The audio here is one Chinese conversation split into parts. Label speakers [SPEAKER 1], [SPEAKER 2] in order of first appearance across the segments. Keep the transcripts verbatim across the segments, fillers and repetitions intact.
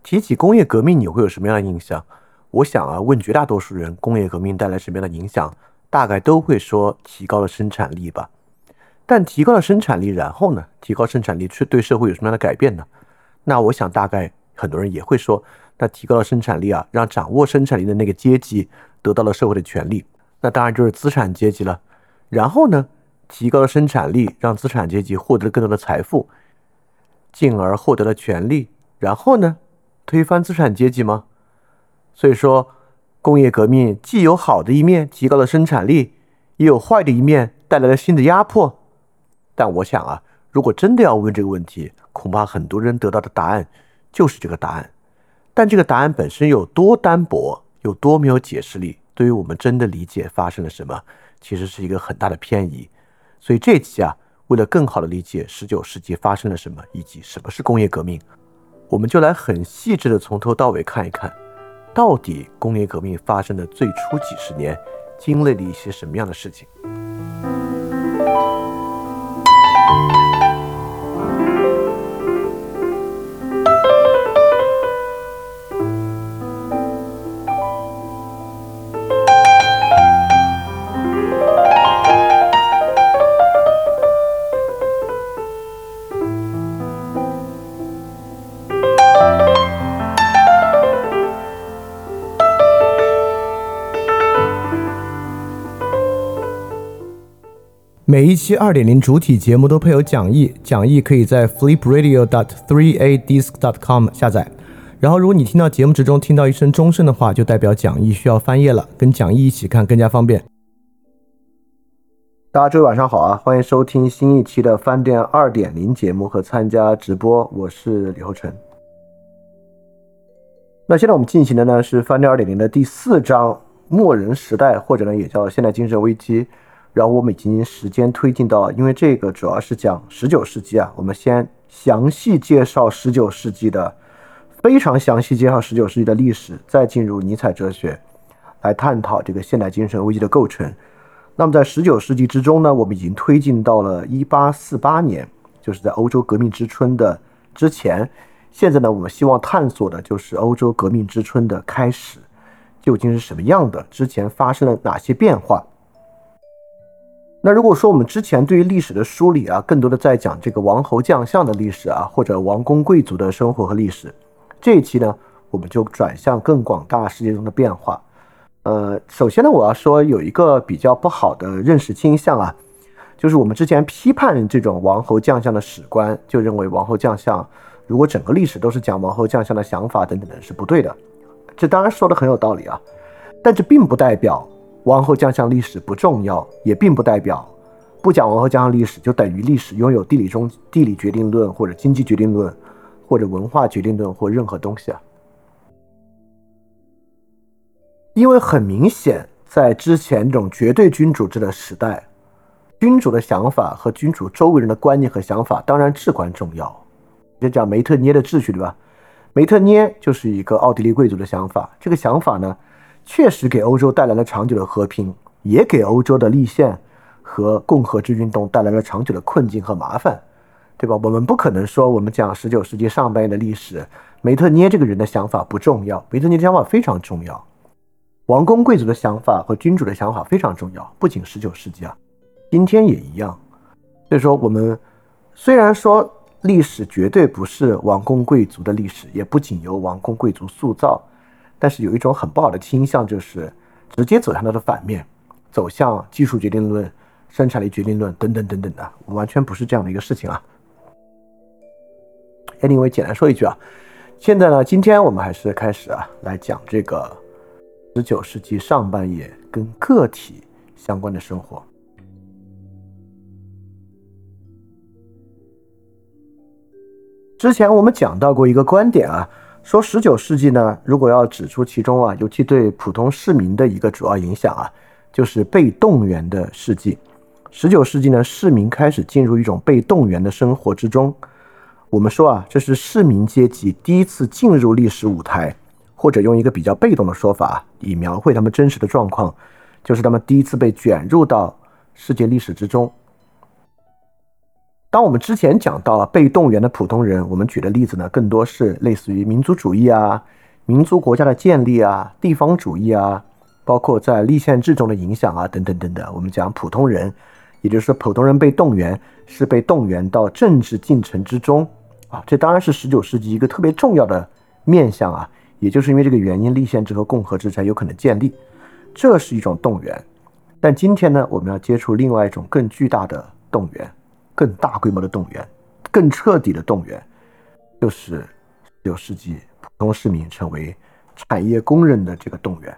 [SPEAKER 1] 提起工业革命，你会有什么样的印象？我想啊，问绝大多数人工业革命带来什么样的影响，大概都会说提高了生产力吧。但提高了生产力，然后呢？提高生产力是对社会有什么样的改变呢？那我想大概很多人也会说，那提高了生产力啊，让掌握生产力的那个阶级得到了社会的权利，那当然就是资产阶级了。然后呢，提高了生产力，让资产阶级获得了更多的财富，进而获得了权利。然后呢，推翻资产阶级吗？所以说，工业革命既有好的一面，提高了生产力，也有坏的一面，带来了新的压迫。但我想啊，如果真的要问这个问题，恐怕很多人得到的答案就是这个答案。但这个答案本身有多单薄，有多没有解释力，对于我们真的理解发生了什么，其实是一个很大的偏移。所以这期啊，为了更好的理解十九世纪发生了什么，以及什么是工业革命，我们就来很细致的从头到尾看一看，到底工业革命发生的最初几十年经历了一些什么样的事情。每一期 二点零 主体节目都配有讲义，讲义可以在 flipradio dot three a disc dot com 下载。然后如果你听到节目之中听到一声钟声的话，就代表讲义需要翻页了，跟讲义一起看更加方便。大家周一晚上好啊，欢迎收听新一期的饭店 二点零 节目和参加直播，我是李厚成。那现在我们进行的呢是饭店 二点零 的第四章末人时代，或者呢也叫现代精神危机。然后我们已经时间推进到，因为这个主要是讲十九世纪啊，我们先详细介绍十九世纪的，非常详细介绍十九世纪的历史，再进入尼采哲学来探讨这个现代精神危机的构成。那么在十九世纪之中呢，我们已经推进到了一八四八年，就是在欧洲革命之春的之前。现在呢，我们希望探索的就是欧洲革命之春的开始究竟是什么样的，之前发生了哪些变化。那如果说我们之前对于历史的梳理啊，更多的在讲这个王侯将相的历史啊，或者王公贵族的生活和历史，这一期呢，我们就转向更广大世界中的变化。呃，首先呢，我要说有一个比较不好的认识倾向啊，就是我们之前批判这种王侯将相的史观，就认为王侯将相如果整个历史都是讲王侯将相的想法等等的是不对的。这当然说的很有道理啊，但这并不代表王侯将相历史不重要，也并不代表不讲王侯将相历史就等于历史拥有地理中地理决定论或者经济决定论或者文化决定论或任何东西啊。因为很明显，在之前这种绝对君主制的时代，君主的想法和君主周围人的观念和想法当然至关重要。就讲梅特涅的秩序，对吧？梅特涅就是一个奥地利贵族的想法，这个想法呢确实给欧洲带来了长久的和平，也给欧洲的立宪和共和制运动带来了长久的困境和麻烦，对吧？我们不可能说我们讲十九世纪上半叶的历史，梅特涅这个人的想法不重要，梅特涅的想法非常重要，王公贵族的想法和君主的想法非常重要，不仅十九世纪啊，今天也一样。所以说我们虽然说历史绝对不是王公贵族的历史，也不仅由王公贵族塑造，但是有一种很不好的倾向，就是直接走向它的反面，走向技术决定论、生产力决定论等等等等的，完全不是这样的一个事情啊。Anyway， 简单说一句啊，现在呢，今天我们还是开始啊，来讲这个十九世纪上半叶跟个体相关的生活。之前我们讲到过一个观点啊，说十九世纪呢，如果要指出其中啊，尤其对普通市民的一个主要影响啊，就是被动员的世纪。十九世纪呢，市民开始进入一种被动员的生活之中。我们说啊，这是市民阶级第一次进入历史舞台，或者用一个比较被动的说法，以描绘他们真实的状况，就是他们第一次被卷入到世界历史之中。 当我们之前讲到了被动员的普通人，我们举的例子呢，更多是类似于民族主义啊、民族国家的建立啊、地方主义啊，包括在立宪制中的影响啊，等等等等。我们讲普通人，也就是说普通人被动员是被动员到政治进程之中啊，这当然是十九世纪一个特别重要的面向啊，也就是因为这个原因，立宪制和共和制才有可能建立，这是一种动员。但今天呢，我们要接触另外一种更巨大的动员，更大规模的动员，更彻底的动员，就是十九世纪普通市民成为产业工人的这个动员，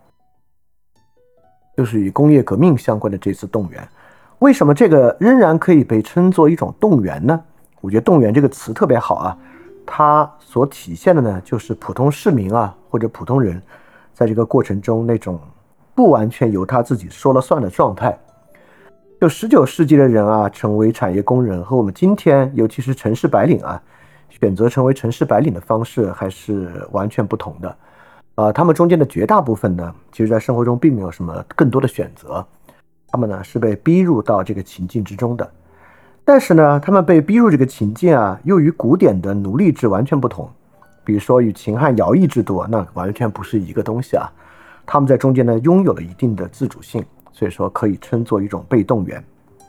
[SPEAKER 1] 就是与工业革命相关的这次动员。为什么这个仍然可以被称作一种动员呢？我觉得动员这个词特别好啊，它所体现的呢，就是普通市民啊，或者普通人在这个过程中那种不完全由他自己说了算的状态。就十九世纪的人啊，成为产业工人和我们今天尤其是城市白领啊，选择成为城市白领的方式还是完全不同的。呃，他们中间的绝大部分呢，其实在生活中并没有什么更多的选择，他们呢是被逼入到这个情境之中的。但是呢，他们被逼入这个情境啊，又与古典的奴隶制完全不同。比如说与秦汉徭役制度啊，那完全不是一个东西啊。他们在中间呢拥有了一定的自主性，所以说可以称作一种被动员。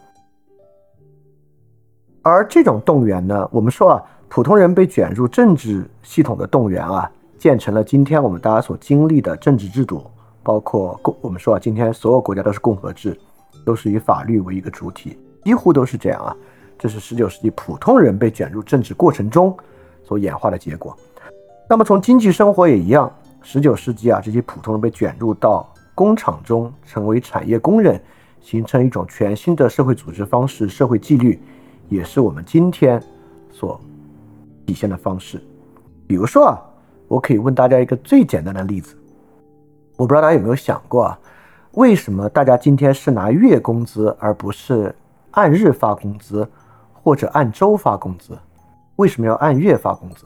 [SPEAKER 1] 而这种动员呢，我们说啊，普通人被卷入政治系统的动员啊，建成了今天我们大家所经历的政治制度，包括我们说啊，今天所有国家都是共和制，都是以法律为一个主体，几乎都是这样啊。这是十九世纪普通人被卷入政治过程中所演化的结果。那么从经济生活也一样，十九世纪啊，这些普通人被卷入到工厂中，成为产业工人，形成一种全新的社会组织方式、社会纪律，也是我们今天所体现的方式。比如说啊，我可以问大家一个最简单的例子，我不知道大家有没有想过啊，为什么大家今天是拿月工资而不是按日发工资或者按周发工资？为什么要按月发工资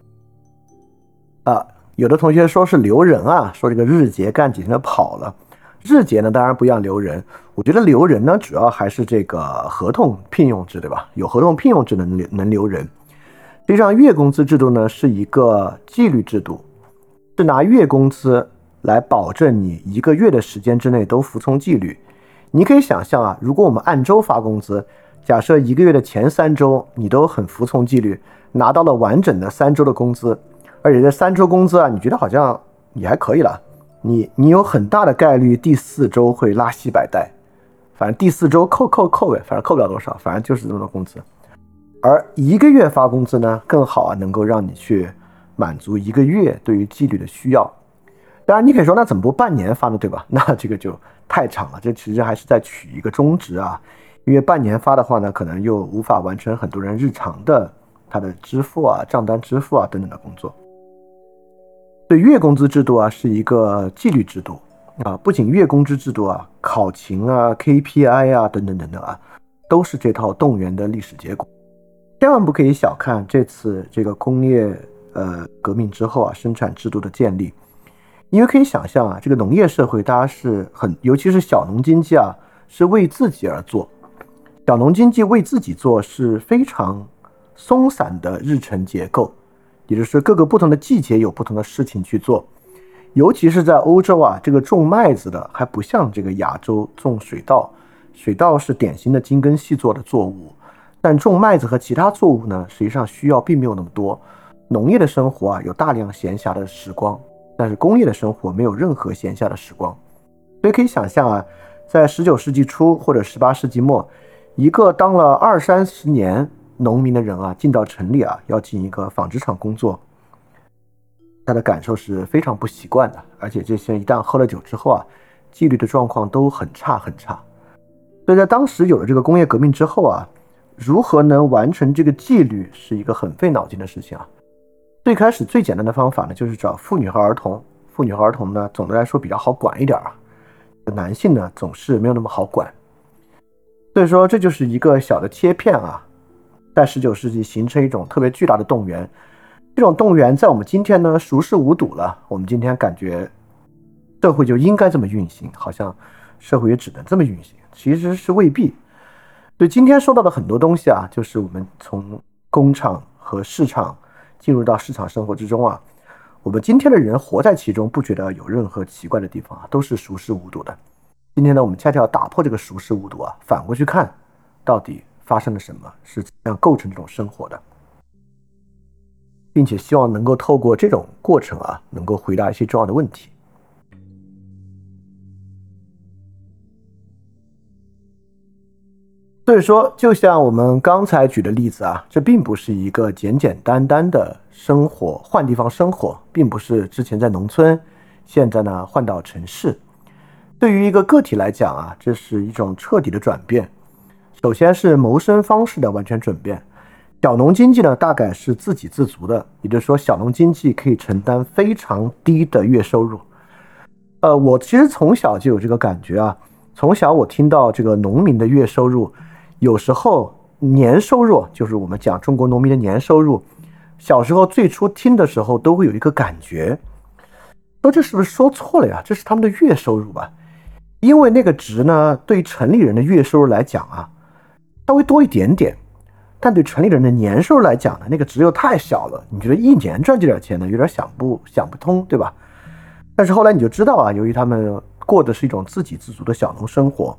[SPEAKER 1] 啊？有的同学说是留人啊，说这个日结干几天就跑了。日结呢，当然不要留人。我觉得留人呢，主要还是这个合同聘用制，对吧？有合同聘用制能留能留人。实际上，月工资制度呢是一个纪律制度，是拿月工资来保证你一个月的时间之内都服从纪律。你可以想象啊，如果我们按周发工资，假设一个月的前三周你都很服从纪律，拿到了完整的三周的工资。而且这三周工资啊，你觉得好像也还可以了，你你有很大的概率第四周会拉稀摆带，反正第四周扣扣扣呗，反正扣不了多少，反正就是这么多工资。而一个月发工资呢，更好啊，能够让你去满足一个月对于纪律的需要。当然你可以说那怎么不半年发呢，对吧？那这个就太长了，这其实还是在取一个中值啊，因为半年发的话呢，可能又无法完成很多人日常的他的支付啊、账单支付啊等等的工作。对，月工资制度啊是一个纪律制度啊，不仅月工资制度啊，考勤啊、K P I 啊等等等等啊，都是这套动员的历史结果。千万不可以小看这次这个工业呃革命之后啊，生产制度的建立，因为可以想象啊，这个农业社会大家是很，尤其是小农经济啊，是为自己而做。小农经济为自己做是非常松散的日程结构。也就是各个不同的季节有不同的事情去做，尤其是在欧洲啊，这个种麦子的还不像这个亚洲种水稻，水稻是典型的精耕细作的作物，但种麦子和其他作物呢，实际上需要并没有那么多。农业的生活啊，有大量闲暇的时光，但是工业的生活没有任何闲暇的时光。所以可以想象啊，在十九世纪初或者十八世纪末，一个当了二三十年农民的人啊，进到城里啊，要进一个纺织厂工作，他的感受是非常不习惯的，而且这些人一旦喝了酒之后啊，纪律的状况都很差很差。所以在当时有了这个工业革命之后啊，如何能完成这个纪律是一个很费脑筋的事情啊。最开始最简单的方法呢，就是找妇女和儿童。妇女和儿童呢，总的来说比较好管一点啊，男性呢总是没有那么好管。所以说这就是一个小的切片啊，在十九世纪形成一种特别巨大的动员。这种动员在我们今天呢熟视无睹了，我们今天感觉社会就应该这么运行，好像社会也只能这么运行，其实是未必。 对，今天说到的很多东西啊，就是我们从工厂和市场进入到市场生活之中啊，我们今天的人活在其中，不觉得有任何奇怪的地方啊，都是熟视无睹的。今天呢，我们恰恰要打破这个熟视无睹啊，反过去看，到底发生了什么，是怎样构成这种生活的，并且希望能够透过这种过程啊，能够回答一些重要的问题。所以说，就像我们刚才举的例子啊，这并不是一个简简单单的生活，换地方生活，并不是之前在农村，现在呢换到城市。对于一个个体来讲啊，这是一种彻底的转变。首先是谋生方式的完全转变。小农经济呢，大概是自给自足的，也就是说，小农经济可以承担非常低的月收入。呃，我其实从小就有这个感觉啊，从小我听到这个农民的月收入。有时候年收入，就是我们讲中国农民的年收入，小时候最初听的时候都会有一个感觉，说这是不是说错了呀？这是他们的月收入吧？因为那个值呢，对城里人的月收入来讲啊，稍微多一点点，但对城里人的年收入来讲呢，那个值又太小了。你觉得一年赚这点钱呢，有点想不想不通，对吧？但是后来你就知道啊，由于他们过的是一种自给自足的小农生活。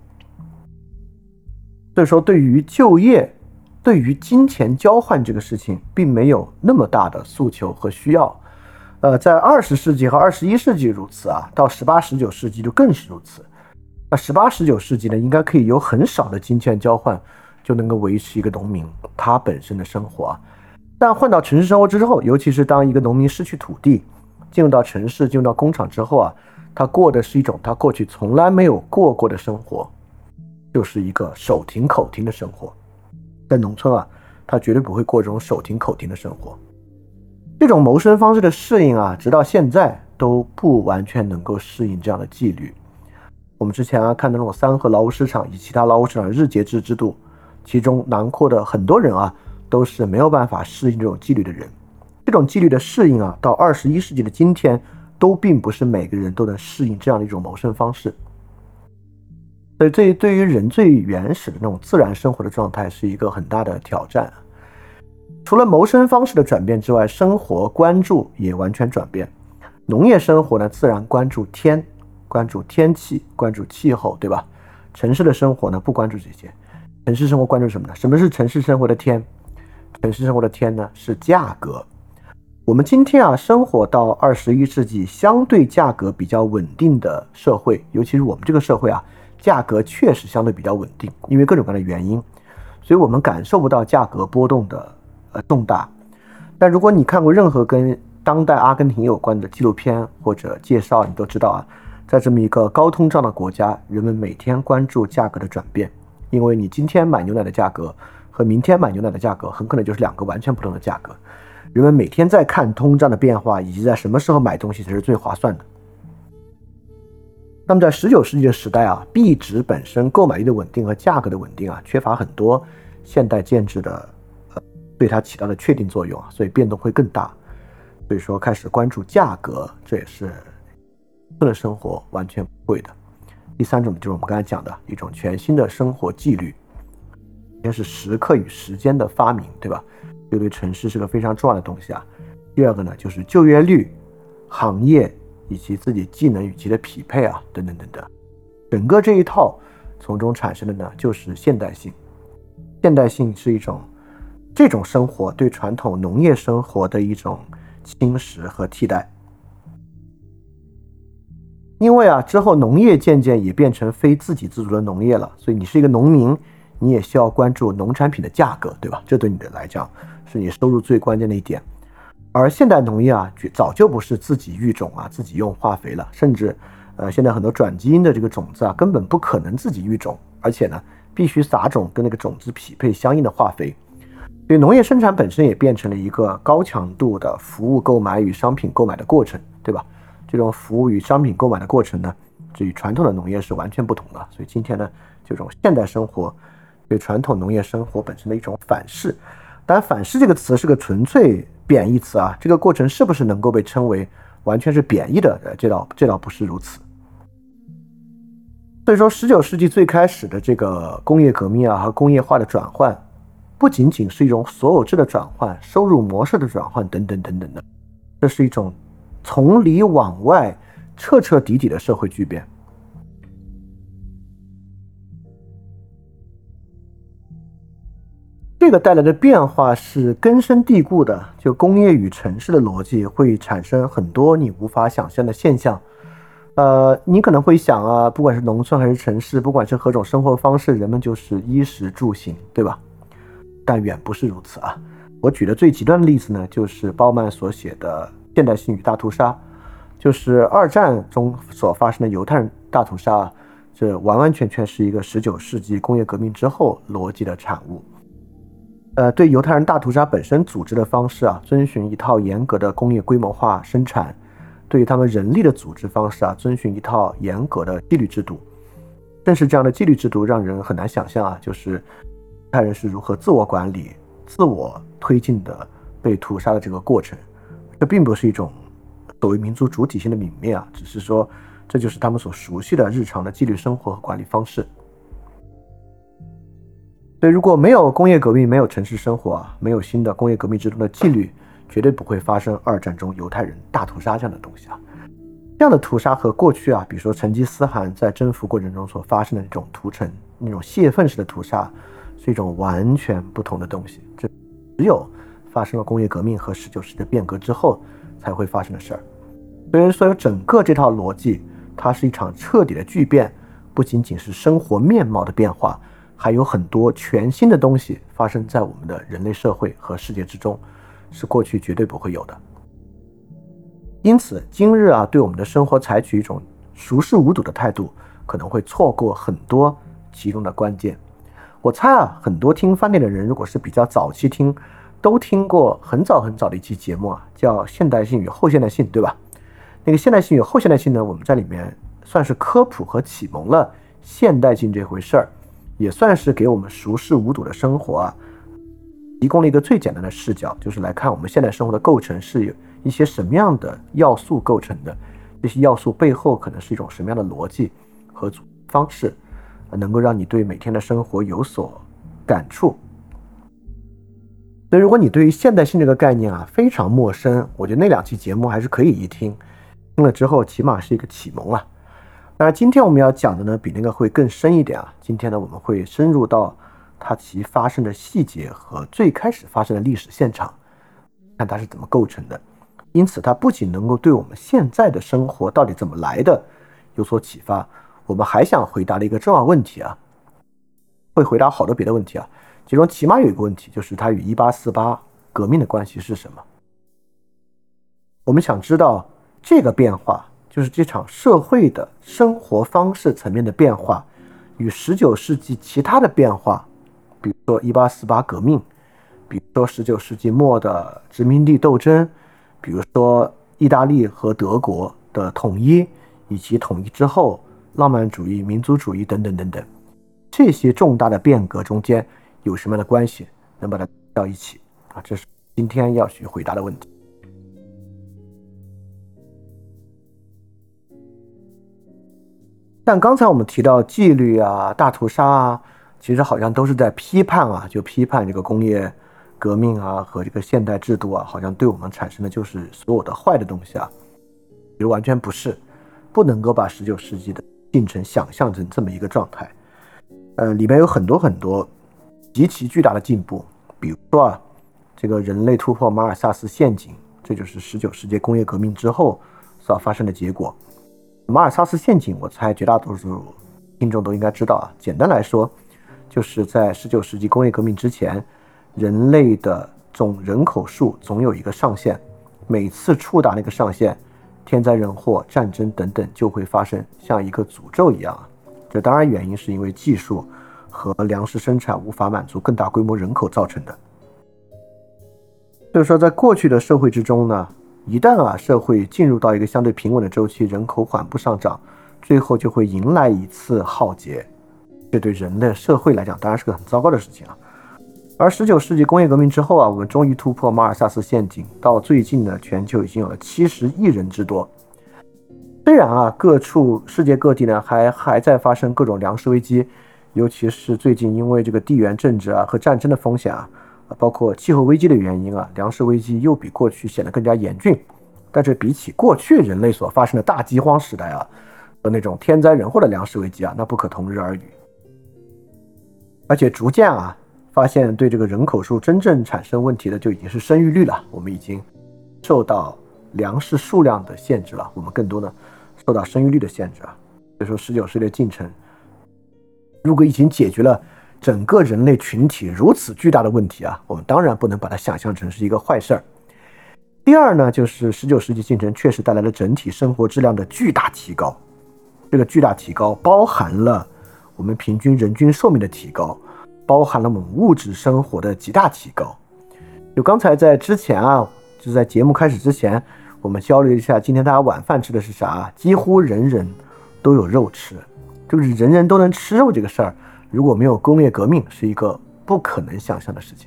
[SPEAKER 1] 所以说，对于就业，对于金钱交换这个事情，并没有那么大的诉求和需要。呃，在二十世纪和二十一世纪如此啊，到十八、十九世纪就更是如此。那十八、十九世纪呢，应该可以有很少的金钱交换，就能够维持一个农民他本身的生活啊。但换到城市生活之后，尤其是当一个农民失去土地，进入到城市，进入到工厂之后啊，他过的是一种他过去从来没有过过的生活。就是一个手停口停的生活。在农村啊，他绝对不会过这种手停口停的生活。这种谋生方式的适应啊，直到现在都不完全能够适应这样的纪律。我们之前啊看到那种三和劳务市场以及其他劳务市场日结制制度，其中囊括的很多人啊，都是没有办法适应这种纪律的人。这种纪律的适应啊，到二十一世纪的今天，都并不是每个人都能适应这样的一种谋生方式。所以这对于人最原始的那种自然生活的状态是一个很大的挑战。除了谋生方式的转变之外，生活关注也完全转变。农业生活呢，自然关注天，关注天气，关注气候，对吧？城市的生活呢，不关注这些。城市生活关注什么呢？什么是城市生活的天？城市生活的天呢，是价格。我们今天啊，生活到二十一世纪，相对价格比较稳定的社会，尤其是我们这个社会啊，价格确实相对比较稳定，因为各种各样的原因，所以我们感受不到价格波动的呃重大。但如果你看过任何跟当代阿根廷有关的纪录片或者介绍，你都知道啊，在这么一个高通胀的国家，人们每天关注价格的转变，因为你今天买牛奶的价格和明天买牛奶的价格很可能就是两个完全不同的价格。人们每天在看通胀的变化，以及在什么时候买东西才是最划算的。那么在十九世纪的时代啊，币值本身购买力的稳定和价格的稳定啊，缺乏很多现代建制的呃对它起到的确定作用啊，所以变动会更大。所以说开始关注价格，这也是人的生活完全不会的。第三种就是我们刚才讲的一种全新的生活纪律，也是时刻与时间的发明，对吧？这对城市是个非常重要的东西啊。第二个呢，就是就业率、行业以及自己技能与其的匹配啊，等等等等，整个这一套从中产生的呢，就是现代性。现代性是一种这种生活对传统农业生活的一种侵蚀和替代。因为啊，之后农业渐渐也变成非自给自足的农业了，所以你是一个农民，你也需要关注农产品的价格，对吧？这对你的来讲是你收入最关键的一点。而现代农业啊，早就不是自己育种啊，自己用化肥了，甚至呃，现在很多转基因的这个种子啊，根本不可能自己育种，而且呢，必须撒种跟那个种子匹配相应的化肥。所以农业生产本身也变成了一个高强度的服务购买与商品购买的过程，对吧？这种服务与商品购买的过程呢，这与传统的农业是完全不同的。所以今天呢，这种现代生活对传统农业生活本身的一种反噬。当然，反噬这个词是个纯粹贬义词啊，这个过程是不是能够被称为完全是贬义的？这倒这倒不是如此。所所以说十九世纪最开始的这个工业革命啊和工业化的转换，不仅仅是一种所有制的转换、收入模式的转换等等等等的，这是一种从里往外彻彻底底的社会巨变。这个带来的变化是根深蒂固的，就工业与城市的逻辑会产生很多你无法想象的现象。呃，你可能会想啊，不管是农村还是城市，不管是何种生活方式，人们就是衣食住行，对吧？但远不是如此啊。我举的最极端的例子呢，就是鲍曼所写的《现代性与大屠杀》，就是二战中所发生的犹太人大屠杀，这完完全全是一个十九世纪工业革命之后逻辑的产物。呃，对犹太人大屠杀本身组织的方式啊，遵循一套严格的工业规模化生产；对于他们人力的组织方式啊，遵循一套严格的纪律制度。正是这样的纪律制度，让人很难想象啊，就是犹太人是如何自我管理、自我推进的被屠杀的这个过程。这并不是一种所谓民族主体性的泯灭啊，只是说这就是他们所熟悉的日常的纪律生活和管理方式。所以如果没有工业革命，没有城市生活啊，没有新的工业革命之中的纪律，绝对不会发生二战中犹太人大屠杀这样的东西啊。这样的屠杀和过去啊，比如说成吉思汗在征服过程中所发生的那种屠城、那种泄愤式的屠杀，是一种完全不同的东西。这只有发生了工业革命和十九世纪的变革之后才会发生的事儿。所以说，整个这套逻辑，它是一场彻底的巨变，不仅仅是生活面貌的变化，还有很多全新的东西发生在我们的人类社会和世界之中，是过去绝对不会有的。因此今日啊，对我们的生活采取一种熟视无睹的态度，可能会错过很多其中的关键。我猜啊，很多听饭店的人，如果是比较早期听，都听过很早很早的一期节目啊，叫现代性与后现代性，对吧？那个现代性与后现代性呢，我们在里面算是科普和启蒙了现代性这回事儿，也算是给我们熟视无睹的生活啊提供了一个最简单的视角，就是来看我们现代生活的构成是有一些什么样的要素构成的，这些要素背后可能是一种什么样的逻辑和组织方式，能够让你对每天的生活有所感触。所以如果你对于现代性这个概念啊非常陌生，我觉得那两期节目还是可以一听，听了之后起码是一个启蒙啊。当然今天我们要讲的呢比那个会更深一点啊，今天呢我们会深入到它其发生的细节和最开始发生的历史现场，看它是怎么构成的。因此它不仅能够对我们现在的生活到底怎么来的有所启发，我们还想回答的一个重要问题啊，会回答好多别的问题啊，其中起码有一个问题，就是它与一八四八革命的关系是什么。我们想知道这个变化，就是这场社会的生活方式层面的变化，与十九世纪其他的变化，比如说一八四八革命，比如说十九世纪末的殖民地斗争，比如说意大利和德国的统一，以及统一之后浪漫主义、民族主义等等等等，这些重大的变革中间有什么样的关系，能把它到一起啊？这是今天要去回答的问题。但刚才我们提到纪律啊、大屠杀啊，其实好像都是在批判啊，就批判这个工业革命啊和这个现代制度啊，好像对我们产生的就是所有的坏的东西啊。其实完全不是，不能够把十九世纪的进程想象成这么一个状态。呃，里面有很多很多极其巨大的进步，比如说啊，这个人类突破马尔萨斯陷阱，这就是十九世纪工业革命之后所发生的结果。马尔萨斯陷阱，我猜绝大多数听众都应该知道啊。简单来说，就是在十九世纪工业革命之前，人类的总人口数总有一个上限，每次触达那个上限，天灾人祸、战争等等就会发生，像一个诅咒一样啊。这当然原因是因为技术和粮食生产无法满足更大规模人口造成的。所以说，在过去的社会之中呢，一旦啊社会进入到一个相对平稳的周期，人口缓步上涨，最后就会迎来一次浩劫。这对人类社会来讲当然是个很糟糕的事情啊。而十九世纪工业革命之后啊，我们终于突破马尔萨斯陷阱，到最近呢，全球已经有了七十亿人之多。 虽然啊，各处世界各地呢还还在发生各种粮食危机，尤其是最近因为这个地缘政治啊和战争的风险啊，包括气候危机的原因啊，粮食危机又比过去显得更加严峻。但是比起过去人类所发生的大饥荒时代啊和那种天灾人祸的粮食危机啊，那不可同日而语。而且逐渐啊，发现对这个人口数真正产生问题的就已经是生育率了。我们已经受到粮食数量的限制了，我们更多的受到生育率的限制啊。所以说十九世纪的进程，如果已经解决了整个人类群体如此巨大的问题啊，我们当然不能把它想象成是一个坏事儿。第二呢，就是十九世纪进程确实带来了整体生活质量的巨大提高。这个巨大提高包含了我们平均人均寿命的提高，包含了我们物质生活的极大提高。就刚才在之前啊，就是在节目开始之前，我们交流一下今天大家晚饭吃的是啥，几乎人人都有肉吃，就是人人都能吃肉这个事儿，如果没有工业革命是一个不可能想象的事情。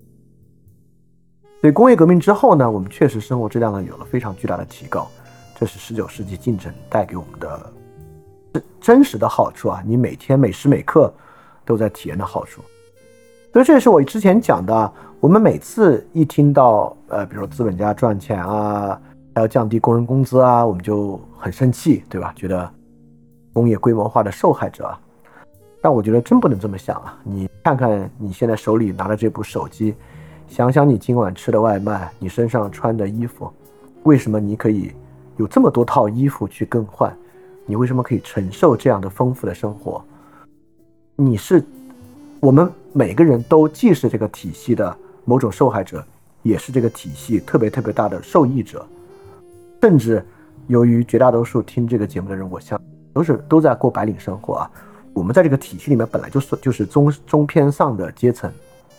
[SPEAKER 1] 所以工业革命之后呢，我们确实生活质量呢有了非常巨大的提高，这是十九世纪进程带给我们的真实的好处啊，你每天每时每刻都在体验的好处。所以这也是我之前讲的，我们每次一听到呃，比如说资本家赚钱啊，还要降低工人工资啊，我们就很生气，对吧？觉得工业规模化的受害者啊。但我觉得真不能这么想啊！你看看你现在手里拿的这部手机，想想你今晚吃的外卖，你身上穿的衣服，为什么你可以有这么多套衣服去更换？你为什么可以承受这样的丰富的生活？你是我们每个人都既是这个体系的某种受害者，也是这个体系特别特别大的受益者。甚至由于绝大多数听这个节目的人，我想都是都在过白领生活啊。我们在这个体系里面本来就是就是中中偏上的阶层。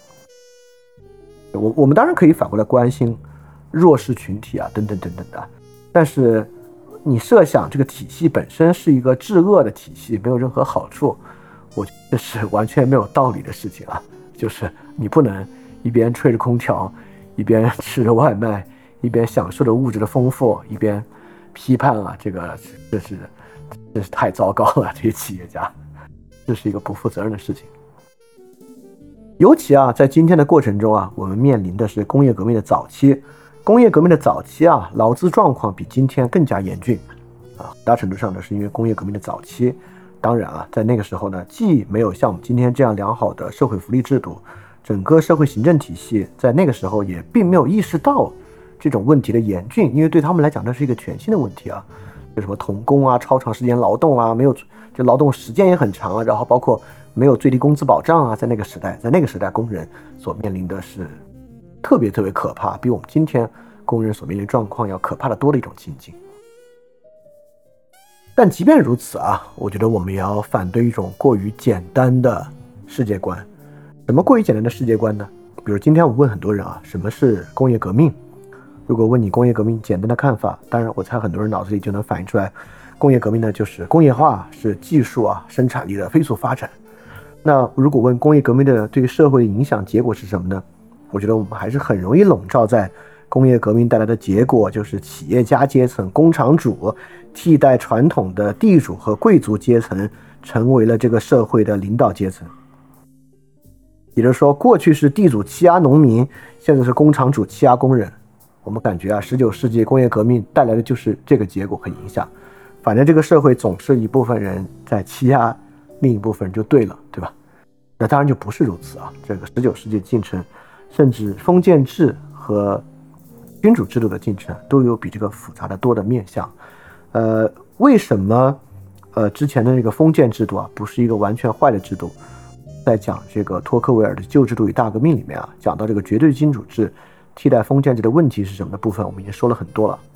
[SPEAKER 1] 我我们当然可以反过来关心弱势群体啊，等等等等的。但是你设想这个体系本身是一个治恶的体系，没有任何好处，我觉得这是完全没有道理的事情啊。就是你不能一边吹着空调，一边吃着外卖，一边享受着物质的丰富，一边批判啊，这个这是这是太糟糕了，这些企业家，这是一个不负责任的事情。尤其啊，在今天的过程中啊，我们面临的是工业革命的早期。工业革命的早期啊，劳资状况比今天更加严峻啊，很大程度上呢是因为工业革命的早期。当然啊，在那个时候呢，既没有像我们今天这样良好的社会福利制度，整个社会行政体系在那个时候也并没有意识到这种问题的严峻，因为对他们来讲，那是一个全新的问题啊，就什么童工啊、超长时间劳动啊，没有就劳动时间也很长啊，然后包括没有最低工资保障啊，在那个时代，在那个时代工人所面临的是特别特别可怕，比我们今天工人所面临状况要可怕的多的一种情境。但即便如此啊，我觉得我们也要反对一种过于简单的世界观。什么过于简单的世界观呢？比如今天我问很多人啊，什么是工业革命？如果问你工业革命简单的看法，当然我猜很多人脑子里就能反映出来，工业革命呢就是工业化，是技术啊生产力的飞速发展。那如果问工业革命的对社会的影响结果是什么呢？我觉得我们还是很容易笼罩在工业革命带来的结果就是企业家阶层、工厂主替代传统的地主和贵族阶层，成为了这个社会的领导阶层。也就是说，过去是地主欺压农民，现在是工厂主欺压工人。我们感觉啊，十九世纪工业革命带来的就是这个结果和影响。反正这个社会总是一部分人在欺压另一部分人就对了，对吧？那当然就不是如此啊。这个十九世纪进程，甚至封建制和君主制度的进程都有比这个复杂的多的面向。呃，为什么呃之前的那个封建制度啊不是一个完全坏的制度？在讲这个托克维尔的《旧制度与大革命》里面啊，讲到这个绝对君主制替代封建制的问题是什么的部分，我们已经说了很多了。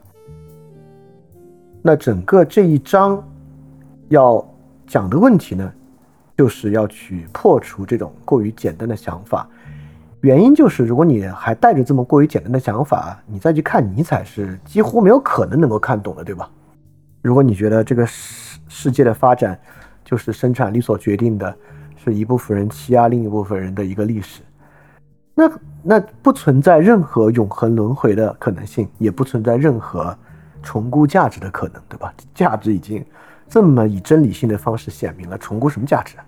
[SPEAKER 1] 那整个这一章要讲的问题呢，就是要去破除这种过于简单的想法。原因就是，如果你还带着这么过于简单的想法，你再去看尼采是几乎没有可能能够看懂的，对吧？如果你觉得这个世界的发展就是生产力所决定的，是一部分人欺压另一部分人的一个历史，那那不存在任何永恒轮回的可能性，也不存在任何重估价值的可能，对吧？价值已经这么以真理性的方式显明了，重估什么价值啊？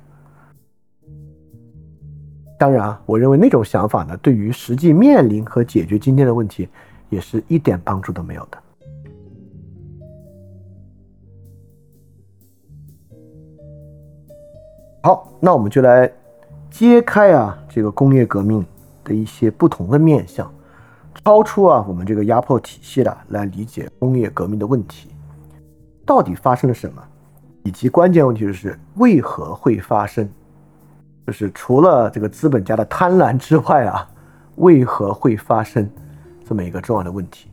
[SPEAKER 1] 当然啊，我认为那种想法呢，对于实际面临和解决今天的问题，也是一点帮助都没有的。好，那我们就来揭开啊这个工业革命的一些不同的面向，超出啊我们这个压迫体系的来理解工业革命的问题，到底发生了什么，以及关键问题就是为何会发生，就是除了这个资本家的贪婪之外啊，为何会发生这么一个重要的问题。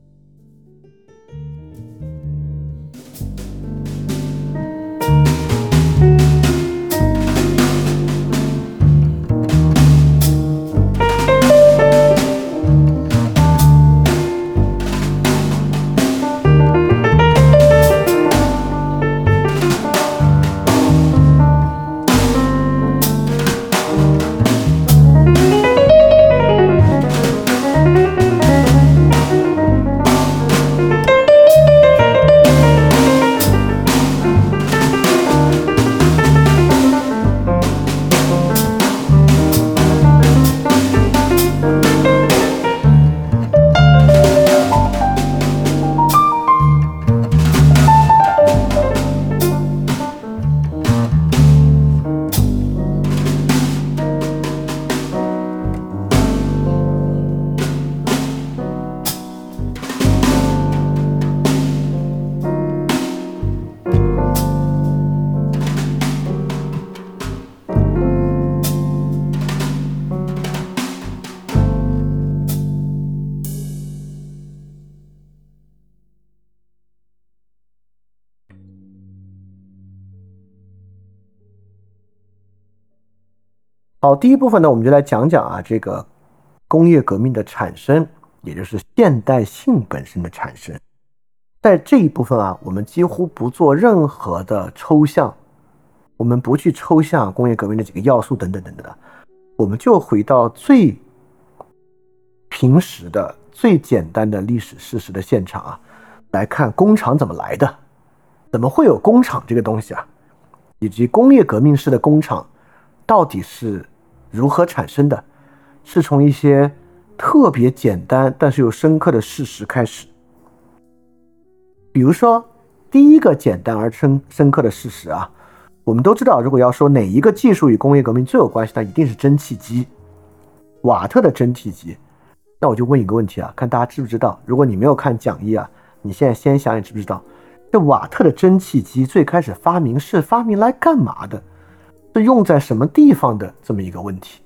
[SPEAKER 1] 好，第一部分呢，我们就来讲讲啊，这个工业革命的产生，也就是现代性本身的产生。在这一部分啊，我们几乎不做任何的抽象，我们不去抽象工业革命的几个要素等等等等的，我们就回到最平时的、最简单的历史事实的现场啊，来看工厂怎么来的，怎么会有工厂这个东西啊，以及工业革命式的工厂到底是如何产生的，是从一些特别简单但是又深刻的事实开始。比如说，第一个简单而深深刻的事实啊，我们都知道，如果要说哪一个技术与工业革命最有关系，那一定是蒸汽机，瓦特的蒸汽机。那我就问一个问题啊，看大家知不知道？如果你没有看讲义啊，你现在先想，你知不知道，这瓦特的蒸汽机最开始发明是发明来干嘛的？是用在什么地方的这么一个问题。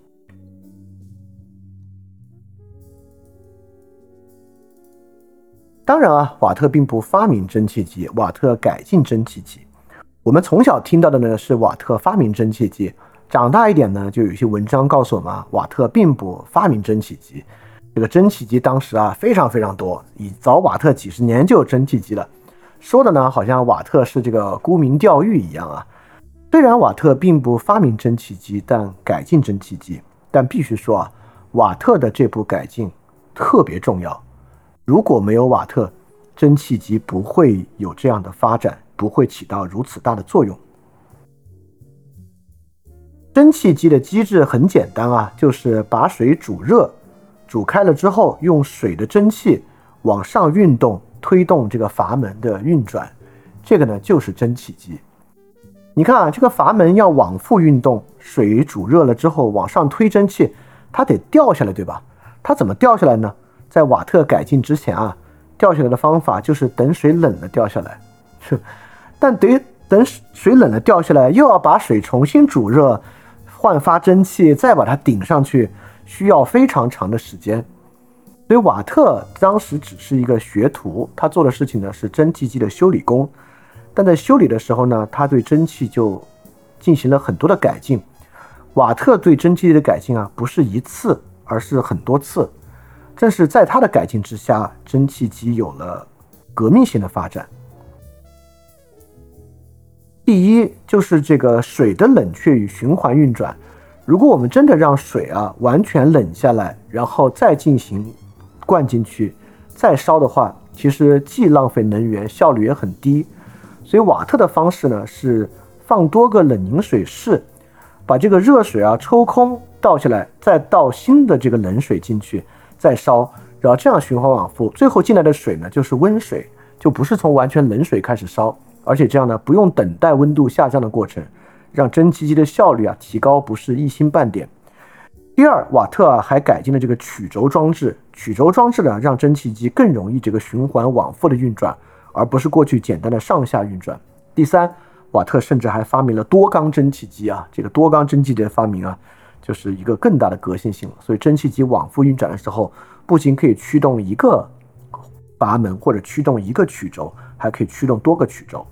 [SPEAKER 1] 当然啊，瓦特并不发明蒸汽机，瓦特改进蒸汽机。我们从小听到的呢是瓦特发明蒸汽机，长大一点呢，就有一些文章告诉我们啊，瓦特并不发明蒸汽机。这个蒸汽机当时啊非常非常多，以早瓦特几十年就有蒸汽机了。说的呢好像瓦特是这个沽名钓誉一样啊。虽然瓦特并不发明蒸汽机，但改进蒸汽机。但必须说啊，瓦特的这部改进特别重要。如果没有瓦特，蒸汽机不会有这样的发展，不会起到如此大的作用。蒸汽机的机制很简单啊，就是把水煮热，煮开了之后，用水的蒸汽往上运动，推动这个阀门的运转，这个呢就是蒸汽机。你看啊，这个阀门要往复运动，水煮热了之后往上推蒸汽，它得掉下来，对吧？它怎么掉下来呢？在瓦特改进之前啊，掉下来的方法就是等水冷了掉下来，但得等水冷了掉下来，又要把水重新煮热，焕发蒸汽，再把它顶上去，需要非常长的时间。所以瓦特当时只是一个学徒，他做的事情呢是蒸汽机的修理工，但在修理的时候呢，他对蒸汽就进行了很多的改进。瓦特对蒸汽机的改进啊，不是一次，而是很多次。正是在他的改进之下，蒸汽机有了革命性的发展。第一就是这个水的冷却与循环运转。如果我们真的让水啊完全冷下来，然后再进行灌进去，再烧的话， 其实既浪费能源，效率也很低。所以瓦特的方式呢是放多个冷凝水室，把这个热水啊抽空倒下来，再倒新的这个冷水进去，再烧，然后这样循环往复，最后进来的水呢就是温水，就不是从完全冷水开始烧，而且这样呢不用等待温度下降的过程，让蒸汽机的效率啊提高不是一星半点。第二，瓦特啊还改进了这个曲轴装置，曲轴装置呢让蒸汽机更容易这个循环往复的运转，而不是过去简单的上下运转。第三，瓦特甚至还发明了多缸蒸汽机啊，这个多缸蒸汽机的发明啊，就是一个更大的革新性了。所以蒸汽机往复运转的时候，不仅可以驱动一个阀门或者驱动一个曲轴，还可以驱动多个曲轴。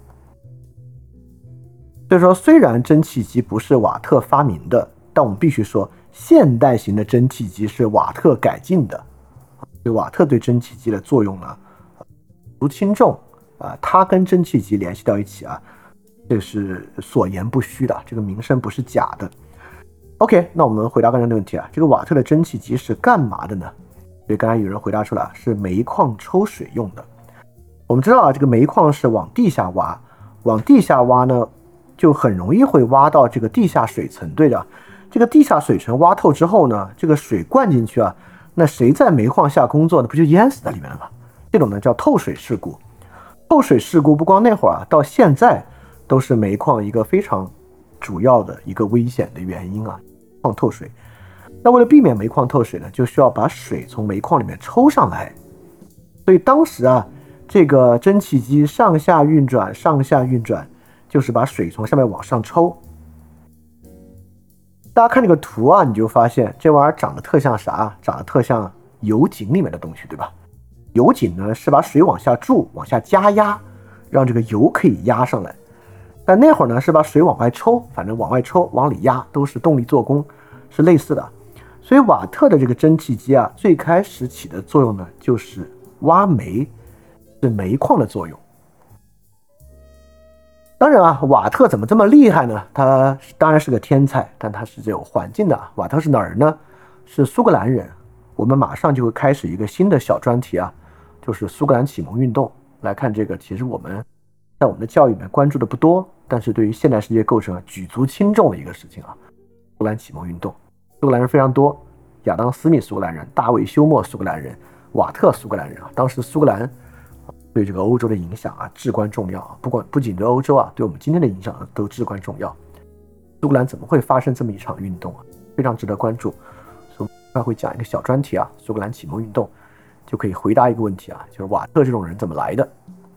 [SPEAKER 1] 所以说，虽然蒸汽机不是瓦特发明的，但我们必须说，现代型的蒸汽机是瓦特改进的。所以瓦特对蒸汽机的作用呢，不轻重啊，它跟蒸汽机联系到一起啊，这是所言不虚的，这个名声不是假的。OK， 那我们回答刚才的问题啊，这个瓦特的蒸汽机是干嘛的呢？所以刚才有人回答出来，是煤矿抽水用的。我们知道啊，这个煤矿是往地下挖，往地下挖呢，就很容易会挖到这个地下水层，对的。这个地下水层挖透之后呢，这个水灌进去啊，那谁在煤矿下工作呢？不就淹死在里面了吗？这种呢叫透水事故。透水事故不光那会儿啊，到现在都是煤矿一个非常主要的一个危险的原因啊，矿透水。那为了避免煤矿透水呢，就需要把水从煤矿里面抽上来。所以当时啊，这个蒸汽机上下运转，上下运转，就是把水从下面往上抽。大家看这个图啊，你就发现这玩意儿长得特像啥？长得特像油井里面的东西，对吧？油井呢是把水往下注，往下加压，让这个油可以压上来。但那会儿呢是把水往外抽，反正往外抽，往里压，都是动力做功，是类似的。所以瓦特的这个蒸汽机啊，最开始起的作用呢，就是挖煤，是煤矿的作用。当然啊，瓦特怎么这么厉害呢？他当然是个天才，但他是有环境的。瓦特是哪儿呢？是苏格兰人。我们马上就会开始一个新的小专题啊，就是苏格兰启蒙运动。来看这个，其实我们在我们的教育里面关注的不多，但是对于现代世界构成了举足轻重的一个事情啊。苏格兰启蒙运动，苏格兰人非常多，亚当·斯密苏格兰人，大卫·休谟苏格兰人，瓦特苏格兰人啊。当时苏格兰对这个欧洲的影响啊至关重要啊，不管不仅对欧洲啊，对我们今天的影响都至关重要。苏格兰怎么会发生这么一场运动啊？非常值得关注。所以我们会讲一个小专题啊，苏格兰启蒙运动，就可以回答一个问题啊，就是瓦特这种人怎么来的。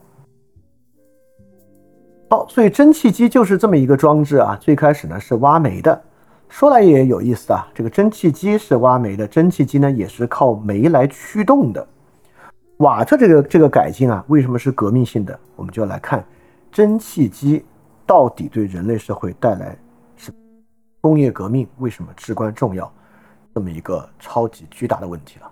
[SPEAKER 1] 好，所以蒸汽机就是这么一个装置啊，最开始呢是挖煤的。说来也有意思啊，这个蒸汽机是挖煤的，蒸汽机呢也是靠煤来驱动的。瓦特这个这个改进啊，为什么是革命性的？我们就要来看蒸汽机到底对人类社会带来是工业革命为什么至关重要这么一个超级巨大的问题了。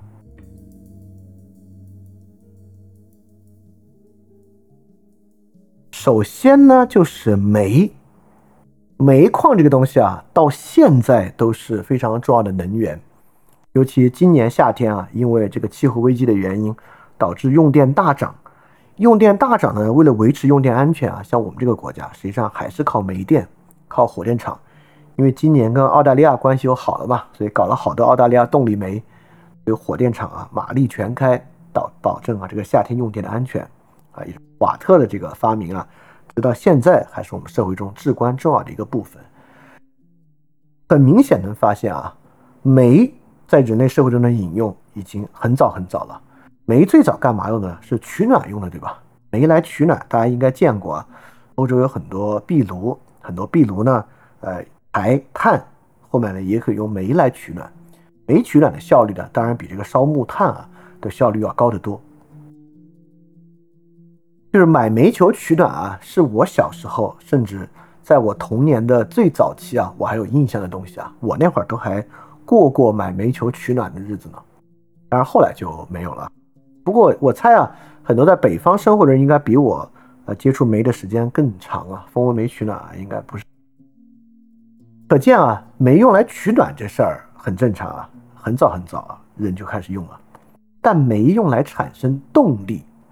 [SPEAKER 1] 首先呢，就是煤，煤矿这个东西啊，到现在都是非常重要的能源。尤其今年夏天啊，因为这个气候危机的原因，导致用电大涨。用电大涨呢，为了维持用电安全啊，像我们这个国家，实际上还是靠煤电，靠火电厂。因为今年跟澳大利亚关系又好了嘛，所以搞了好多澳大利亚动力煤，所以火电厂啊马力全开，保保证啊这个夏天用电的安全啊。瓦特的这个发明啊，直到现在还是我们社会中至关重要的一个部分。很明显能发现啊，煤在人类社会中的引用已经很早很早了。煤最早干嘛用的？是取暖用的，对吧？煤来取暖，大家应该见过啊。欧洲有很多壁炉，很多壁炉呢，呃，排碳，后面呢也可以用煤来取暖。煤取暖的效率呢，当然比这个烧木炭啊的效率要高得多。就是买煤球取暖啊，是我小时候，甚至在我童年的最早期啊，我还有印象的东西啊。我那会儿都还过过买煤球取暖的日子呢，当然后来就没有了。不过我猜啊，很多在北方生活的人应该比我呃接触煤的时间更长啊，蜂窝煤取暖啊，应该不是。可见啊，煤用来取暖这事儿很正常啊，很早很早啊，人就开始用了。但煤用来产生动力，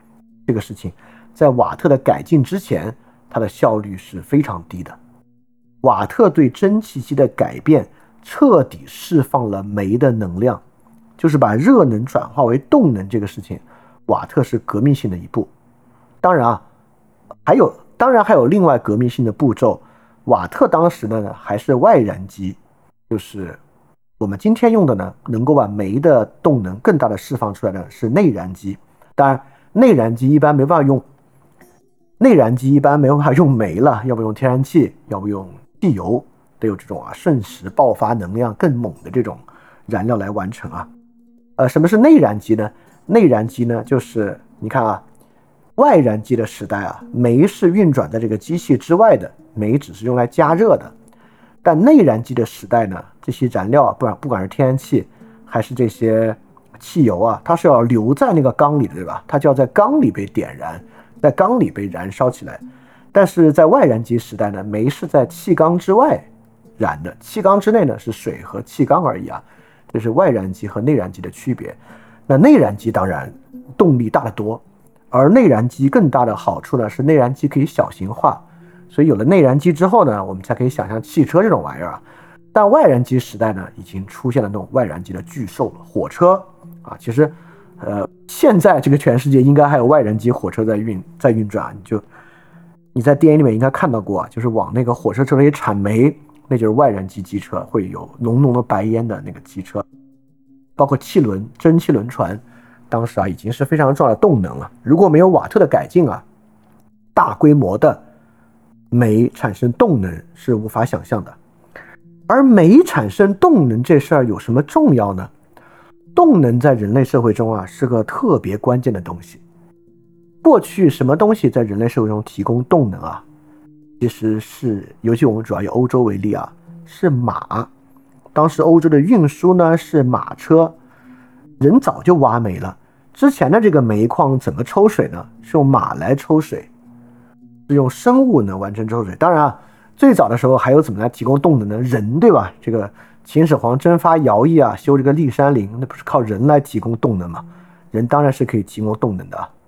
[SPEAKER 1] 这个事情，在瓦特的改进之前，它的效率是非常低的。瓦特对蒸汽机的改变彻底释放了煤的能量，就是把热能转化为动能这个事情，瓦特是革命性的一步。当然啊，还有当然还有另外革命性的步骤。瓦特当时呢还是外燃机，就是我们今天用的呢，能够把煤的动能更大的释放出来的是内燃机。当然，内燃机一般没办法用，内燃机一般没办法用煤了，要不用天然气，要不用汽油，得有这种啊瞬时爆发能量更猛的这种燃料来完成啊。呃，什么是内燃机呢？内燃机呢，就是你看啊，外燃机的时代啊，煤是运转在这个机器之外的，煤只是用来加热的。但内燃机的时代呢，这些燃料不管不管是天然气还是这些汽油啊，它是要留在那个缸里的，对吧？它就要在缸里被点燃，在缸里被燃烧起来。但是在外燃机时代呢，煤是在气缸之外燃的，气缸之内呢是水和气缸而已啊。这是外燃机和内燃机的区别。那内燃机当然动力大得多，而内燃机更大的好处呢是内燃机可以小型化，所以有了内燃机之后呢，我们才可以想象汽车这种玩意儿啊。但外燃机时代呢，已经出现了那种外燃机的巨兽了，火车啊，其实呃，现在这个全世界应该还有外燃机火车在运在运转啊。你就你在电影里面应该看到过啊，就是往那个火车车里产煤，那就是外燃机机车，会有浓浓的白烟的那个机车，包括汽轮、蒸汽轮船，当时啊已经是非常重要的动能了。如果没有瓦特的改进啊，大规模的煤产生动能是无法想象的。而煤产生动能这事儿有什么重要呢？动能在人类社会中啊是个特别关键的东西。过去什么东西在人类社会中提供动能啊？其实是，尤其我们主要以欧洲为例啊，是马。当时欧洲的运输呢是马车，人早就挖煤了。之前的这个煤矿怎么抽水呢？是用马来抽水，是用生物能完成抽水。当然啊，最早的时候还有怎么来提供动能呢？人，对吧？这个秦始皇征发徭役啊，修这个骊山陵，那不是靠人来提供动能吗？人当然是可以提供动能的啊。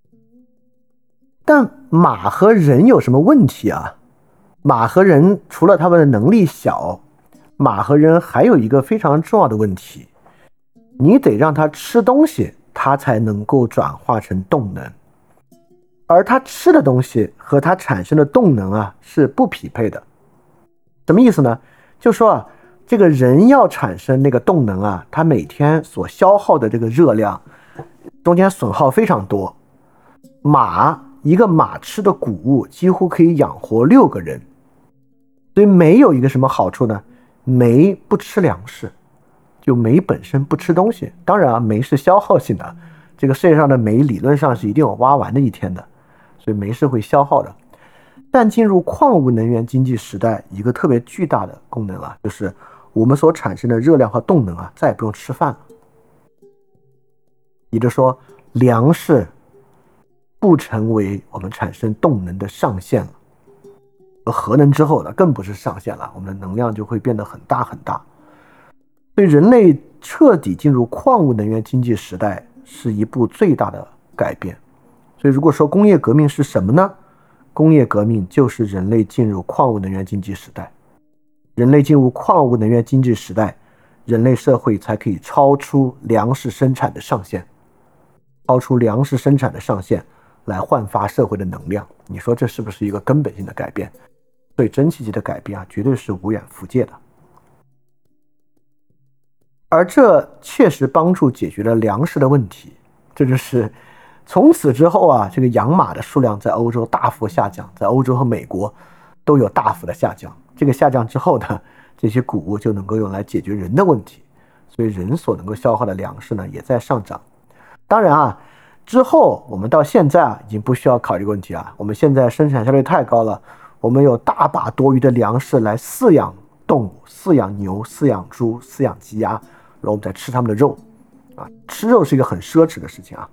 [SPEAKER 1] 但马和人有什么问题啊？马和人除了他们的能力小，马和人还有一个非常重要的问题，你得让它吃东西，它才能够转化成动能。而它吃的东西和它产生的动能啊是不匹配的。什么意思呢？就说啊，这个人要产生那个动能啊，它每天所消耗的这个热量中间损耗非常多。马一个马吃的谷物几乎可以养活六个人。所以煤有一个什么好处呢？煤不吃粮食，就煤本身不吃东西。当然啊，煤是消耗性的，这个世界上的煤理论上是一定有挖完的一天的，所以煤是会消耗的。但进入矿物能源经济时代，一个特别巨大的功能啊，就是我们所产生的热量和动能啊，再也不用吃饭了。也就是说，粮食不成为我们产生动能的上限了。而核能之后呢，更不是上限了，我们的能量就会变得很大很大。所以人类彻底进入矿物能源经济时代是一步最大的改变。所以如果说工业革命是什么呢？工业革命就是人类进入矿物能源经济时代。人类进入矿物能源经济时代，人类社会才可以超出粮食生产的上限，超出粮食生产的上限来焕发社会的能量。你说这是不是一个根本性的改变？对蒸汽机的改变啊，绝对是无远弗届的。而这确实帮助解决了粮食的问题。这就是从此之后啊，这个养马的数量在欧洲大幅下降，在欧洲和美国都有大幅的下降。这个下降之后呢，这些谷物就能够用来解决人的问题，所以人所能够消耗的粮食呢也在上涨。当然啊，之后我们到现在啊已经不需要考虑这个问题啊，我们现在生产效率太高了，我们有大把多余的粮食来饲养动物，饲养牛，饲养猪，饲养鸡鸭，然后我们再吃它们的肉啊，吃肉是一个很奢侈的事情啊。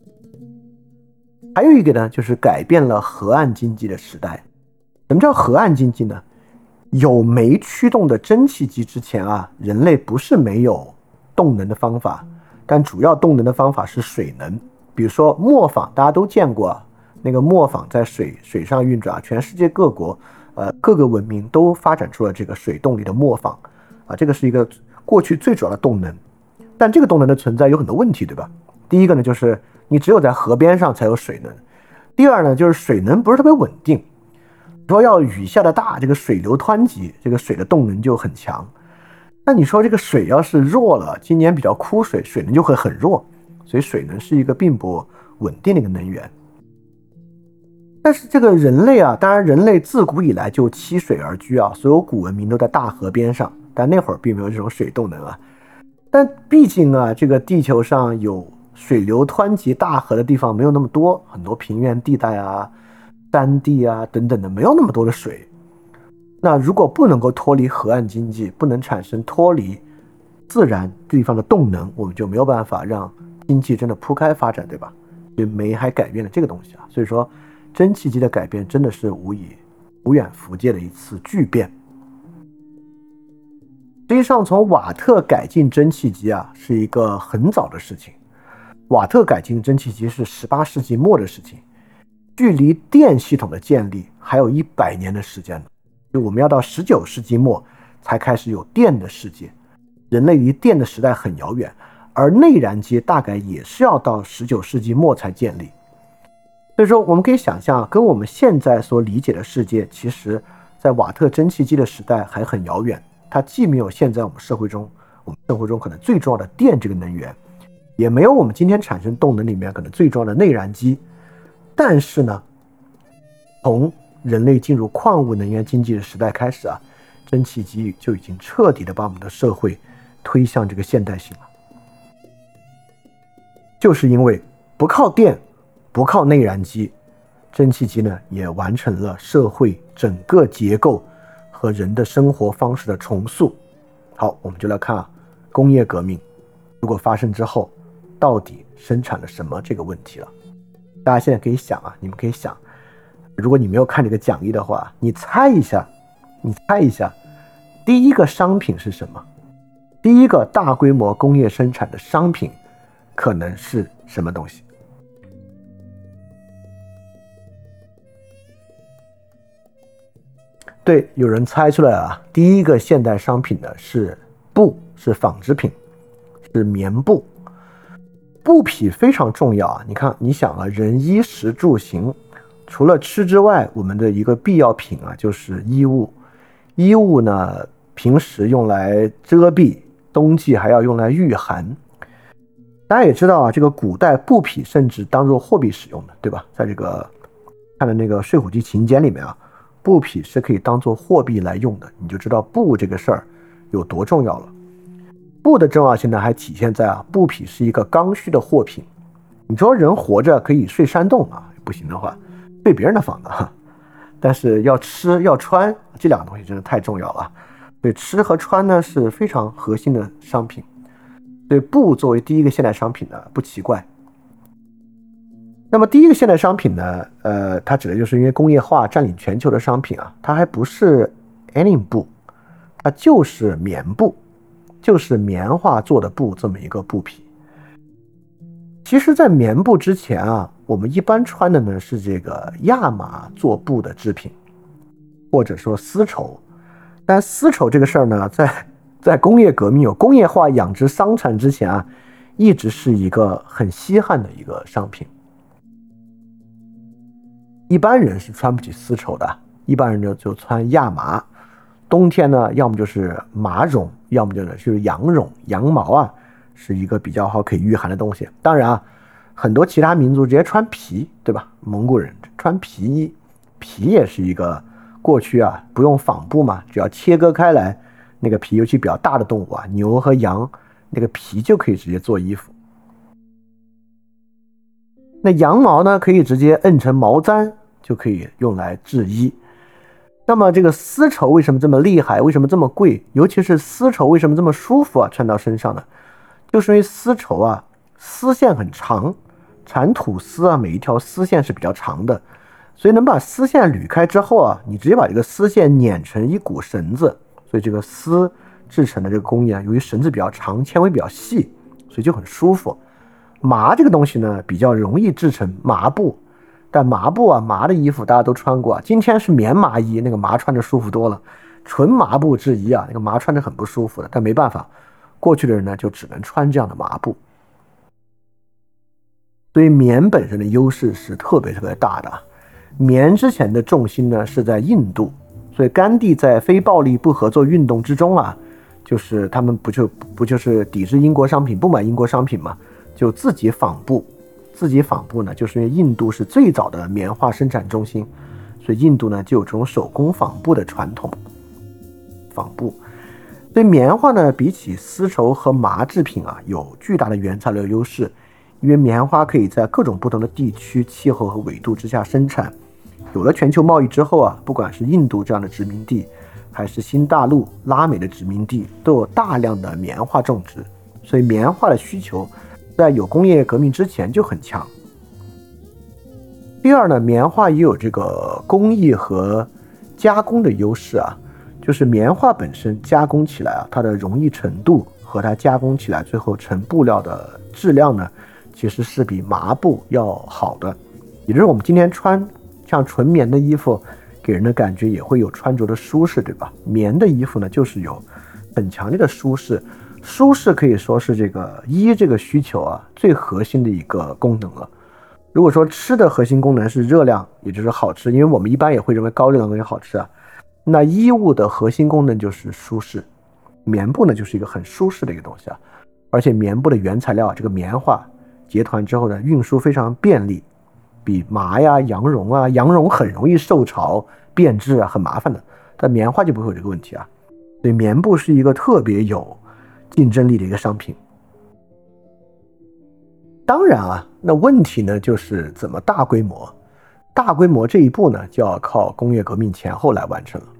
[SPEAKER 1] 还有一个呢，就是改变了河岸经济的时代。什么叫河岸经济呢？有煤驱动的蒸汽机之前啊，人类不是没有动能的方法，但主要动能的方法是水能。 比如说磨坊，大家都见过啊，那个磨坊在水水上运转啊，全世界各国呃各个文明都发展出了这个水动力的磨坊啊，这个是一个过去最主要的动能。但这个动能的存在有很多问题，对吧？第一个呢，就是你只有在河边上才有水能；第二呢，就是水能不是特别稳定。说要雨下的大，这个水流湍急，这个水的动能就很强。那你说这个水要是弱了，今年比较枯水，水能就会很弱，所以水能是一个并不稳定的一个能源。但是这个人类啊，当然人类自古以来就栖水而居啊，所有古文明都在大河边上，但那会儿并没有这种水动能啊。但毕竟啊，这个地球上有水流湍急大河的地方没有那么多，很多平原地带啊、山地啊等等的，没有那么多的水。那如果不能够脱离河岸经济，不能产生脱离自然地方的动能，我们就没有办法让经济真的铺开发展，对吧？所以煤还改变了这个东西啊。所以说，蒸汽机的改变真的是无以无远弗届的一次巨变。实际上，从瓦特改进蒸汽机啊，是一个很早的事情。瓦特改进蒸汽机是十八世纪末的事情，距离电系统的建立还有一百年的时间呢。就我们要到十九世纪末才开始有电的世界，人类离电的时代很遥远，而内燃机大概也是要到十九世纪末才建立。所以说，我们可以想象，跟我们现在所理解的世界，其实在瓦特蒸汽机的时代还很遥远。它既没有现在我们社会中我们生活中可能最重要的电这个能源，也没有我们今天产生动能里面可能最重要的内燃机。但是呢，从人类进入矿物能源经济的时代开始啊，蒸汽机就已经彻底的把我们的社会推向这个现代性了。就是因为不靠电，不靠内燃机，蒸汽机呢也完成了社会整个结构和人的生活方式的重塑。好，我们就来看啊，工业革命如果发生之后，到底生产了什么这个问题了。大家现在可以想啊，你们可以想，如果你没有看这个讲义的话，你猜一下，你猜一下，第一个商品是什么？第一个大规模工业生产的商品可能是什么东西？对，有人猜出来啊，第一个现代商品呢是布，是纺织品，是棉布。布匹非常重要啊！你看，你想啊，人衣食住行，除了吃之外，我们的一个必要品啊就是衣物。衣物呢，平时用来遮蔽，冬季还要用来御寒。大家也知道啊，这个古代布匹甚至当作货币使用的，对吧？在这个看的那个《睡虎记秦简》里面啊，布匹是可以当作货币来用的，你就知道布这个事儿有多重要了。布的重要性呢，还体现在啊，布匹是一个刚需的货品。你说人活着可以睡山洞啊，不行的话，睡别人的房子哈。但是要吃要穿，这两个东西真的太重要了。所以吃和穿呢是非常核心的商品。所以布作为第一个现代商品呢，不奇怪。那么第一个现代商品呢，呃，它指的就是因为工业化占领全球的商品啊，它还不是 any 布，它就是棉布。就是棉花做的布，这么一个布匹。其实在棉布之前啊，我们一般穿的呢是这个亚麻做布的制品，或者说丝绸。但丝绸这个事儿呢，在在工业革命有工业化养殖桑蚕之前啊，一直是一个很稀罕的一个商品。一般人是穿不起丝绸的，一般人就就穿亚麻。冬天呢，要么就是麻绒，要么就是羊绒、羊毛啊，是一个比较好可以御寒的东西。当然啊，很多其他民族直接穿皮，对吧？蒙古人穿皮衣，皮也是一个过去啊不用纺布嘛，只要切割开来，那个皮，尤其比较大的动物啊，牛和羊，那个皮就可以直接做衣服。那羊毛呢，可以直接摁成毛毡，就可以用来制衣。那么这个丝绸为什么这么厉害？为什么这么贵？尤其是丝绸为什么这么舒服啊？穿到身上呢？就是因为丝绸啊，丝线很长，产吐丝啊，每一条丝线是比较长的，所以能把丝线捋开之后啊，你直接把这个丝线捻成一股绳子。所以这个丝制成的这个工艺啊，由于绳子比较长，纤维比较细，所以就很舒服。 麻这个东西呢比较容易制成麻布，但麻布啊麻的衣服大家都穿过啊，今天是棉麻衣，那个麻穿着舒服多了，纯麻布制衣啊那个麻穿着很不舒服的，但没办法，过去的人呢就只能穿这样的麻布。所以棉本身的优势是特别特别大的。棉之前的重心呢是在印度，所以甘地在非暴力不合作运动之中啊，就是他们不就不就是抵制英国商品，不买英国商品嘛，就自己纺布。自己纺布呢，就是因为印度是最早的棉花生产中心，所以印度呢就有这种手工纺布的传统。纺布，所以棉花呢比起丝绸和麻制品啊，有巨大的原材料优势。因为棉花可以在各种不同的地区、气候和纬度之下生产。有了全球贸易之后啊，不管是印度这样的殖民地，还是新大陆、拉美的殖民地，都有大量的棉花种植，所以棉花的需求在有工业革命之前就很强。第二呢，棉花也有这个工艺和加工的优势啊，就是棉花本身加工起来啊，它的容易程度和它加工起来最后成布料的质量呢，其实是比麻布要好的。也就是我们今天穿像纯棉的衣服，给人的感觉也会有穿着的舒适，对吧？棉的衣服呢，就是有很强烈的舒适，舒适可以说是这个衣这个需求啊最核心的一个功能了。如果说吃的核心功能是热量，也就是好吃，因为我们一般也会认为高热量东西好吃啊，那衣物的核心功能就是舒适。棉布呢，就是一个很舒适的一个东西啊，而且棉布的原材料这个棉花结团之后呢，运输非常便利，比麻呀、羊绒啊，羊绒很容易受潮、变质啊，很麻烦的，但棉花就不会有这个问题啊。所以棉布是一个特别有竞争力的一个商品。当然啊，那问题呢就是怎么大规模？大规模这一步呢，就要靠工业革命前后来完成了。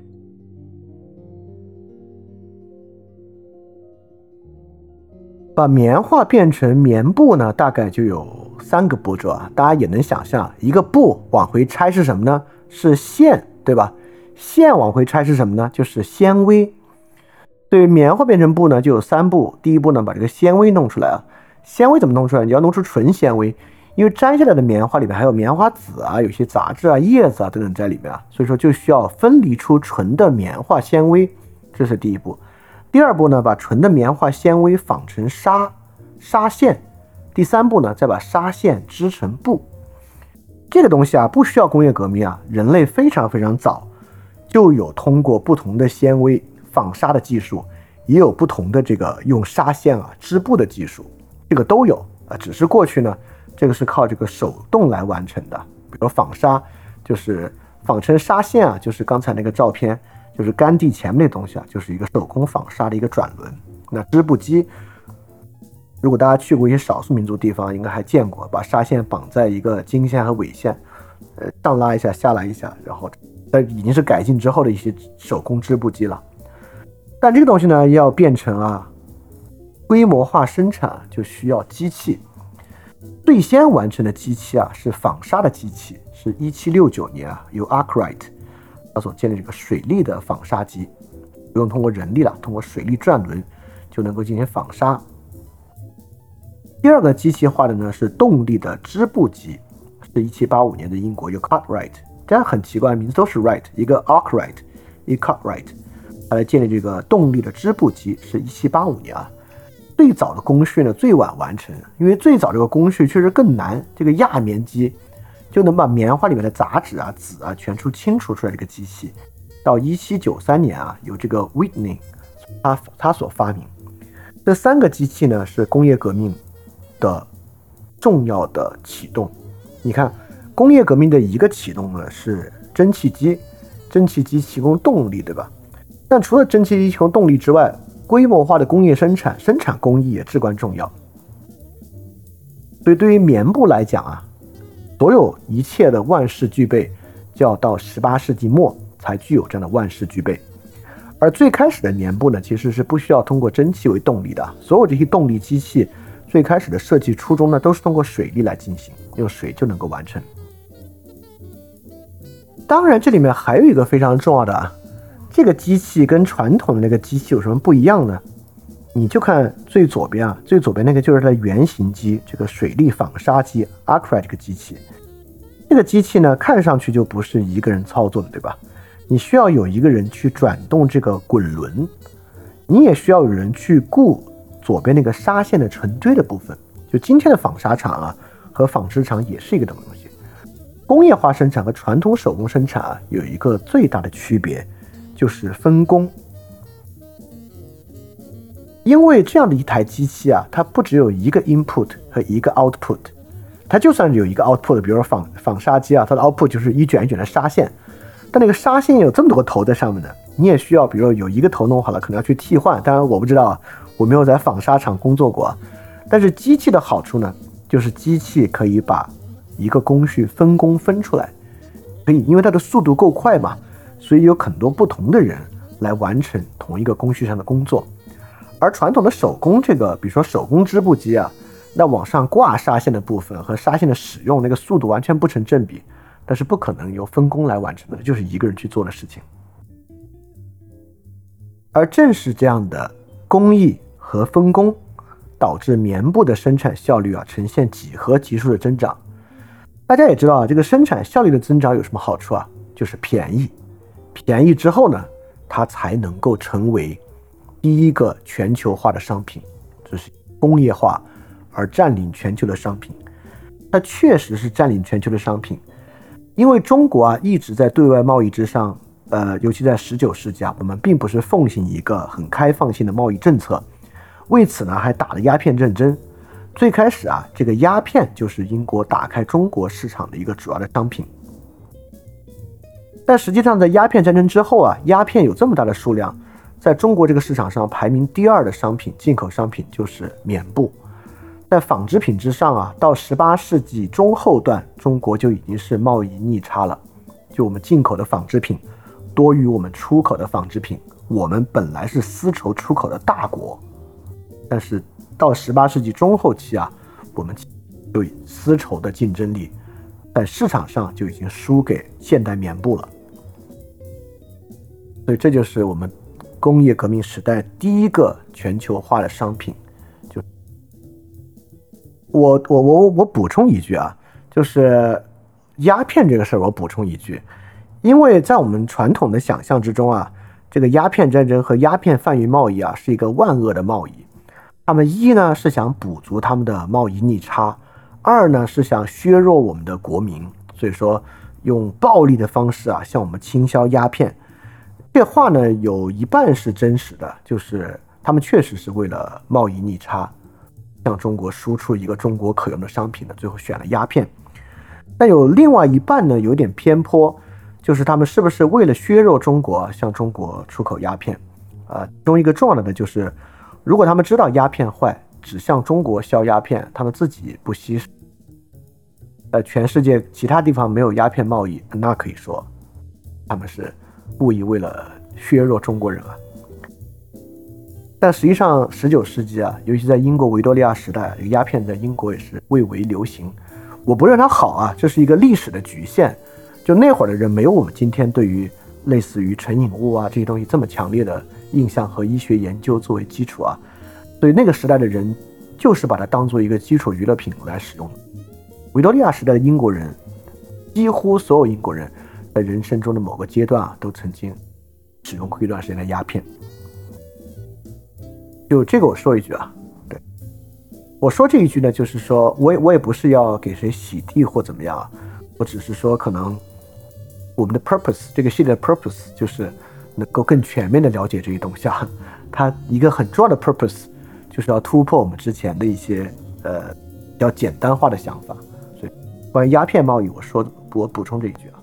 [SPEAKER 1] 把棉花变成棉布呢，大概就有三个步骤啊，大家也能想象，一个布往回拆是什么呢？是线，对吧？线往回拆是什么呢？就是纤维。对于棉花变成布呢，就有三步。第一步呢，把这个纤维弄出来啊。纤维怎么弄出来？你要弄出纯纤维，因为摘下来的棉花里面还有棉花籽啊，有些杂质啊、叶子啊等等在里面啊，所以说就需要分离出纯的棉花纤维，这是第一步。第二步呢，把纯的棉花纤维纺成纱纱线。第三步呢，再把纱线织成布。这个东西啊，不需要工业革命啊，人类非常非常早就有通过不同的纤维纺纱的技术，也有不同的这个用纱线啊织布的技术，这个都有啊。只是过去呢，这个是靠这个手动来完成的。比如纺纱，就是纺成纱线啊，就是刚才那个照片。就是甘地前面那东西啊，就是一个手工纺纱的一个转轮。那织布机，如果大家去过一些少数民族地方，应该还见过，把纱线绑在一个经线和纬线，呃，上拉一下，下来一下，然后，那已经是改进之后的一些手工织布机了。但这个东西呢，要变成啊规模化生产，就需要机器。最先完成的机器啊，是纺纱的机器，是一七六九年啊，由 Arkwright所建立这个水力的纺纱机，不用通过人力了，通过水力转轮就能够进行纺纱。第二个机器化的呢是动力的织布机，是一七八五年的英国有 Cartwright， 这样很奇怪，名字都是 Wright， 一个 Arkwright， 一个 Cartwright， 他来建立这个动力的织布机是一七八五年啊。最早的工序呢最晚完成，因为最早这个工序确实更难，这个轧棉机就能把棉花里面的杂质啊、籽啊全部清除出来。这个机器到一七九三年啊，有这个 Whitney 他他所发明。这三个机器呢是工业革命的重要的启动。你看，工业革命的一个启动呢是蒸汽机，蒸汽机提供动力，对吧？但除了蒸汽机提供动力之外，规模化的工业生产、生产工艺也至关重要。所以对于棉布来讲啊，所有一切的万事俱备，就要到十八世纪末才具有这样的万事俱备。而最开始的棉布呢，其实是不需要通过蒸汽为动力的，所有这些动力机器最开始的设计初衷呢，都是通过水力来进行，用水就能够完成。当然，这里面还有一个非常重要的啊，这个机器跟传统的那个机器有什么不一样呢？ 你就看最左边啊，最左边那个就是它的原型机，这个水力纺纱机 Arkwright 这个机器。这个机器呢，看上去就不是一个人操作的，对吧？你需要有一个人去转动这个滚轮，你也需要有人去顾左边那个纱线的成堆的部分。就今天的纺纱厂啊和纺织厂也是一个东西。工业化生产和传统手工生产啊有一个最大的区别，就是分工。因为这样的一台机器啊，它不只有一个 input 和一个 output， 它就算有一个 output， 比如说纺纺纱机啊，它的 output 就是一卷一卷的纱线，但那个纱线有这么多个头在上面的，你也需要，比如说有一个头弄好了，可能要去替换。当然我不知道，我没有在纺纱厂工作过，但是机器的好处呢，就是机器可以把一个工序分工分出来，可以因为它的速度够快嘛，所以有很多不同的人来完成同一个工序上的工作。而传统的手工这个，比如说手工织布机啊，那往上挂纱线的部分和纱线的使用那个速度完全不成正比，但是不可能由分工来完成的，就是一个人去做的事情。而正是这样的工艺和分工，导致棉布的生产效率啊呈现几何级数的增长。大家也知道啊，这个生产效率的增长有什么好处啊？就是便宜，便宜之后呢，它才能够成为第一个全球化的商品，这是工业化而占领全球的商品。它确实是占领全球的商品，因为中国啊一直在对外贸易之上，呃，尤其在十九世纪啊，我们并不是奉行一个很开放性的贸易政策，为此呢还打了鸦片战争。最开始啊，这个鸦片就是英国打开中国市场的一个主要的商品。但实际上在鸦片战争之后啊，鸦片有这么大的数量，在中国这个市场上排名第二的商品，进口商品就是棉布。在纺织品之上啊，到十八世纪中后段，中国就已经是贸易逆差了。就我们进口的纺织品多于我们出口的纺织品，我们本来是丝绸出口的大国，但是到十八世纪中后期啊，我们就以丝绸的竞争力在市场上就已经输给现代棉布了。所以这就是我们工业革命时代第一个全球化的商品。就我我我我补充一句啊，就是鸦片这个事儿，我补充一句，因为在我们传统的想象之中啊，这个鸦片战争和鸦片贩运贸易啊是一个万恶的贸易。他们一呢是想补足他们的贸易逆差，二呢是想削弱我们的国民，所以说用暴力的方式啊向我们倾销鸦片。这话呢有一半是真实的，就是他们确实是为了贸易逆差，向中国输出一个中国可用的商品呢，最后选了鸦片。但有另外一半呢有点偏颇，就是他们是不是为了削弱中国向中国出口鸦片啊、呃？其中一个重要的就是，如果他们知道鸦片坏，只向中国销鸦片，他们自己不吸收，呃，全世界其他地方没有鸦片贸易，那可以说他们是故意为了削弱中国人啊。但实际上十九世纪啊，尤其在英国维多利亚时代，鸦片在英国也是蔚为流行。我不认为它好啊，这是一个历史的局限。就那会儿的人没有我们今天对于类似于成瘾物啊这些东西这么强烈的印象和医学研究作为基础啊，所以那个时代的人就是把它当做一个基础娱乐品来使用。维多利亚时代的英国人，几乎所有英国人在人生中的某个阶段啊，都曾经使用过一段时间的鸦片。就这个我说一句啊，对，我说这一句呢，就是说我也我也不是要给谁洗地或怎么样啊，我只是说可能我们的 purpose 这个系列的 purpose 就是能够更全面的了解这些东西啊。它一个很重要的 purpose 就是要突破我们之前的一些呃比较简单化的想法。所以关于鸦片贸易，我说我补充这一句啊。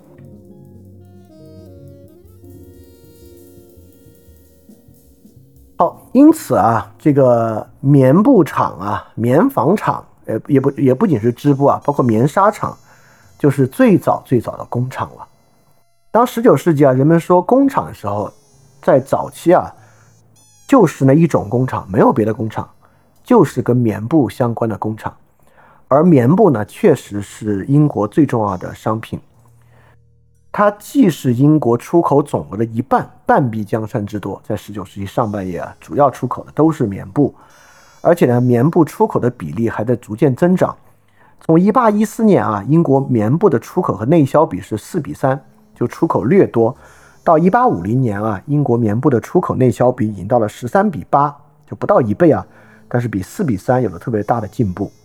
[SPEAKER 1] 好，因此啊，这个棉布厂啊、棉纺厂，呃，也不也不仅是织布啊，包括棉纱厂，就是最早最早的工厂了。当十九世纪啊，人们说工厂的时候，在早期啊，就是那一种工厂，没有别的工厂，就是跟棉布相关的工厂。而棉布呢，确实是英国最重要的商品。 它既是英国出口总额的一半，半壁江山之多，在十九世纪上半叶啊，主要出口的都是棉布，而且呢，棉布出口的比例还在逐渐增长。从一八一四年啊，英国棉布的出口和内销比是四比三，就出口略多。到一八五零年啊，英国棉布的出口内销比已经到了十三比八，就不到一倍啊，但是比四比三有了特别大的进步。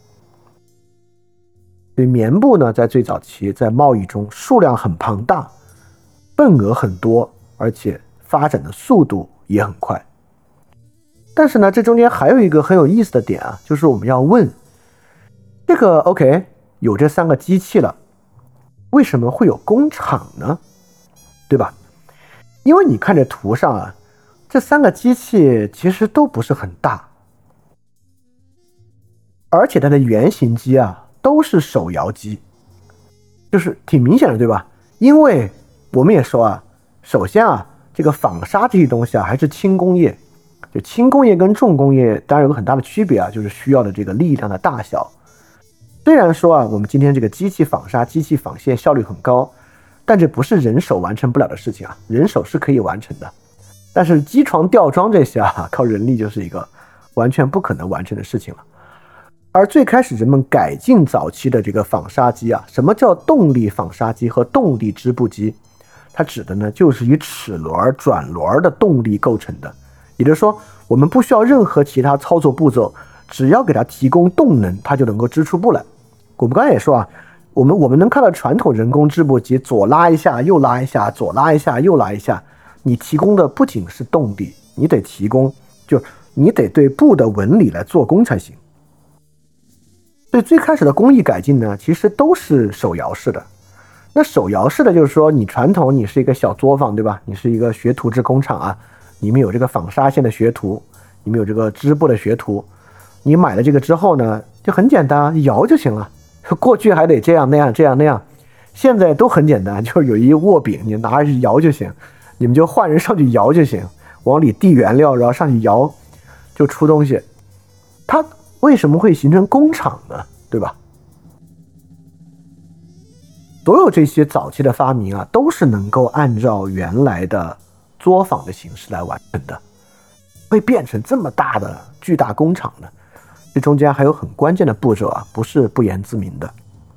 [SPEAKER 1] 所以棉布呢，在最早期在贸易中数量很庞大，份额很多，而且发展的速度也很快。但是呢，这中间还有一个很有意思的点啊，就是我们要问这个 OK 有这三个机器了，为什么会有工厂呢？对吧？因为你看这图上啊，这三个机器其实都不是很大，而且它的原型机啊都是手摇机，就是挺明显的，对吧？因为我们也说啊，首先啊，这个纺纱这些东西啊还是轻工业，就轻工业跟重工业当然有个很大的区别啊，就是需要的这个力量的大小。虽然说啊，我们今天这个机器纺纱、机器纺线效率很高，但这不是人手完成不了的事情啊，人手是可以完成的，但是机床吊装这些啊，靠人力就是一个完全不可能完成的事情了。而最开始人们改进早期的这个纺纱机啊，什么叫动力纺纱机和动力织布机？它指的呢就是以齿轮、转轮的动力构成的，也就是说，我们不需要任何其他操作步骤，只要给它提供动能，它就能够织出布来。我们刚才也说啊，我们我们能看到传统人工织布机左拉一下右拉一下，左拉一下右拉一下，你提供的不仅是动力，你得提供就你得对布的纹理来做工才行。所以最开始的工艺改进呢，其实都是手摇式的。那手摇式的就是说，你传统你是一个小作坊，对吧？你是一个学徒制工厂啊，你们有这个纺纱线的学徒，你们有这个织布的学徒，你买了这个之后呢，就很简单，摇就行了。过去还得这样那样这样那样，现在都很简单，就是有一握柄，你拿着去摇就行，你们就换人上去摇就行，往里递原料，然后上去摇就出东西。它为什么会形成工厂呢？对吧？所有这些早期的发明啊，都是能够按照原来的作坊的形式来完成的，会变成这么大的巨大工厂呢？这中间还有很关键的步骤啊，不是不言自明的。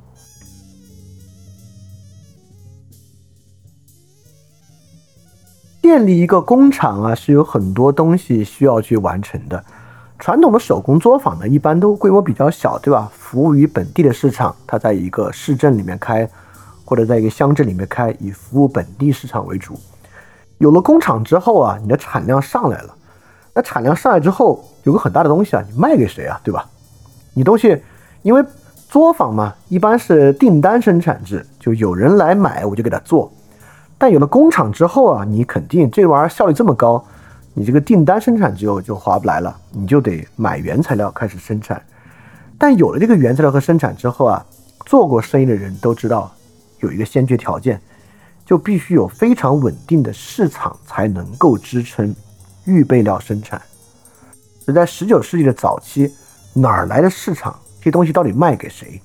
[SPEAKER 1] 建立一个工厂啊，是有很多东西需要去完成的。传统的手工作坊呢，一般都规模比较小，对吧？服务于本地的市场，它在一个市镇里面开，或者在一个乡镇里面开，以服务本地市场为主。有了工厂之后啊，你的产量上来了。那产量上来之后，有个很大的东西啊，你卖给谁啊？对吧？你东西，因为作坊嘛，一般是订单生产制，就有人来买，我就给他做。但有了工厂之后啊，你肯定这玩意儿效率这么高，你这个订单生产就就划不来了，你就得买原材料开始生产。但有了这个原材料和生产之后啊，做过生意的人都知道有一个先决条件，就必须有非常稳定的市场才能够支撑预备料生产。所以在十九世纪的早期，哪儿来的市场？这东西到底卖给谁？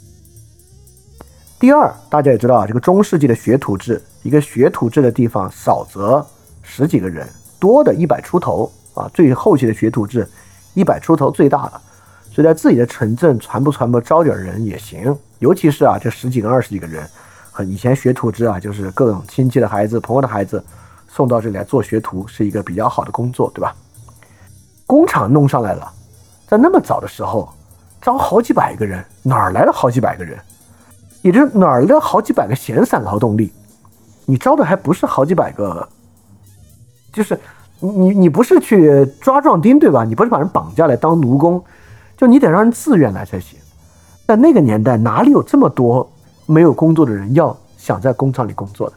[SPEAKER 1] 第二，大家也知道啊，这个中世纪的学徒制，一个学徒制的地方，少则十几个人，多的一百出头啊。最后期的学徒制，一百出头最大了。所以在自己的城镇传不传播招点人也行，尤其是啊，这十几个、二十几个人，和以前学徒制啊，就是各种亲戚的孩子、朋友的孩子送到这里来做学徒，是一个比较好的工作，对吧？工厂弄上来了，在那么早的时候招好几百个人，哪儿来了好几百个人？也就是哪儿来了好几百个闲散劳动力？你招的还不是好几百个，就是你你不是去抓壮丁，对吧？你不是把人绑架来当奴工，就你得让人自愿来才行。在那个年代，哪里有这么多没有工作的人要想在工厂里工作的？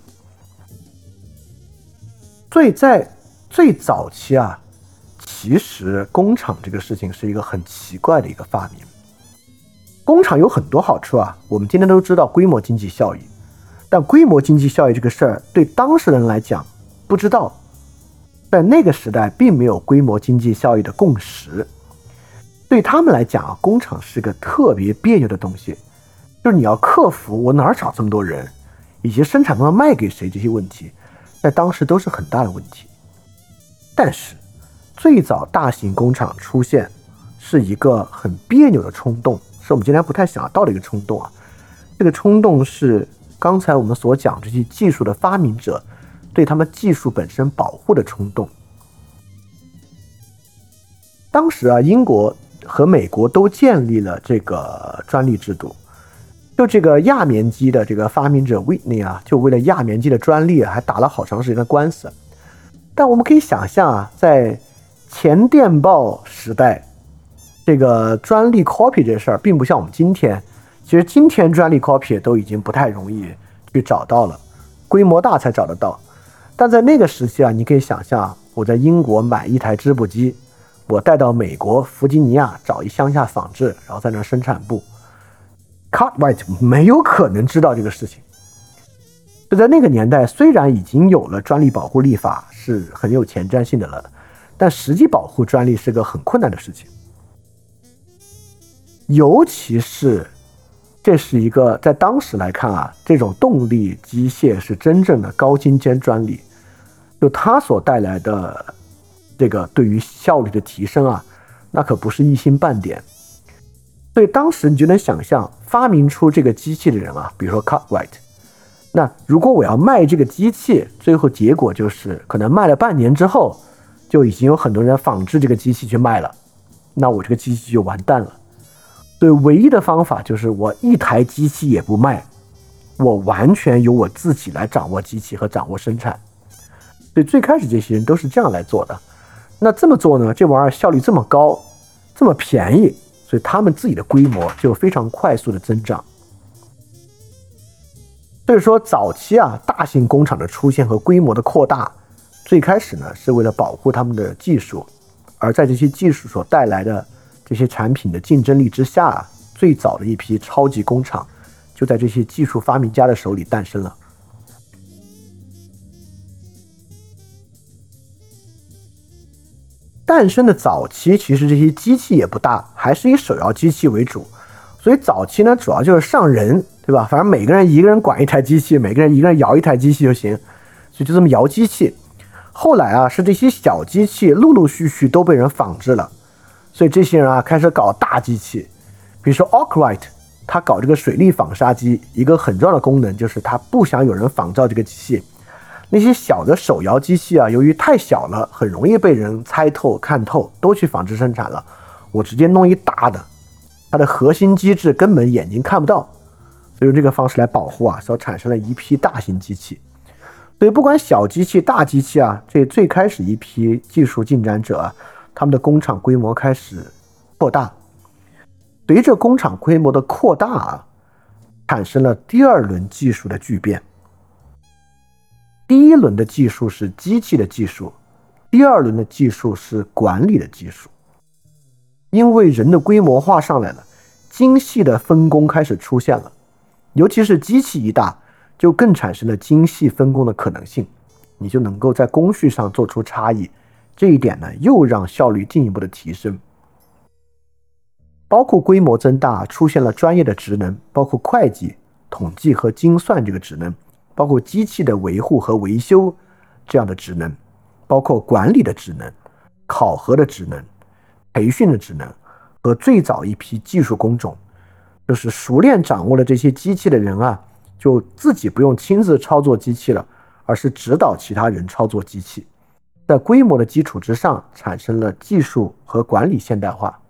[SPEAKER 1] 所以在最早期啊，其实工厂这个事情是一个很奇怪的一个发明。工厂有很多好处啊，我们今天都知道规模经济效益，但规模经济效益这个事儿对当事人来讲不知道，在那个时代并没有规模经济效益的共识。对他们来讲啊，工厂是个特别别扭的东西，就是你要克服我哪儿找这么多人， 以及生产方卖给谁这些问题，在当时都是很大的问题。但是最早大型工厂出现是一个很别扭的冲动，是我们今天不太想到的一个冲动啊。这个冲动是刚才我们所讲这些技术的发明者对他们技术本身保护的冲动。当时啊，英国和美国都建立了这个专利制度。就这个压棉机的这个发明者 Whitney 啊，就为了压棉机的专利还打了好长时间的官司。但我们可以想象啊，在前电报时代，这个专利 copy 这事儿并不像我们今天。其实今天专利 copy 都已经不太容易去找到了，规模大才找得到。但在那个时期啊，你可以想象，我在英国买一台织布机，我带到美国弗吉尼亚找一乡下仿制，然后在那生产布。Cartwright 没有可能知道这个事情。就在那个年代，虽然已经有了专利保护立法，是很有前瞻性的了，但实际保护专利是个很困难的事情。尤其是这是一个在当时来看啊，这种动力机械是真正的高精尖专利，就它所带来的这个对于效率的提升啊，那可不是一星半点。所以当时你就能想象，发明出这个机器的人啊，比如说 Cartwright， 那如果我要卖这个机器，最后结果就是可能卖了半年之后，就已经有很多人仿制这个机器去卖了，那我这个机器就完蛋了。所以唯一的方法就是我一台机器也不卖，我完全由我自己来掌握机器和掌握生产。所以最开始这些人都是这样来做的。那这么做呢，这玩意儿效率这么高，这么便宜，所以他们自己的规模就非常快速的增长。所以说早期啊，大型工厂的出现和规模的扩大，最开始呢是为了保护他们的技术，而在这些技术所带来的这些产品的竞争力之下，最早的一批超级工厂就在这些技术发明家的手里诞生了。诞生的早期，其实这些机器也不大，还是以手摇机器为主，所以早期呢，主要就是上人，对吧？反正每个人一个人管一台机器，每个人一个人摇一台机器就行，所以就这么摇机器。后来啊，是这些小机器陆陆续续都被人仿制了。所以这些人啊开始搞大机器，比如说 Arkwright， 他搞这个水力纺纱机，一个很重要的功能就是他不想有人仿造这个机器。那些小的手摇机器啊，由于太小了，很容易被人猜透看透，都去仿制生产了。我直接弄一大的，它的核心机制根本眼睛看不到，所以用这个方式来保护啊，所产生了一批大型机器。所以不管小机器大机器啊，这最开始一批技术进展者啊，他们的工厂规模开始扩大。随着工厂规模的扩大啊，产生了第二轮技术的巨变。第一轮的技术是机器的技术，第二轮的技术是管理的技术。因为人的规模化上来了，精细的分工开始出现了，尤其是机器一大，就更产生了精细分工的可能性，你就能够在工序上做出差异。这一点呢，又让效率进一步的提升。包括规模增大，出现了专业的职能，包括会计、统计和精算这个职能，包括机器的维护和维修这样的职能，包括管理的职能、考核的职能、培训的职能，和最早一批技术工种，就是熟练掌握了这些机器的人啊，就自己不用亲自操作机器了，而是指导其他人操作机器。在规模的基础之上，产生了技术和管理现代化。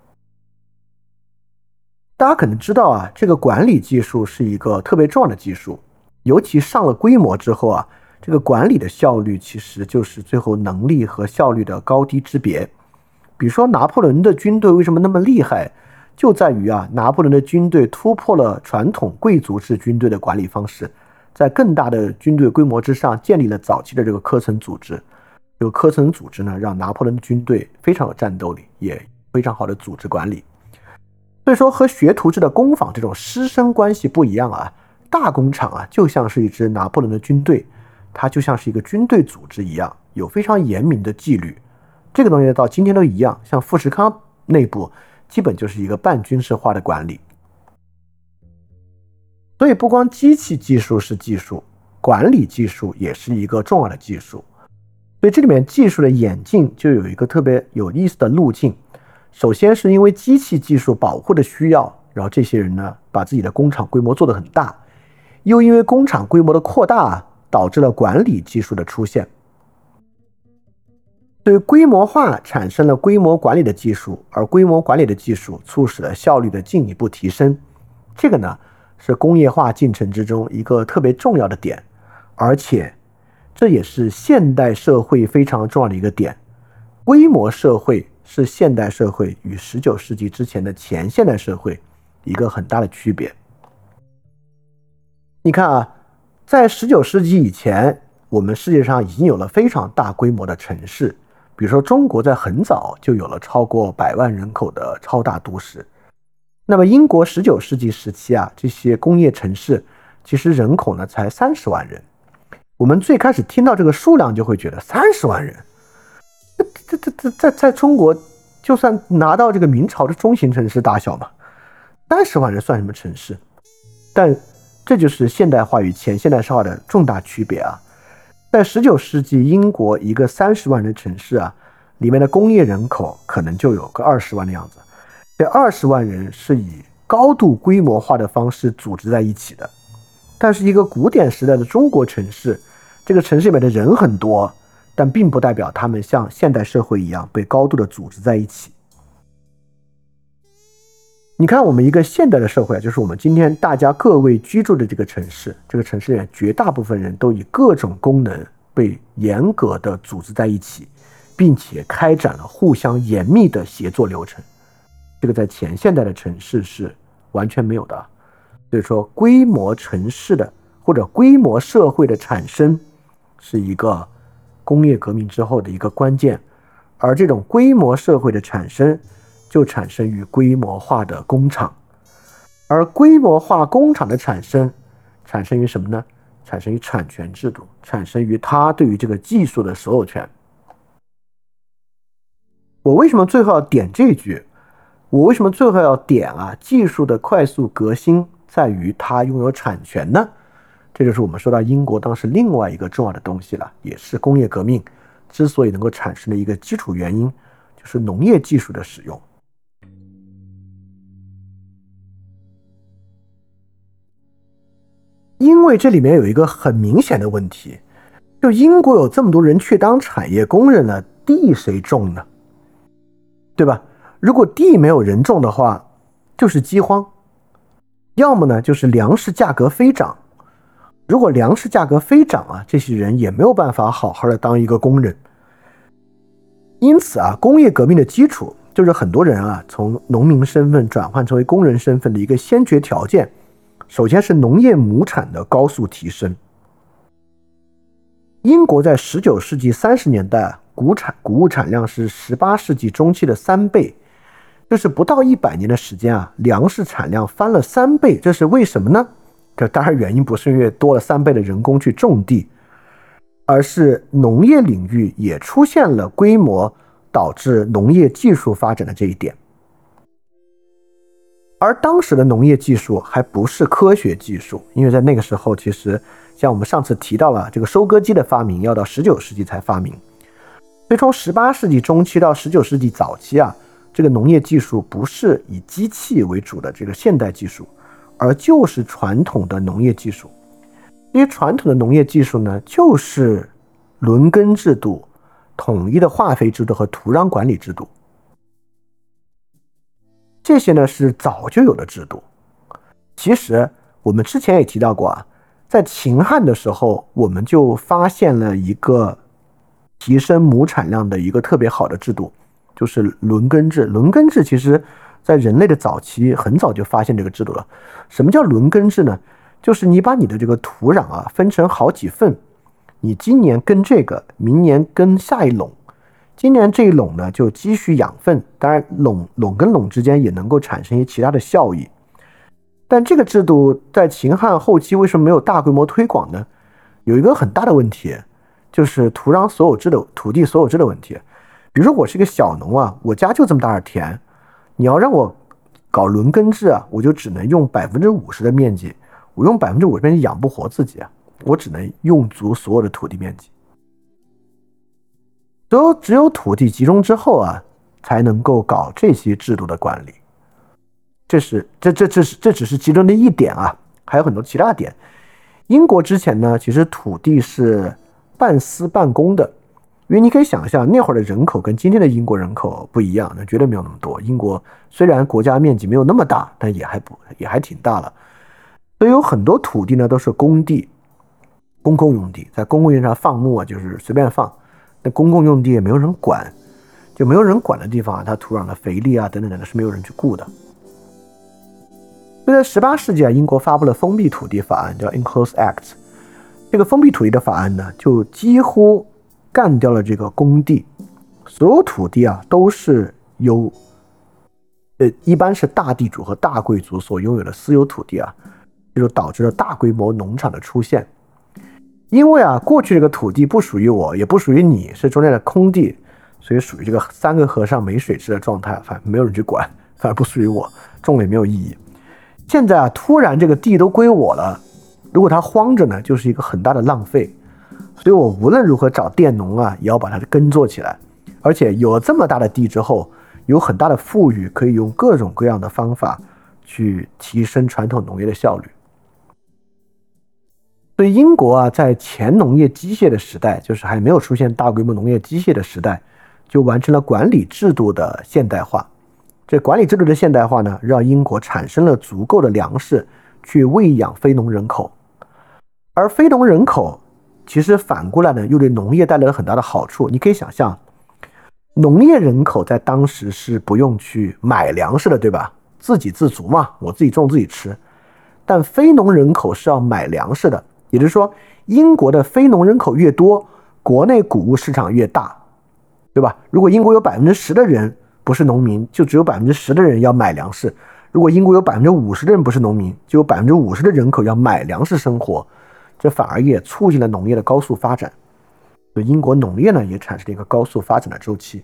[SPEAKER 1] 大家可能知道啊，这个管理技术是一个特别重要的技术，尤其上了规模之后啊，这个管理的效率其实就是最后能力和效率的高低之别。比如说拿破仑的军队为什么那么厉害，就在于啊，拿破仑的军队突破了传统贵族制军队的管理方式，在更大的军队规模之上建立了早期的这个科层组织。这个科层组织呢，让拿破仑的军队非常有战斗力，也非常好的组织管理。所以说和学徒制的工坊这种师生关系不一样啊，大工厂啊就像是一支拿破仑的军队，它就像是一个军队组织一样，有非常严明的纪律。这个东西到今天都一样，像富士康内部基本就是一个半军事化的管理。 所以不光机器技术是技术，管理技术也是一个重要的技术。所以这里面技术的演进就有一个特别有意思的路径。首先是因为机器技术保护的需要，然后这些人呢把自己的工厂规模做得很大，又因为工厂规模的扩大导致了管理技术的出现。对于规模化产生了规模管理的技术，而规模管理的技术促使了效率的进一步提升。这个呢是工业化进程之中一个特别重要的点，而且这也是现代社会非常重要的一个点。规模社会是现代社会与十九世纪之前的前现代社会一个很大的区别。你看啊，在十九世纪以前，我们世界上已经有了非常大规模的城市，比如说中国在很早就有了超过百万人口的超大都市。那么英国十九世纪时期啊，这些工业城市其实人口呢才三十万人。我们最开始听到这个数量就会觉得三十万人，这这这在在中国就算拿到这个明朝的中型城市大小嘛，三十万人算什么城市？但这就是现代化与前现代化的重大区别啊！在十九世纪英国一个三十万人城市啊，里面的工业人口可能就有个二十万的样子。这二十万人是以高度规模化的方式组织在一起的。但是一个古典时代的中国城市，这个城市里面的人很多，但并不代表他们像现代社会一样被高度的组织在一起。你看我们一个现代的社会，就是我们今天大家各位居住的这个城市，这个城市里面绝大部分人都以各种功能被严格的组织在一起，并且开展了互相严密的协作流程。这个在前现代的城市是完全没有的。所以说规模城市的或者规模社会的产生是一个工业革命之后的一个关键，而这种规模社会的产生就产生于规模化的工厂，而规模化工厂的产生产生于什么呢？产生于产权制度，产生于它对于这个技术的所有权。我为什么最后要点这句？我为什么最后要点啊？技术的快速革新在于它拥有产权呢？这就是我们说到英国当时另外一个重要的东西了，也是工业革命之所以能够产生的一个基础原因，就是农业技术的使用。因为这里面有一个很明显的问题，就英国有这么多人去当产业工人了，地谁种呢？对吧？如果地没有人种的话，就是饥荒，要么呢就是粮食价格飞涨。如果粮食价格飞涨啊，这些人也没有办法好好的当一个工人。因此啊，工业革命的基础就是很多人啊从农民身份转换成为工人身份的一个先决条件。首先是农业亩产的高速提升。英国在十九世纪三十年代啊，谷产谷物产量是十八世纪中期的三倍，就是不到一百年的时间啊，粮食产量翻了三倍。这是为什么呢？这当然原因不是因为多了三倍的人工去种地，而是农业领域也出现了规模导致农业技术发展的这一点。而当时的农业技术还不是科学技术，因为在那个时候其实像我们上次提到了这个收割机的发明要到十九世纪才发明，所以从十八世纪中期到十九世纪早期啊，这个农业技术不是以机器为主的这个现代技术，而就是传统的农业技术。这些传统的农业技术呢，就是轮耕制度、统一的化肥制度和土壤管理制度。这些呢是早就有的制度。其实我们之前也提到过啊，在秦汉的时候，我们就发现了一个提升亩产量的一个特别好的制度，就是轮耕制。轮耕制其实在人类的早期很早就发现这个制度了。什么叫轮耕制呢？就是你把你的这个土壤啊分成好几份，你今年耕这个，明年耕下一垄。今年这一垄呢就积蓄养分，当然垄垄跟垄之间也能够产生一些其他的效益。但这个制度在秦汉后期为什么没有大规模推广呢？有一个很大的问题，就是土壤所有制的土地所有制的问题。比如说我是一个小农啊，我家就这么大点田，你要让我搞轮耕制啊，我就只能用百分之五十的面积， 我用百分之五十面积养不活自己啊，我只能用足所有的土地面积。只有只有土地集中之后啊，才能够搞这些制度的管理。这是这这这是这只是其中的一点啊，还有很多其他点。英国之前呢，其实土地是半私半公的，因为你可以想象那会儿的人口跟今天的英国人口不一样，那绝对没有那么多。英国虽然国家面积没有那么大，但也还不也还挺大了。所以有很多土地呢都是公地、公共用地，在公共用地上放牧啊，就是随便放。那公共用地也没有人管，就没有人管的地方啊，它土壤的肥力啊等等等等是没有人去顾的。所以在十八世纪啊，英国发布了封闭土地法案，叫 Enclosed Act。这个封闭土地的法案呢，就几乎干掉了这个公地，所有土地啊都是由呃一般是大地主和大贵族所拥有的私有土地啊，这就导致了大规模农场的出现。因为啊，过去这个土地不属于我，也不属于你，是中间的空地，所以属于这个三个和尚没水吃的状态，反正没有人去管，反而不属于我，种了也没有意义。现在啊，突然这个地都归我了，如果它荒着呢，就是一个很大的浪费，所以我无论如何找佃农啊，也要把它耕作起来。而且有了这么大的地之后，有很大的富裕，可以用各种各样的方法去提升传统农业的效率。所以英国啊，在前农业机械的时代，就是还没有出现大规模农业机械的时代，就完成了管理制度的现代化。这管理制度的现代化呢，让英国产生了足够的粮食去喂养非农人口，而非农人口其实反过来呢，又对农业带来了很大的好处。你可以想象，农业人口在当时是不用去买粮食的，对吧？自给自足嘛，我自己种自己吃。但非农人口是要买粮食的，也就是说，英国的非农人口越多，国内谷物市场越大，对吧？如果英国有百分之十的人不是农民，就只有百分之十的人要买粮食；如果英国有百分之五十的人不是农民，就有百分之五十的人口要买粮食生活。这反而也促进了农业的高速发展，所以英国农业呢也产生了一个高速发展的周期。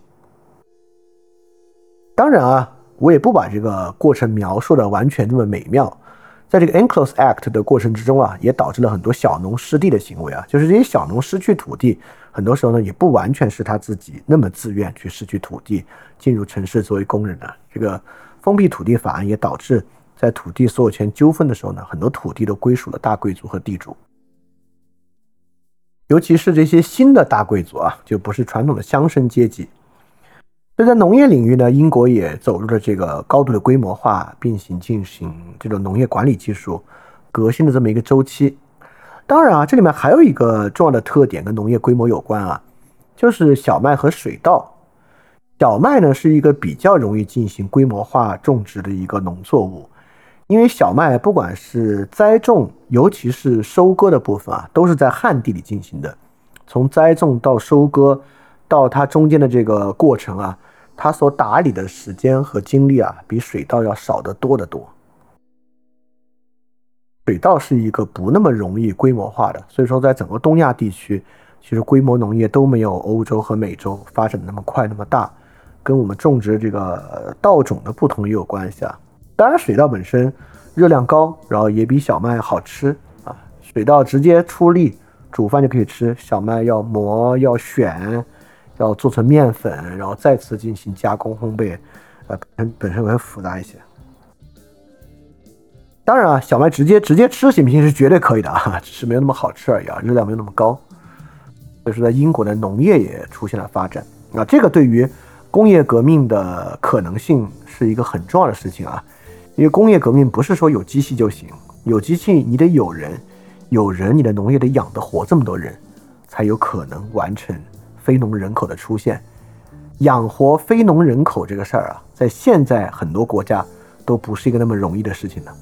[SPEAKER 1] 当然啊，我也不把这个过程描述的完全这么美妙。在这个 Enclosed Act 的过程之中啊，也导致了很多小农失地的行为啊，就是这些小农失去土地，很多时候呢也不完全是他自己那么自愿去失去土地，进入城市作为工人的。这个封闭土地法案也导致在土地所有权纠纷的时候呢，很多土地都归属了大贵族和地主。尤其是这些新的大贵族啊，就不是传统的乡绅阶级。所以在农业领域呢，英国也走入了这个高度的规模化，并行进行这种农业管理技术革新的这么一个周期。当然啊，这里面还有一个重要的特点跟农业规模有关啊，就是小麦和水稻。小麦呢是一个比较容易进行规模化种植的一个农作物，因为小麦不管是栽种，尤其是收割的部分啊，都是在旱地里进行的。从栽种到收割，到它中间的这个过程啊，它所打理的时间和精力啊，比水稻要少得多得多。水稻是一个不那么容易规模化的，所以说在整个东亚地区，其实规模农业都没有欧洲和美洲发展的那么快那么大，跟我们种植这个稻种的不同也有关系啊。当然水稻本身热量高，然后也比小麦好吃啊。水稻直接出粒煮饭就可以吃，小麦要磨要选，要做成面粉，然后再次进行加工烘焙，呃，本身会复杂一些。当然啊，小麦直接直接吃行不行是绝对可以的啊，只是没有那么好吃而已啊，热量没有那么高。所以说在英国的农业也出现了发展啊，这个对于工业革命的可能性是一个很重要的事情啊。因为工业革命不是说有机器就行，有机器你得有人，有人你的农业得养得活这么多人，才有可能完成非农人口的出现。养活非农人口这个事儿啊，在现在很多国家都不是一个那么容易的事情的。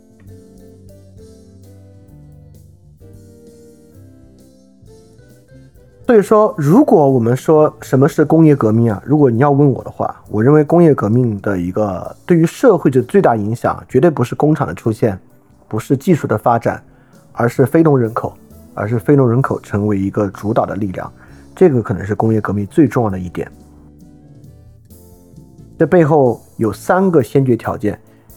[SPEAKER 1] 所以说，如果我们说什么是工业革命啊，如果你要问我的话，我认为工业革命的一个对于社会的最大影响，绝对不是工厂的出现，不是技术的发展，而是非农人口，而是非农人口成为一个主导的力量。这个可能是工业革命最重要的一点。这背后有三个先决条件：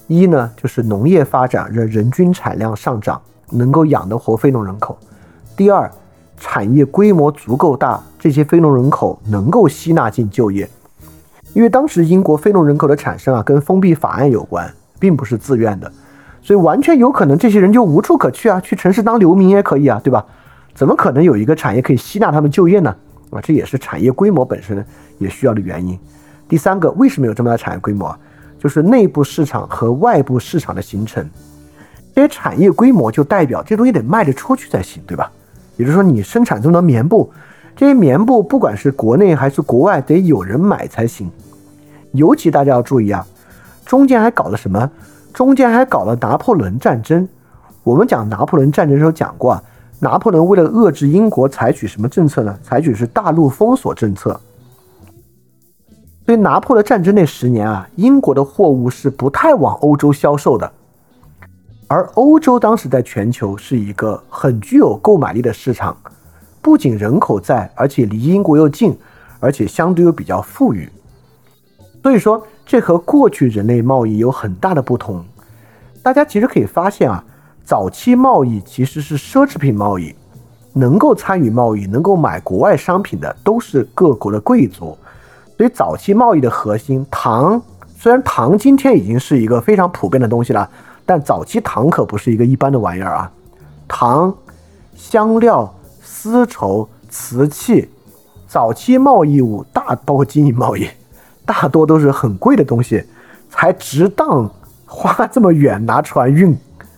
[SPEAKER 1] 一呢，就是农业发展让人均产量上涨，能够养得活非农人口；第二，产业规模足够大，这些非农人口能够吸纳进就业。因为当时英国非农人口的产生啊，跟封闭法案有关，并不是自愿的，所以完全有可能这些人就无处可去啊，去城市当流民也可以啊，对吧？怎么可能有一个产业可以吸纳他们就业呢？啊，这也是产业规模本身也需要的原因。第三个，为什么有这么大的产业规模？就是内部市场和外部市场的形成。这些产业规模就代表这东西得卖得出去才行，对吧？也就是说，你生产这么多棉布，这些棉布不管是国内还是国外，得有人买才行。尤其大家要注意啊，中间还搞了什么？中间还搞了拿破仑战争。我们讲拿破仑战争的时候讲过啊，拿破仑为了遏制英国，采取什么政策呢？采取是大陆封锁政策。所以拿破仑战争那十年啊，英国的货物是不太往欧洲销售的，而欧洲当时在全球是一个很具有购买力的市场，不仅人口在，而且离英国又近，而且相对又比较富裕。所以说，这和过去人类贸易有很大的不同。大家其实可以发现啊，早期贸易其实是奢侈品贸易，能够参与贸易、能够买国外商品的都是各国的贵族。所以早期贸易的核心，糖，虽然糖今天已经是一个非常普遍的东西了，但早期糖可不是一个一般的玩意儿啊。糖、香料、丝绸、瓷器，早期贸易物大包括金银贸易，大多都是很贵的东西，才值当花这么远拿船运。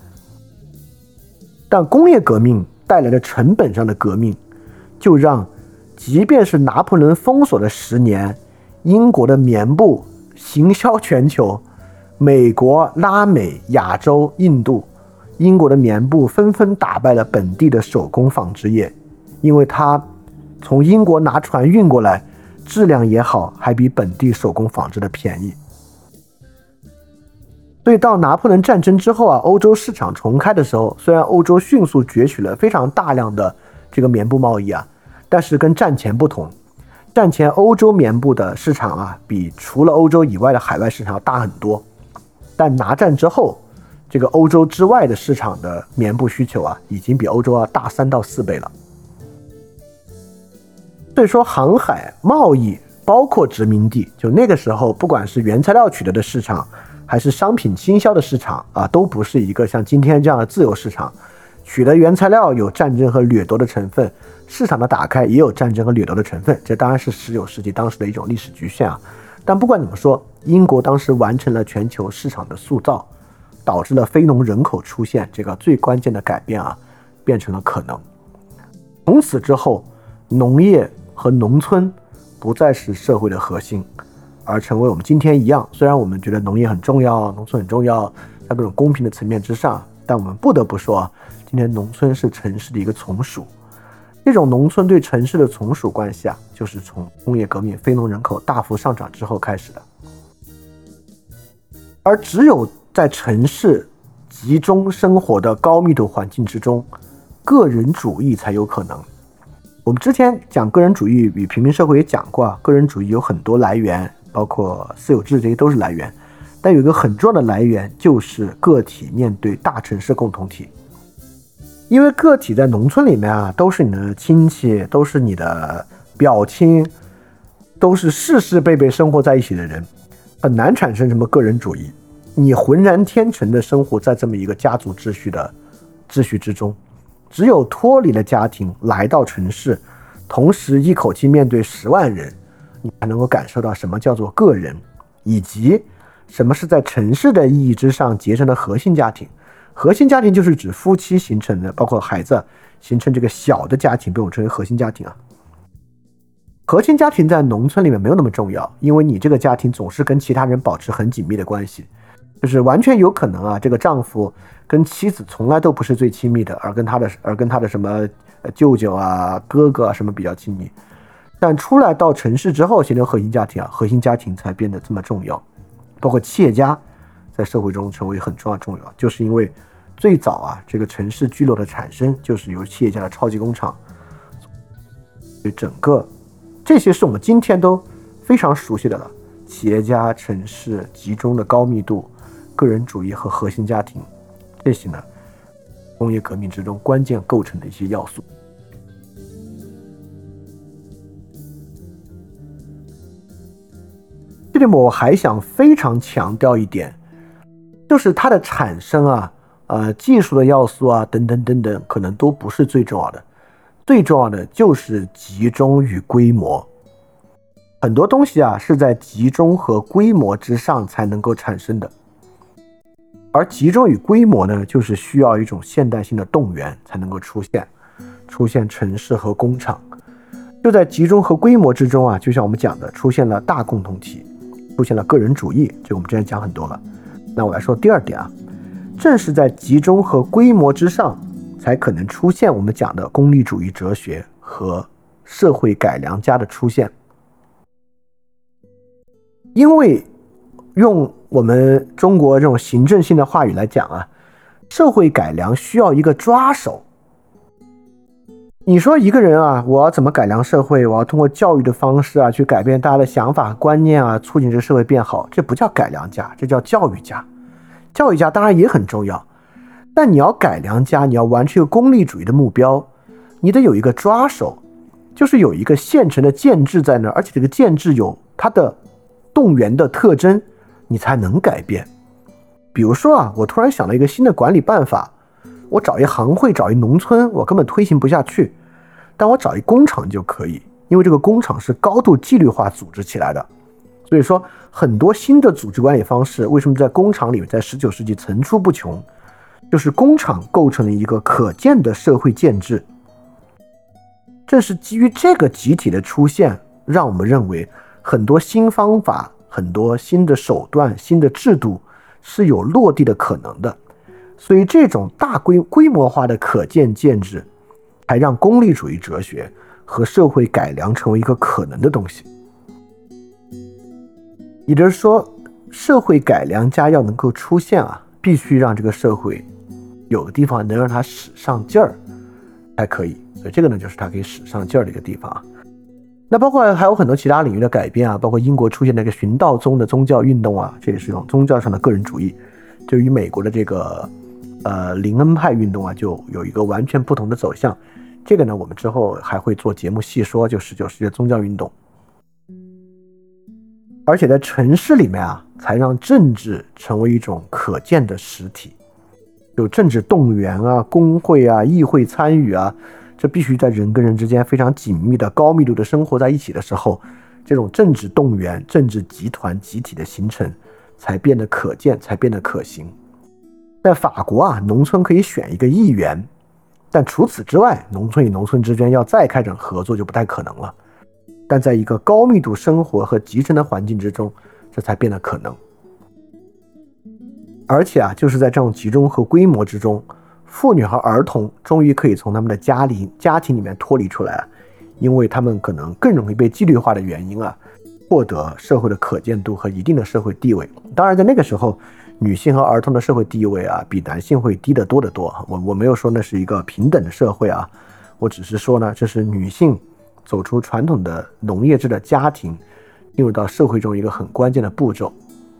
[SPEAKER 1] 但工业革命带来的成本上的革命，就让即便是拿破仑封锁的十年，英国的棉布行销全球，美国、拉美、亚洲、印度，英国的棉布纷纷打败了本地的手工纺织业，因为它从英国拿船运过来，质量也好，还比本地手工纺织的便宜。所以到拿破仑战争之后啊，欧洲市场重开的时候，虽然欧洲迅速攫取了非常大量的这个棉布贸易啊，但是跟战前不同，战前欧洲棉布的市场啊，比除了欧洲以外的海外市场要大很多。但拿战之后，这个欧洲之外的市场的棉布需求啊，已经比欧洲要大三到四倍了。所以说，航海贸易包括殖民地，就那个时候，不管是原材料取得的市场，还是商品倾销的市场啊，都不是一个像今天这样的自由市场。取得原材料有战争和掠夺的成分，市场的打开也有战争和掠夺的成分，这当然是十九世纪当时的一种历史局限啊。但不管怎么说，英国当时完成了全球市场的塑造，导致了非农人口出现这个最关键的改变啊，变成了可能。从此之后，农业和农村不再是社会的核心，而成为我们今天一样，虽然我们觉得农业很重要，农村很重要，在各种公平的层面之上，但我们不得不说，今天农村是城市的一个从属。这种农村对城市的从属关系啊，就是从工业革命非农人口大幅上涨之后开始的。而只有在城市集中生活的高密度环境之中，个人主义才有可能。我们之前讲个人主义与平民社会也讲过啊，个人主义有很多来源，包括私有制，这些都是来源。但有一个很重要的来源，就是个体面对大城市共同体。因为个体在农村里面啊，都是你的亲戚，都是你的表亲，都是世世辈辈生活在一起的人，很难产生什么个人主义。你浑然天成的生活在这么一个家族秩序的秩序之中，只有脱离了家庭，来到城市，同时一口气面对十万人，你才能够感受到什么叫做个人，以及什么是在城市的意义之上结成的核心家庭。核心家庭就是指夫妻形成的，包括孩子形成这个小的家庭，被我们称为核心家庭啊。核心家庭在农村里面没有那么重要，因为你这个家庭总是跟其他人保持很紧密的关系，就是完全有可能啊，这个丈夫跟妻子从来都不是最亲密的，而跟他的而跟他的什么舅舅啊、哥哥啊什么比较亲密。但出来到城市之后形成核心家庭啊，核心家庭才变得这么重要。包括企业家在社会中成为很重要重要，就是因为最早啊，这个城市聚落的产生就是由企业家的超级工厂，所以整个这些是我们今天都非常熟悉的了。企业家、城市集中的高密度、 个人主义和核心家庭，这些呢，工业革命之中关键构成的一些要素。这里我还想非常强调一点，就是它的产生啊，呃，技术的要素啊，等等等等，可能都不是最重要的，最重要的就是集中与规模。很多东西啊是在集中和规模之上才能够产生的，而集中与规模呢，就是需要一种现代性的动员才能够出现，出现城市和工厂。就在集中和规模之中啊，就像我们讲的，出现了大共同体，出现了个人主义，这我们之前讲很多了。那我来说第二点啊，正是在集中和规模之上，才可能出现我们讲的功利主义哲学和社会改良家的出现。因为用我们中国这种行政性的话语来讲啊，社会改良需要一个抓手。你说一个人啊，我要怎么改良社会？我要通过教育的方式啊，去改变大家的想法和观念啊，促进这个社会变好，这不叫改良家，这叫教育家。教育家当然也很重要，但你要改良家，你要完成一个功利主义的目标，你得有一个抓手，就是有一个现成的建制在那儿，而且这个建制有它的动员的特征，你才能改变。比如说啊，我突然想了一个新的管理办法，我找一行会，找一农村，我根本推行不下去，但我找一工厂就可以，因为这个工厂是高度纪律化组织起来的。所以说很多新的组织管理方式为什么在工厂里面在十九世纪层出不穷，就是工厂构成了一个可见的社会建制。正是基于这个集体的出现，让我们认为很多新方法、很多新的手段、新的制度是有落地的可能的。所以这种大规规模化的可见建制，才让功利主义哲学和社会改良成为一个可能的东西。也就是说，社会改良家要能够出现啊，必须让这个社会有个地方能让它使上劲儿才可以。所以这个呢，就是它可以使上劲儿的一个地方啊。那包括还有很多其他领域的改变啊，包括英国出现那个寻道宗的宗教运动啊，这也是一种宗教上的个人主义，就与美国的这个呃林恩派运动啊，就有一个完全不同的走向。这个呢，我们之后还会做节目细说，就十九世纪的宗教运动。而且在城市里面啊，才让政治成为一种可见的实体，有政治动员啊、工会啊、议会参与啊，这必须在人跟人之间非常紧密的高密度的生活在一起的时候，这种政治动员、政治集团集体的形成才变得可见，才变得可行。在法国啊，农村可以选一个议员，但除此之外，农村与农村之间要再开展合作就不太可能了。但在一个高密度生活和集成的环境之中，这才变得可能。而且啊，就是在这种集中和规模之中，妇女和儿童终于可以从他们的家里家庭里面脱离出来，因为他们可能更容易被纪律化的原因啊，获得社会的可见度和一定的社会地位。当然，在那个时候，女性和儿童的社会地位啊，比男性会低得多得多。我我没有说那是一个平等的社会啊，我只是说呢，这是女性走出传统的农业制的家庭，进入到社会中一个很关键的步骤。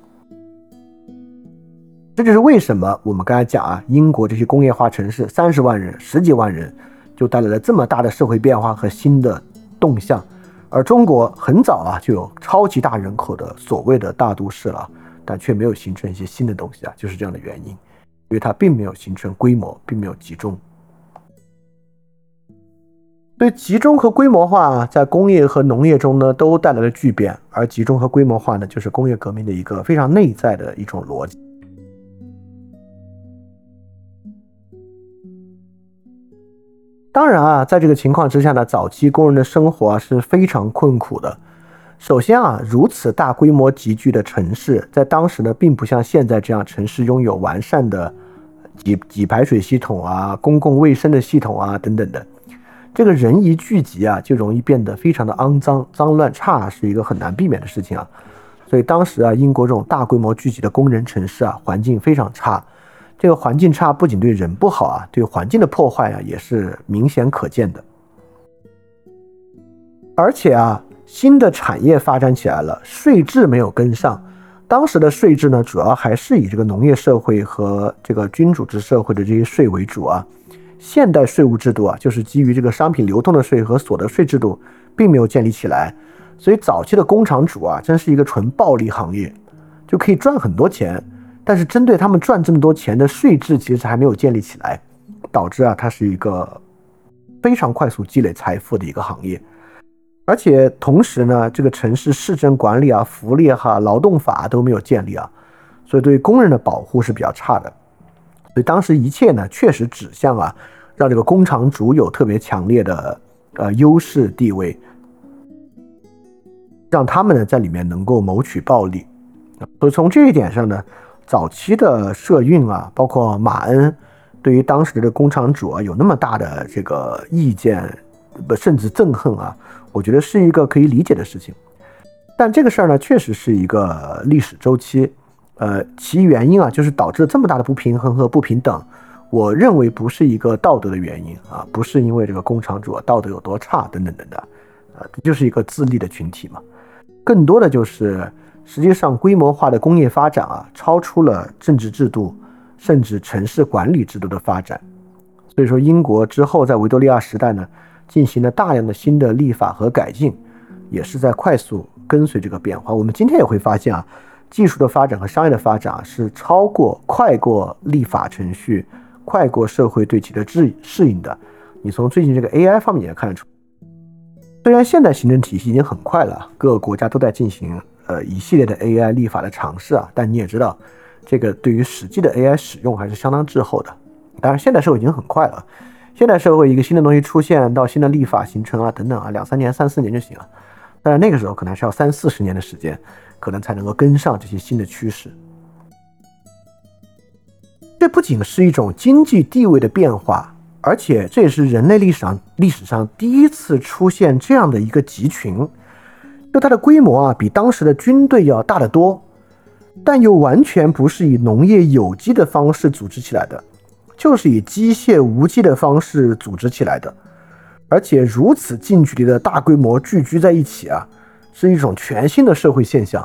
[SPEAKER 1] 这就是为什么我们刚才讲啊，英国这些工业化城市三十万人、十几万人，就带来了这么大的社会变化和新的动向。而中国很早啊就有超级大人口的所谓的大都市了，但却没有形成一些新的东西啊，就是这样的原因，因为它并没有形成规模，并没有集中。所以集中和规模化在工业和农业中呢都带来了巨变，而集中和规模化呢就是工业革命的一个非常内在的一种逻辑。当然啊，在这个情况之下呢，早期工人的生活啊是非常困苦的。首先啊，如此大规模集聚的城市，在当时呢并不像现在这样城市拥有完善的挤挤排水系统啊、公共卫生的系统啊等等的。这个人一聚集啊，就容易变得非常的肮脏，脏乱差是一个很难避免的事情啊。所以当时啊，英国这种大规模聚集的工人城市啊，环境非常差。这个环境差不仅对人不好啊，对环境的破坏啊，也是明显可见的。而且啊，新的产业发展起来了，税制没有跟上， 当时的税制呢，主要还是以这个农业社会和这个君主制社会的这些税为主啊。现代税务制度啊，就是基于这个商品流通的税和所得税制度，并没有建立起来。所以早期的工厂主啊，真是一个纯暴利行业，就可以赚很多钱，但是针对他们赚这么多钱的税制其实还没有建立起来，导致啊，它是一个非常快速积累财富的一个行业。而且同时呢，这个城市市政管理啊、福利哈、劳动法都没有建立啊，所以对工人的保护是比较差的。所以当时一切呢，确实指向啊，让这个工厂主有特别强烈的呃优势地位，让他们呢在里面能够谋取暴利。所以从这一点上呢，早期的社运啊，包括马恩对于当时的这个工厂主啊有那么大的这个意见，不甚至憎恨啊，我觉得是一个可以理解的事情。但这个事儿呢，确实是一个历史周期，呃，其原因啊，就是导致这么大的不平衡和不平等。我认为不是一个道德的原因啊，不是因为这个工厂主啊道德有多差等等等等，啊，这就是一个自立的群体嘛。更多的就是实际上规模化的工业发展啊，超出了政治制度甚至城市管理制度的发展。所以说，英国之后在维多利亚时代呢，进行了大量的新的立法和改进，也是在快速跟随这个变化。我们今天也会发现啊，技术的发展和商业的发展啊，是超过、快过立法程序，快过社会对其的适应的。你从最近这个 A I 方面也看得出，虽然现代行政体系已经很快了，各个国家都在进行呃一系列的 A I 立法的尝试啊，但你也知道，这个对于实际的 A I 使用还是相当滞后的。当然，现代社会已经很快了。现代社会一个新的东西出现到新的立法形成啊等等啊，两三年三四年就行了，但是那个时候可能是要三四十年的时间，可能才能够跟上这些新的趋势。这不仅是一种经济地位的变化，而且这也是人类历史上历史上第一次出现这样的一个集群，就它的规模啊比当时的军队要大得多，但又完全不是以农业有机的方式组织起来的，就是以机械无机的方式组织起来的，而且如此近距离的大规模聚居在一起啊，是一种全新的社会现象。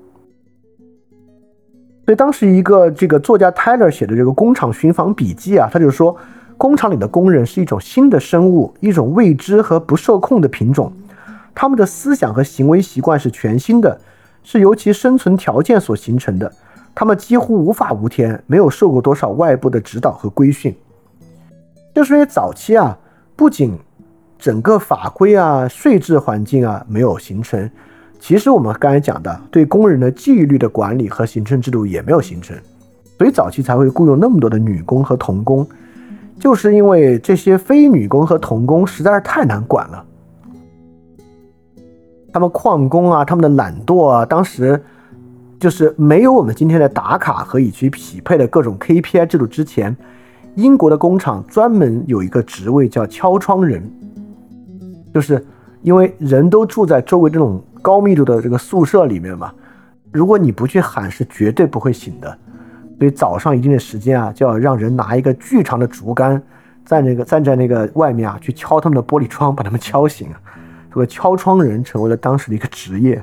[SPEAKER 1] 所以当时一个这个作家 Tyler 写的这个工厂寻访笔记啊，他就说，工厂里的工人是一种新的生物，一种未知和不受控的品种，他们的思想和行为习惯是全新的，是由其生存条件所形成的。他们几乎无法无天，没有受过多少外部的指导和规训。就是因为早期啊，不仅整个法规啊、税制环境啊没有形成，其实我们刚才讲的对工人的纪律的管理和行政制度也没有形成，所以早期才会雇佣那么多的女工和童工，就是因为这些非女工和童工实在是太难管了。他们旷工啊，他们的懒惰啊，当时就是没有我们今天的打卡和以其匹配的各种 K P I 制度之前，英国的工厂专门有一个职位叫敲窗人，就是因为人都住在周围这种高密度的这个宿舍里面嘛，如果你不去喊是绝对不会醒的，所以早上一定的时间啊，就要让人拿一个巨长的竹竿在那个站在那个外面啊，去敲他们的玻璃窗，把他们敲醒啊。这个敲窗人成为了当时的一个职业。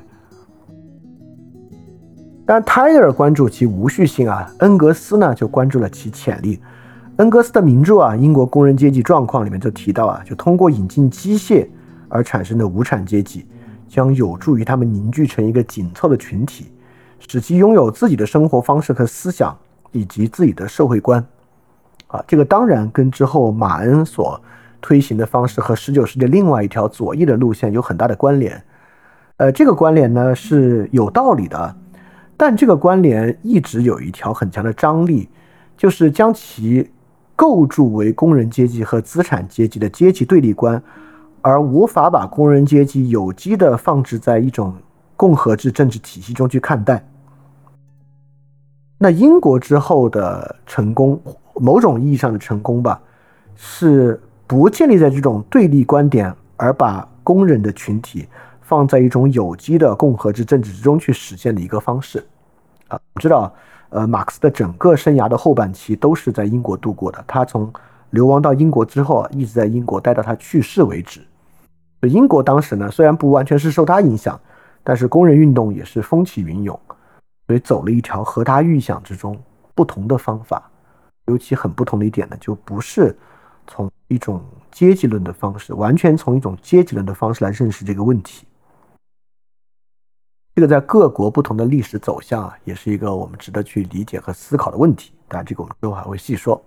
[SPEAKER 1] 但泰勒关注其无序性啊，恩格斯呢就关注了其潜力。恩格斯的名著啊《英国工人阶级状况》里面就提到啊，就通过引进机械而产生的无产阶级，将有助于他们凝聚成一个紧凑的群体，使其拥有自己的生活方式和思想，以及自己的社会观。啊，这个当然跟之后马恩所推行的方式和十九世纪另外一条左翼的路线有很大的关联。呃，这个关联呢是有道理的。但这个关联一直有一条很强的张力，就是将其构筑为工人阶级和资产阶级的阶级对立观，而无法把工人阶级有机的放置在一种共和制政治体系中去看待。那英国之后的成功，某种意义上的成功吧，是不建立在这种对立观点，而把工人的群体放在一种有机的共和制政治之中去实现的一个方式。啊，我知道，呃，马克思的整个生涯的后半期都是在英国度过的。他从流亡到英国之后啊，一直在英国待到他去世为止。英国当时呢，虽然不完全是受他影响，但是工人运动也是风起云涌。 所以走了一条和他预想之中不同的方法。尤其很不同的一点呢，就不是从一种阶级论的方式，完全从一种阶级论的方式来认识这个问题。这个在各国不同的历史走向啊，也是一个我们值得去理解和思考的问题。当然，这个我们之后还会细说。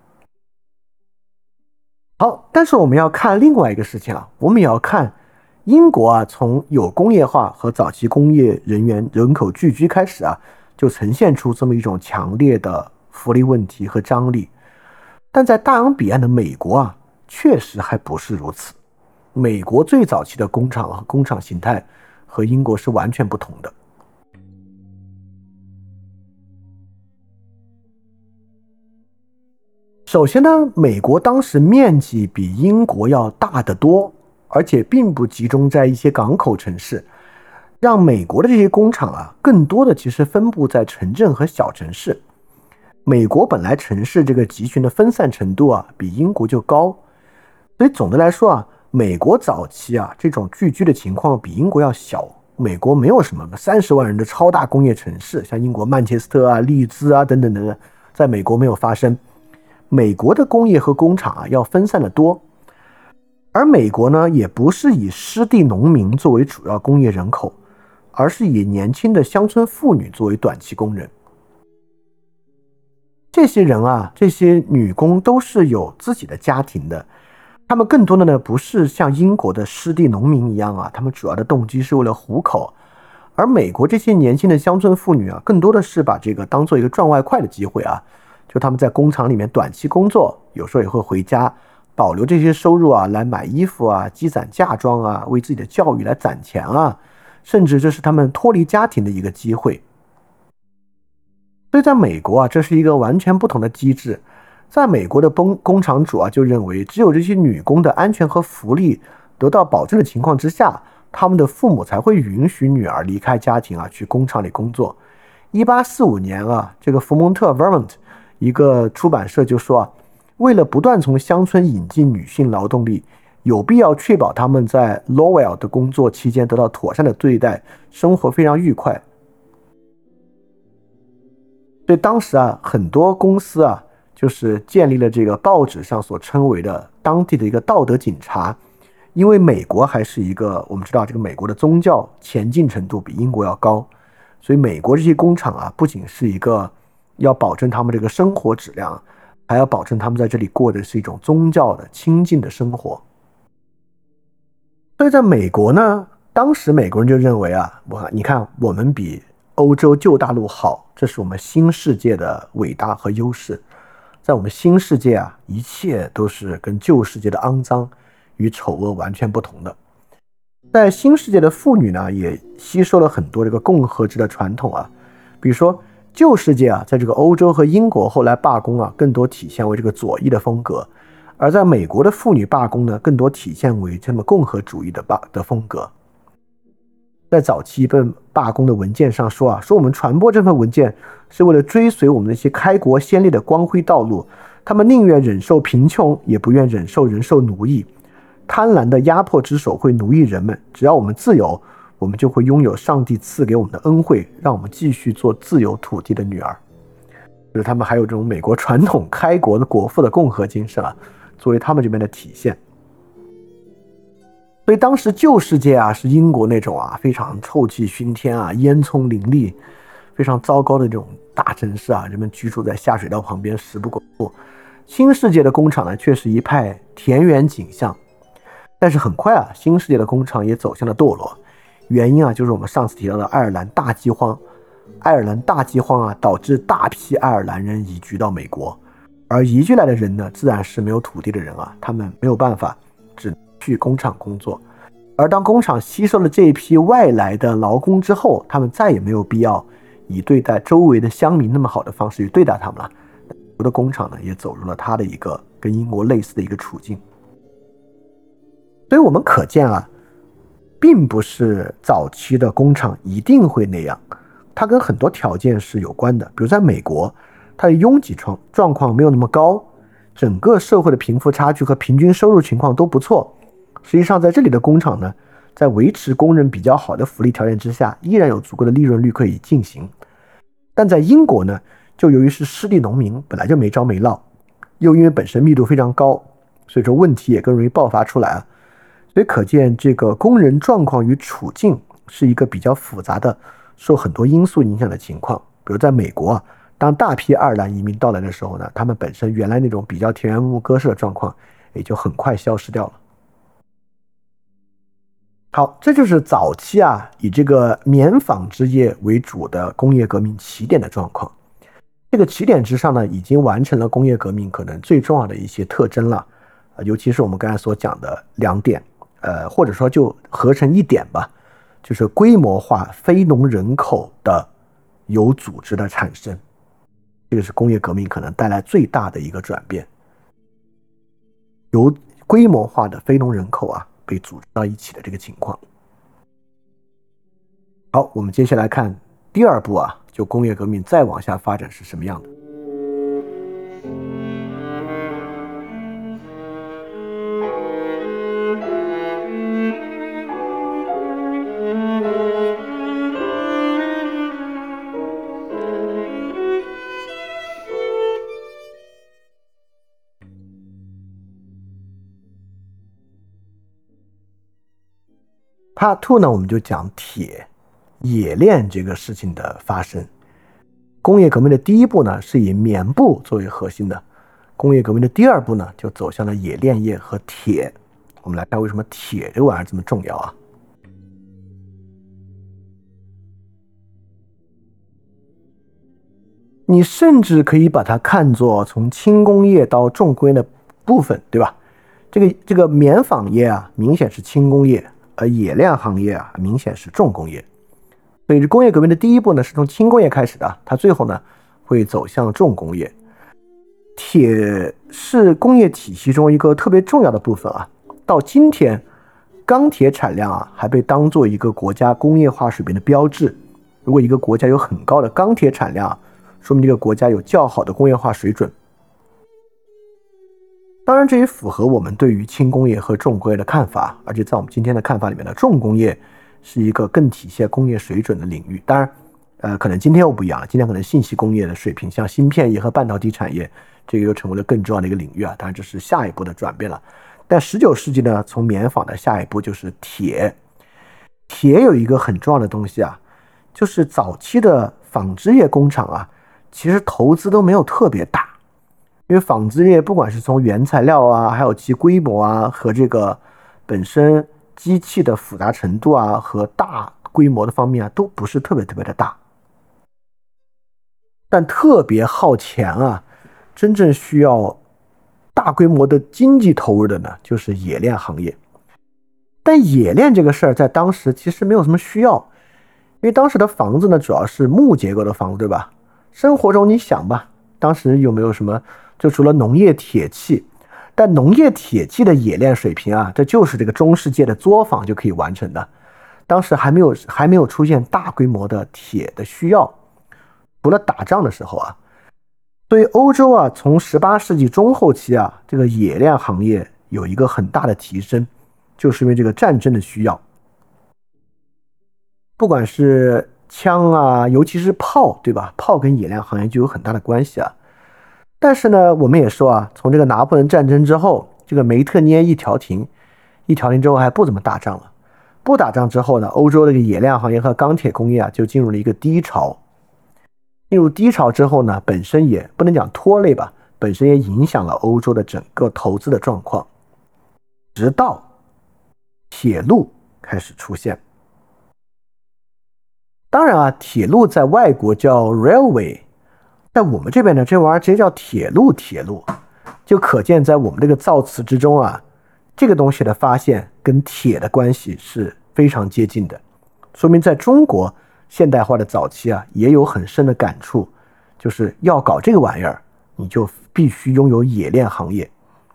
[SPEAKER 1] 好，但是我们要看另外一个事情啊，我们也要看英国啊，从有工业化和早期工业人员人口聚居开始啊，就呈现出这么一种强烈的福利问题和张力。但在大洋彼岸的美国啊，确实还不是如此。美国最早期的工厂和工厂形态和英国是完全不同的。首先呢，美国当时面积比英国要大得多，而且并不集中在一些港口城市，让美国的这些工厂啊，更多的其实分布在城镇和小城市。美国本来城市这个集群的分散程度啊，比英国就高，所以总的来说啊，美国早期啊这种聚居的情况比英国要小。美国没有什么三十万人的超大工业城市，像英国曼彻斯特啊、利兹啊等等等等，在美国没有发生。美国的工业和工厂啊要分散得多，而美国呢也不是以失地农民作为主要工业人口，而是以年轻的乡村妇女作为短期工人。这些人啊，这些女工都是有自己的家庭的，他们更多的呢不是像英国的失地农民一样啊，他们主要的动机是为了糊口，而美国这些年轻的乡村妇女啊，更多的是把这个当做一个赚外快的机会啊。就他们在工厂里面短期工作，有时候也会回家，保留这些收入啊，来买衣服啊，积攒嫁妆啊，为自己的教育来攒钱啊，甚至这是他们脱离家庭的一个机会。所以在美国啊，这是一个完全不同的机制。在美国的工工厂主啊，就认为只有这些女工的安全和福利得到保证的情况之下，他们的父母才会允许女儿离开家庭啊，去工厂里工作。一八四五年啊，这个福蒙特 Vermont一个出版社就说啊，为了不断从乡村引进女性劳动力，有必要确保他们在 Lowell 的工作期间得到妥善的对待，生活非常愉快。所以当时啊，很多公司啊，就是建立了这个报纸上所称为的当地的一个道德警察。因为美国还是一个，我们知道这个美国的宗教前进程度比英国要高，所以美国这些工厂啊，不仅是一个要保证他们这个生活质量，还要保证他们在这里过的是一种宗教的清静的生活。所以在美国呢，当时美国人就认为啊，你看我们比欧洲旧大陆好，这是我们新世界的伟大和优势。在我们新世界啊，一切都是跟旧世界的肮脏与丑恶完全不同的。在新世界的妇女呢，也吸收了很多这个共和制的传统啊，比如说旧世界啊，在这个欧洲和英国后来罢工啊，更多体现为这个左翼的风格，而在美国的妇女罢工呢，更多体现为这么共和主义的罢的风格。在早期一份罢工的文件上说啊，说我们传播这份文件是为了追随我们那些开国先烈的光辉道路，他们宁愿忍受贫穷，也不愿忍受人受奴役。贪婪的压迫之手会奴役人们，只要我们自由，我们就会拥有上帝赐给我们的恩惠，让我们继续做自由土地的女儿。就是他们还有这种美国传统开国的国父的共和精神啊，作为他们这边的体现。所以当时旧世界啊，是英国那种啊非常臭气熏天啊，烟囱林立，非常糟糕的这种大城市啊，人们居住在下水道旁边，食不果腹。新世界的工厂呢，却是一派田园景象。但是很快啊，新世界的工厂也走向了堕落，原因啊，就是我们上次提到的爱尔兰大饥荒。爱尔兰大饥荒啊，导致大批爱尔兰人移居到美国，而移居来的人呢，自然是没有土地的人啊，他们没有办法，只去工厂工作。而当工厂吸收了这一批外来的劳工之后，他们再也没有必要以对待周围的乡民那么好的方式去对待他们了。美国的工厂呢，也走入了它的一个跟英国类似的一个处境。所以我们可见啊，并不是早期的工厂一定会那样，它跟很多条件是有关的。比如在美国，它的拥挤状状况没有那么高，整个社会的贫富差距和平均收入情况都不错。实际上在这里的工厂呢，在维持工人比较好的福利条件之下，依然有足够的利润率可以进行。 但在英国呢，就由于是湿地农民，本来就没着没落，又因为本身密度非常高，所以说问题也更容易爆发出来啊。所以可见这个工人状况与处境是一个比较复杂的，受很多因素影响的情况。比如在美国啊，当大批爱尔兰移民到来的时候呢，他们本身原来那种比较田园牧歌式的状况也就很快消失掉了。好，这就是早期啊以这个棉纺织业为主的工业革命起点的状况。这个起点之上呢，已经完成了工业革命可能最重要的一些特征了，呃，尤其是我们刚才所讲的两点，呃，或者说就合成一点吧，就是规模化非农人口的有组织的产生，这个是工业革命可能带来最大的一个转变，由规模化的非农人口啊被组织到一起的这个情况。好，我们接下来看第二步啊，就工业革命再往下发展是什么样的。Part two 呢，我们就讲铁冶炼这个事情的发生。工业革命的第一步呢，是以棉布作为核心的；工业革命的第二步呢，就走向了冶炼业和铁。我们来看为什么铁这个玩意儿这么重要啊？你甚至可以把它看作从轻工业到重工业的部分，对吧？这个这个棉纺业啊，明显是轻工业。而冶炼行业啊，明显是重工业，所以工业革命的第一步呢，是从轻工业开始的，它最后呢会走向重工业。铁是工业体系中一个特别重要的部分啊，到今天，钢铁产量啊还被当作一个国家工业化水平的标志。如果一个国家有很高的钢铁产量，说明这个国家有较好的工业化水准。当然，这也符合我们对于轻工业和重工业的看法，而且在我们今天的看法里面呢，重工业是一个更体现工业水准的领域。当然，呃，可能今天又不一样了，今天可能信息工业的水平，像芯片业和半导体产业，这个又成为了更重要的一个领域啊。当然，这是下一步的转变了。但十九世纪呢，从棉纺的下一步就是铁。铁有一个很重要的东西啊，就是早期的纺织业工厂啊，其实投资都没有特别大。因为纺织业不管是从原材料啊，还有其规模啊，和这个本身机器的复杂程度啊，和大规模的方面啊，都不是特别特别的大。但特别耗钱啊，真正需要大规模的经济投入的呢，就是冶炼行业。但冶炼这个事儿在当时其实没有什么需要，因为当时的房子呢，主要是木结构的房子，对吧？生活中你想吧，当时有没有什么？就除了农业铁器，但农业铁器的冶炼水平啊，这就是这个中世纪的作坊就可以完成的。当时还没有还没有出现大规模的铁的需要，除了打仗的时候啊。所以欧洲啊，从十八世纪中后期啊，这个冶炼行业有一个很大的提升，就是因为这个战争的需要。不管是枪啊，尤其是炮，对吧？炮跟冶炼行业就有很大的关系啊。但是呢，我们也说啊，从这个拿破仑战争之后，这个梅特涅一调停，一调停之后还不怎么打仗了。不打仗之后呢，欧洲这个冶炼行业和钢铁工业啊，就进入了一个低潮。进入低潮之后呢，本身也不能讲拖累吧，本身也影响了欧洲的整个投资的状况。直到铁路开始出现。当然啊，铁路在外国叫 railway。在我们这边呢，这玩意儿直接叫铁路，铁路就可见在我们这个造词之中啊，这个东西的发现跟铁的关系是非常接近的，说明在中国现代化的早期啊，也有很深的感触，就是要搞这个玩意儿，你就必须拥有冶炼行业。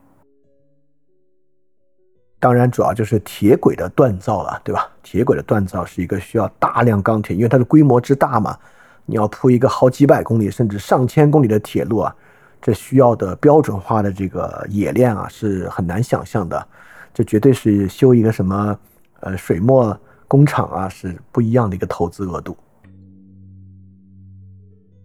[SPEAKER 1] 当然，主要就是铁轨的锻造了，对吧？铁轨的锻造是一个需要大量钢铁，因为它的规模之大嘛。你要铺一个好几百公里甚至上千公里的铁路啊，这需要的标准化的这个冶炼啊是很难想象的，这绝对是修一个什么呃水墨工厂啊是不一样的一个投资额度。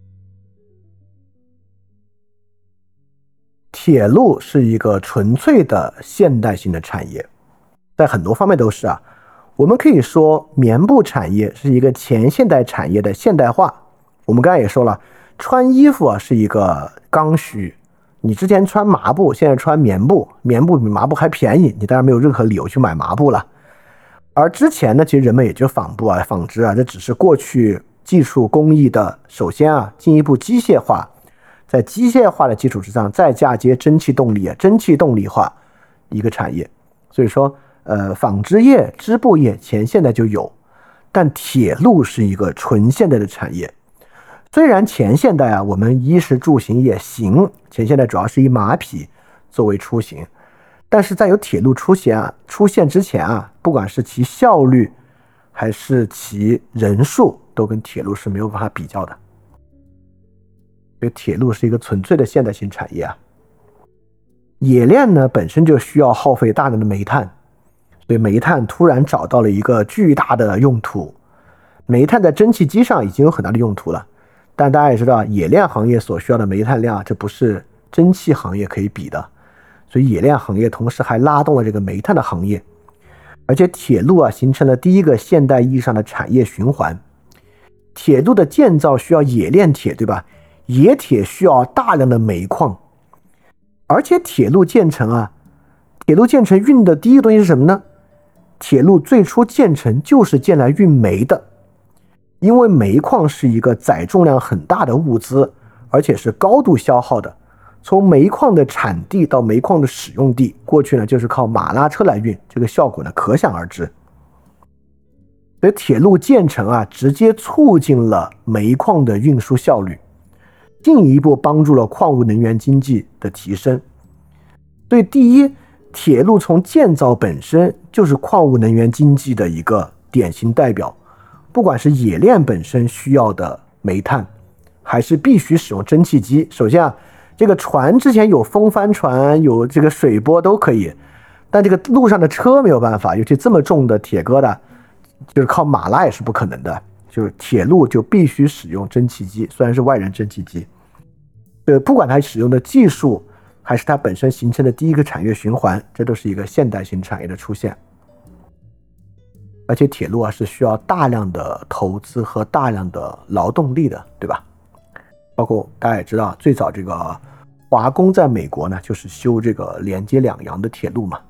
[SPEAKER 1] 铁路是一个纯粹的现代性的产业，在很多方面都是啊。我们可以说棉布产业是一个前现代产业的现代化。我们刚才也说了，穿衣服啊是一个刚需，你之前穿麻布，现在穿棉布，棉布比麻布还便宜，你当然没有任何理由去买麻布了。而之前呢，其实人们也就纺布啊、纺织啊，这只是过去技术工艺的首先啊进一步机械化，在机械化的基础之上再嫁接蒸汽动力啊，蒸汽动力化一个产业。所以说呃，纺织业、织布业前现代就有，但铁路是一个纯现代的产业。虽然前现代啊，我们衣食住行也行，前现代主要是以马匹作为出行，但是在有铁路出现啊出现之前啊，不管是其效率还是其人数，都跟铁路是没有办法比较的。所以铁路是一个纯粹的现代性产业啊。冶炼呢本身就需要耗费大量的煤炭，所以煤炭突然找到了一个巨大的用途。煤炭在蒸汽机上已经有很大的用途了，但大家也知道，冶炼行业所需要的煤炭量，这不是蒸汽行业可以比的。所以冶炼行业同时还拉动了这个煤炭的行业，而且铁路啊形成了第一个现代意义上的产业循环。铁路的建造需要冶炼铁，对吧？冶铁需要大量的煤矿，而且铁路建成啊，铁路建成运的第一个东西是什么呢？铁路最初建成就是建来运煤的，因为煤矿是一个载重量很大的物资，而且是高度消耗的。从煤矿的产地到煤矿的使用地，过去呢就是靠马拉车来运，这个效果呢可想而知。所以铁路建成啊，直接促进了煤矿的运输效率，进一步帮助了矿物能源经济的提升。所以第一，铁路从建造本身就是矿物能源经济的一个典型代表，不管是冶炼本身需要的煤炭，还是必须使用蒸汽机。首先啊，这个船之前有风帆船，有这个水波都可以，但这个路上的车没有办法，尤其这么重的铁疙瘩，就是靠马拉也是不可能的，就是铁路就必须使用蒸汽机，虽然是外燃蒸汽机。对，不管它使用的技术还是它本身形成的第一个产业循环，这都是一个现代性产业的出现。而且铁路啊是需要大量的投资和大量的劳动力的，对吧？包括大家也知道，最早这个华工在美国呢，就是修这个连接两洋的铁路嘛。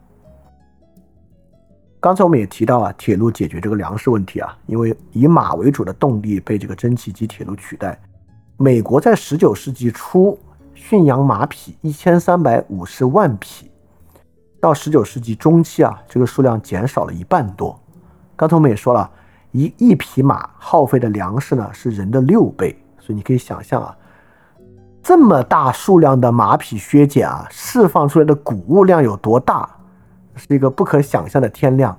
[SPEAKER 1] 刚才我们也提到啊，铁路解决这个粮食问题啊，因为以马为主的动力被这个蒸汽机铁路取代。美国在十九世纪初驯养马匹一千三百五十万匹，到十九世纪中期啊，这个数量减少了一半多。刚才我们也说了，一一匹马耗费的粮食呢是人的六倍，所以你可以想象啊，这么大数量的马匹削减啊，释放出来的谷物量有多大，是一个不可想象的天量。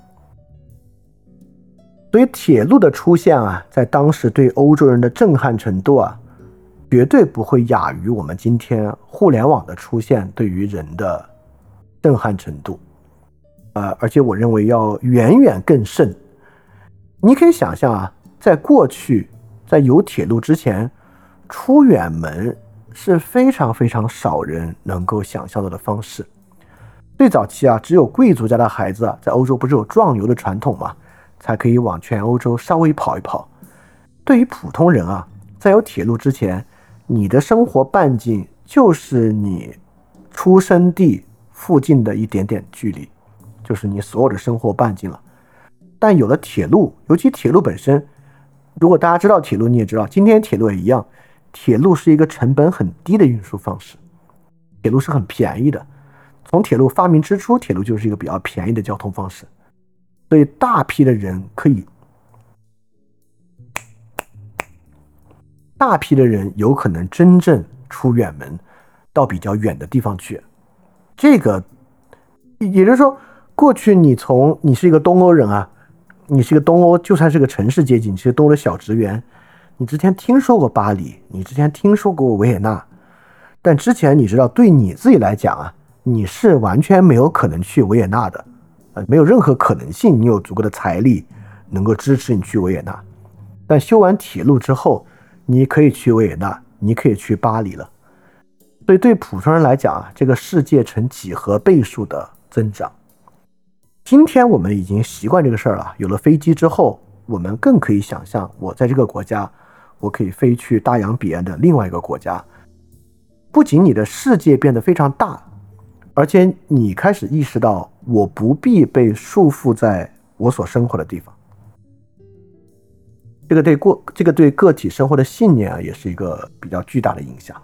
[SPEAKER 1] 所以铁路的出现啊，在当时对欧洲人的震撼程度啊，绝对不会亚于我们今天互联网的出现对于人的震撼程度。呃，而且我认为要远远更甚。你可以想象啊，在过去，在有铁路之前，出远门是非常非常少人能够想象到的方式。最早期啊，只有贵族家的孩子啊，在欧洲不是有壮游的传统嘛，才可以往全欧洲稍微跑一跑。对于普通人啊，在有铁路之前，你的生活半径就是你出生地附近的一点点距离，就是你所有的生活半径了。但有了铁路，尤其铁路本身，如果大家知道铁路，你也知道，今天铁路也一样，铁路是一个成本很低的运输方式，铁路是很便宜的。从铁路发明之初，铁路就是一个比较便宜的交通方式，所以大批的人可以，大批的人有可能真正出远门，到比较远的地方去。这个，也就是说，过去你从你是一个东欧人啊，你是一个东欧，就算是个城市阶级，你是东欧的小职员，你之前听说过巴黎，你之前听说过维也纳，但之前你知道，对你自己来讲啊，你是完全没有可能去维也纳的，呃，没有任何可能性，你有足够的财力能够支持你去维也纳。但修完铁路之后，你可以去维也纳，你可以去巴黎了。 所以对普通人来讲啊，这个世界呈几何倍数的增长。今天我们已经习惯这个事儿了，有了飞机之后，我们更可以想象，我在这个国家，我可以飞去大洋彼岸的另外一个国家。不仅你的世界变得非常大，而且你开始意识到，我不必被束缚在我所生活的地方。这个对过这个对个体生活的信念啊，也是一个比较巨大的影响。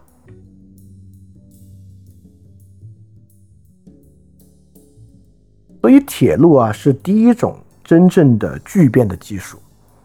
[SPEAKER 1] 所以铁路啊是第一种真正的巨变的技术。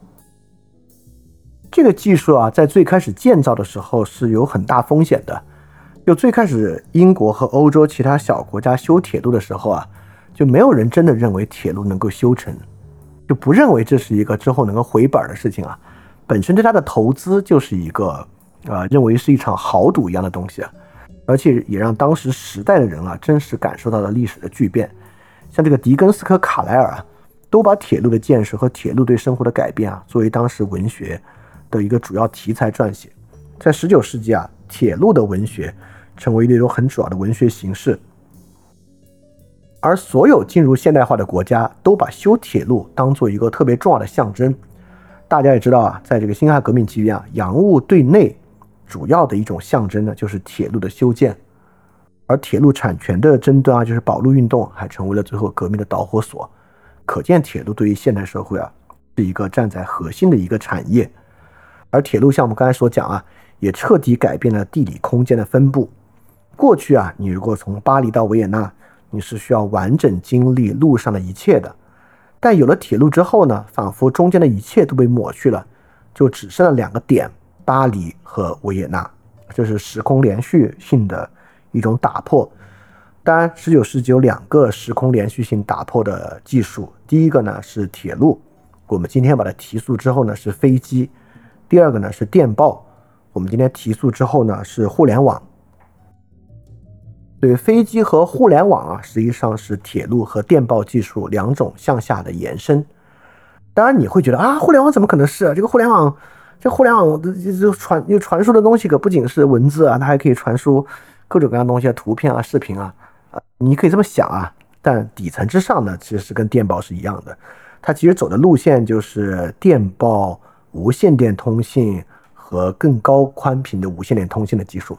[SPEAKER 1] 这个技术啊在最开始建造的时候是有很大风险的。就最开始英国和欧洲其他小国家修铁路的时候啊，就没有人真的认为铁路能够修成，就不认为这是一个之后能够回本的事情啊。本身对它的投资就是一个呃认为是一场豪赌一样的东西啊，而且也让当时时代的人啊真实感受到了历史的巨变。像这个狄更斯和卡莱尔啊，都把铁路的建设和铁路对生活的改变啊，作为当时文学的一个主要题材撰写。在十九世纪啊，铁路的文学成为一种很主要的文学形式。而所有进入现代化的国家都把修铁路当做一个特别重要的象征。大家也知道啊，在这个辛亥革命期间啊，洋务对内主要的一种象征呢，就是铁路的修建。而铁路产权的争端啊，就是保路运动，还成为了最后革命的导火索。可见铁路对于现代社会啊，是一个站在核心的一个产业。而铁路像我们刚才所讲啊，也彻底改变了地理空间的分布。过去啊，你如果从巴黎到维也纳，你是需要完整经历路上的一切的。但有了铁路之后呢，仿佛中间的一切都被抹去了，就只剩了两个点，巴黎和维也纳。这是时空连续性的一种打破。当然十九世纪有两个时空连续性打破的技术，第一个呢是铁路，我们今天把它提速之后呢是飞机。第二个呢是电报，我们今天提速之后呢是互联网。对，飞机和互联网啊，实际上是铁路和电报技术两种向下的延伸。当然你会觉得啊，互联网怎么可能是啊？这个互联网，这互联网这传又传输的东西可不仅是文字啊，它还可以传输各种各样的东西啊，图片啊、视频啊，啊，你可以这么想啊。但底层之上呢，其实是跟电报是一样的，它其实走的路线就是电报、无线电通信和更高宽频的无线电通信的技术嘛。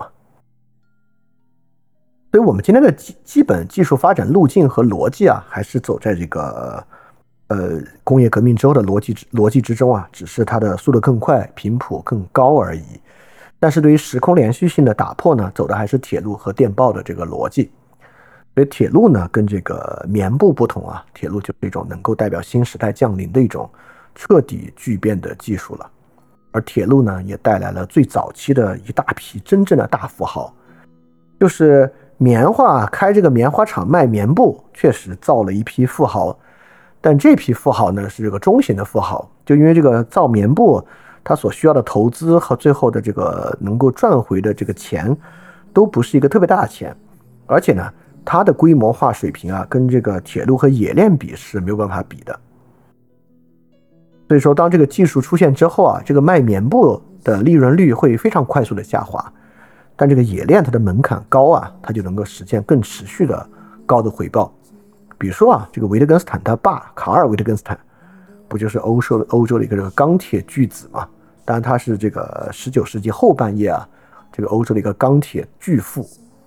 [SPEAKER 1] 所以我们今天的基本技术发展路径和逻辑啊，还是走在这个呃工业革命之后的逻辑逻辑之中啊，只是它的速度更快、频谱更高而已。但是对于时空连续性的打破呢，走的还是铁路和电报的这个逻辑。所以铁路呢跟这个棉布不同啊，铁路就是一种能够代表新时代降临的一种彻底巨变的技术了。而铁路呢也带来了最早期的一大批真正的大富豪，就是棉花开这个棉花厂卖棉布，确实造了一批富豪。但这批富豪呢是这个中型的富豪，就因为这个造棉布它所需要的投资和最后的这个能够赚回的这个钱都不是一个特别大的钱，而且呢它的规模化水平啊跟这个铁路和冶炼比是没有办法比的。所以说当这个技术出现之后啊，这个卖棉布的利润率会非常快速的下滑，但这个冶炼它的门槛高啊，它就能够实现更持续的高的回报。比如说啊，这个维特根斯坦他爸卡尔维特根斯坦不就是欧洲欧洲的一个这个钢铁巨子嘛？当然他是这个十九世纪后半叶啊，这个欧洲的一个钢铁巨富。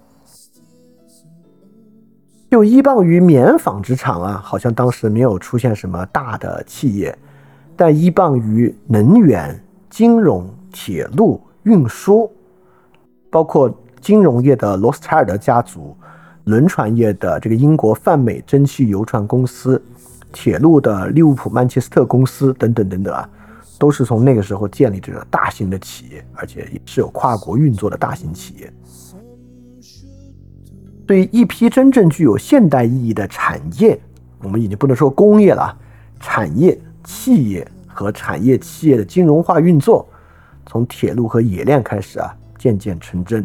[SPEAKER 1] 就依傍于棉纺织厂啊，好像当时没有出现什么大的企业，但依傍于能源、金融、铁路、运输，包括金融业的罗斯柴尔德家族，轮船业的这个英国泛美蒸汽游船公司，铁路的利物浦曼彻斯特公司等等等等啊，都是从那个时候建立这个大型的企业，而且也是有跨国运作的大型企业。对于一批真正具有现代意义的产业，我们已经不能说工业了，产业、企业和产业企业的金融化运作，从铁路和冶炼开始啊，渐渐成真。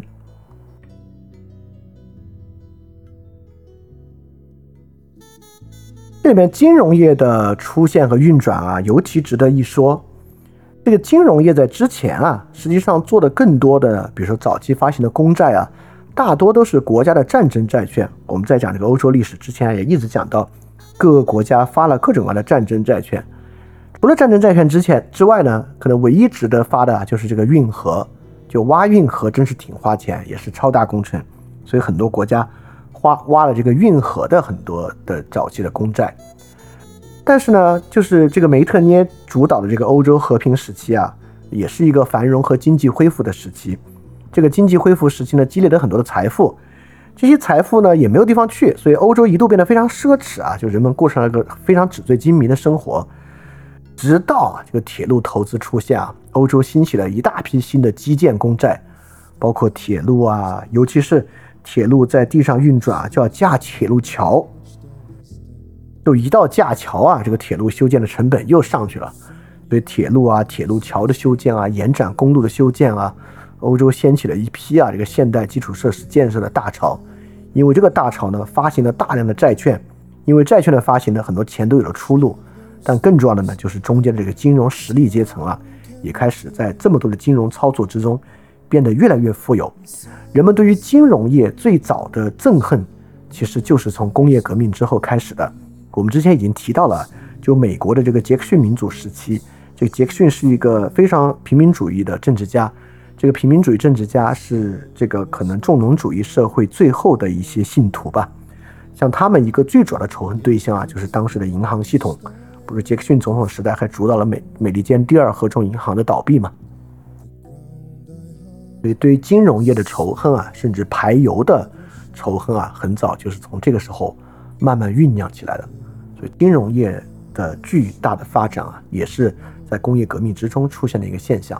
[SPEAKER 1] 这里面金融业的出现和运转啊，尤其值得一说。这个金融业在之前啊，实际上做的更多的，比如说早期发行的公债啊， 大多都是国家的战争债券。我们在讲这个欧洲历史之前也一直讲到，各个国家发了各种各样的战争债券。除了战争债券之前之外呢，可能唯一值得发的就是这个运河，就挖运河真是挺花钱，也是超大工程，所以很多国家花挖了这个运河的很多的早期的公债。但是呢，就是这个梅特涅主导的这个欧洲和平时期啊，也是一个繁荣和经济恢复的时期。这个经济恢复时期呢，积累了很多的财富，这些财富呢也没有地方去，所以欧洲一度变得非常奢侈啊，就人们过上了一个非常纸醉金迷的生活。直到啊这个铁路投资出现啊，欧洲兴起了一大批新的基建公债，包括铁路啊，尤其是铁路在地上运转啊，就要架铁路桥。就一到架桥啊，这个铁路修建的成本又上去了，所以铁路啊、铁路桥的修建啊、延展公路的修建啊，欧洲掀起了一批啊这个现代基础设施建设的大潮。因为这个大潮呢，发行了大量的债券，因为债券的发行呢，很多钱都有了出路。但更重要的呢，就是中间的这个金融实力阶层啊，也开始在这么多的金融操作之中变得越来越富有。人们对于金融业最早的憎恨，其实就是从工业革命之后开始的。我们之前已经提到了，就美国的这个杰克逊民主时期，这个杰克逊是一个非常平民主义的政治家。这个平民主义政治家是这个可能重农主义社会最后的一些信徒吧。像他们一个最主要的仇恨对象啊，就是当时的银行系统。不是杰克逊总统时代还主导了美美利坚第二合众银行的倒闭吗？所以对于金融业的仇恨啊，甚至排油的仇恨啊，很早就是从这个时候慢慢酝酿起来的。所以金融业的巨大的发展啊，也是在工业革命之中出现的一个现象。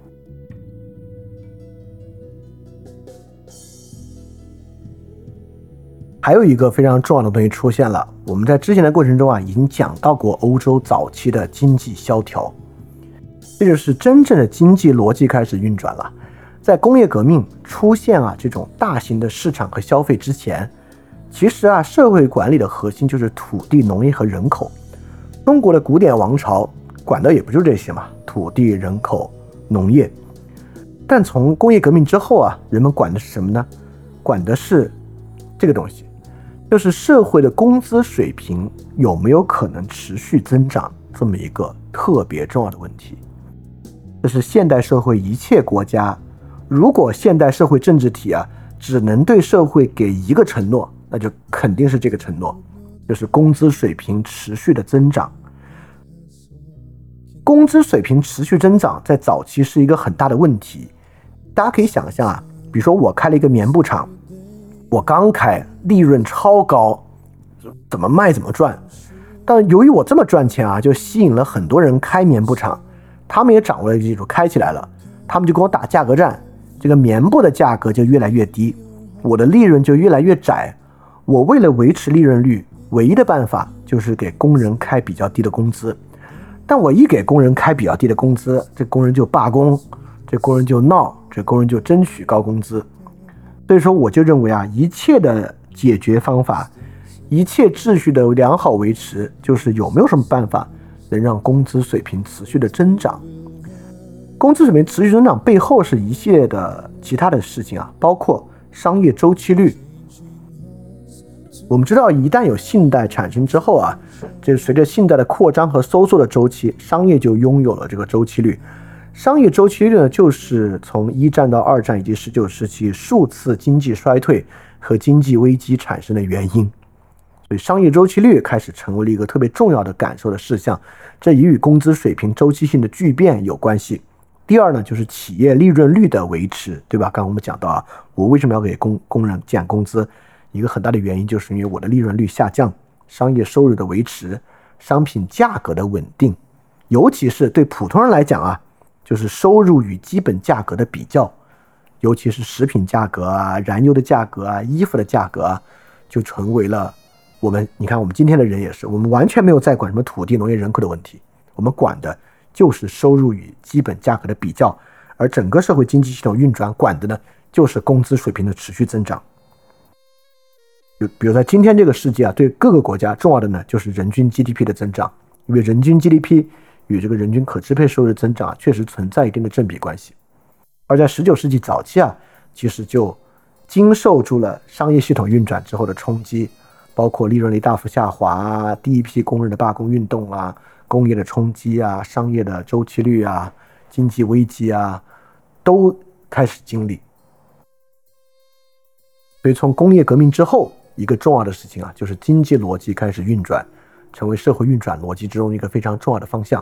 [SPEAKER 1] 还有一个非常重要的东西出现了，我们在之前的过程中啊，已经讲到过欧洲早期的经济萧条，这就是真正的经济逻辑开始运转了。在工业革命出现啊这种大型的市场和消费之前，其实啊社会管理的核心就是土地、农业和人口。中国的古典王朝管的也不就是这些嘛，土地、人口、农业。但从工业革命之后啊，人们管的是什么呢？管的是这个东西。就是社会的工资水平有没有可能持续增长，这么一个特别重要的问题。这是现代社会一切国家，如果现代社会政治体啊只能对社会给一个承诺，那就肯定是这个承诺，就是工资水平持续的增长。工资水平持续增长在早期是一个很大的问题。大家可以想象啊，比如说我开了一个棉布厂，我刚开，利润超高，怎么卖怎么赚。但由于我这么赚钱啊，就吸引了很多人开棉布厂，他们也掌握了技术，开起来了，他们就跟我打价格战，这个棉布的价格就越来越低，我的利润就越来越窄。我为了维持利润率，唯一的办法就是给工人开比较低的工资。但我一给工人开比较低的工资，这工人就罢工，这工人就闹，这工人就争取高工资。所以说我就认为啊，一切的解决方法，一切秩序的良好维持，就是有没有什么办法能让工资水平持续的增长。工资水平持续增长背后是一系列的其他的事情啊，包括商业周期率。我们知道一旦有信贷产生之后啊，这随着信贷的扩张和收缩的周期，商业就拥有了这个周期率。商业周期率呢，就是从一战到二战以及十九世纪数次经济衰退和经济危机产生的原因。所以商业周期率开始成为了一个特别重要的感受的事项，这也与工资水平周期性的巨变有关系。第二呢，就是企业利润率的维持，对吧？刚刚我们讲到啊，我为什么要给工工人减工资？一个很大的原因就是因为我的利润率下降，商业收入的维持，商品价格的稳定，尤其是对普通人来讲啊，就是收入与基本价格的比较，尤其是食品价格啊、燃油的价格啊、衣服的价格啊，就成为了我们，你看我们今天的人也是，我们完全没有在管什么土地、农业、人口的问题，我们管的就是收入与基本价格的比较，而整个社会经济系统运转管的呢，就是工资水平的持续增长。比如在今天这个世界啊，对各个国家重要的呢，就是人均 G D P 的增长，因为人均 G D P 与这个人均可支配收入的增长、啊、确实存在一定的正比关系。而在十九世纪早期啊，其实就经受住了商业系统运转之后的冲击，包括利润率大幅下滑啊，第一批工人的罢工运动啊，工业的冲击啊，商业的周期率啊，经济危机啊，都开始经历。所以从工业革命之后，一个重要的事情啊，就是经济逻辑开始运转，成为社会运转逻辑之中一个非常重要的方向。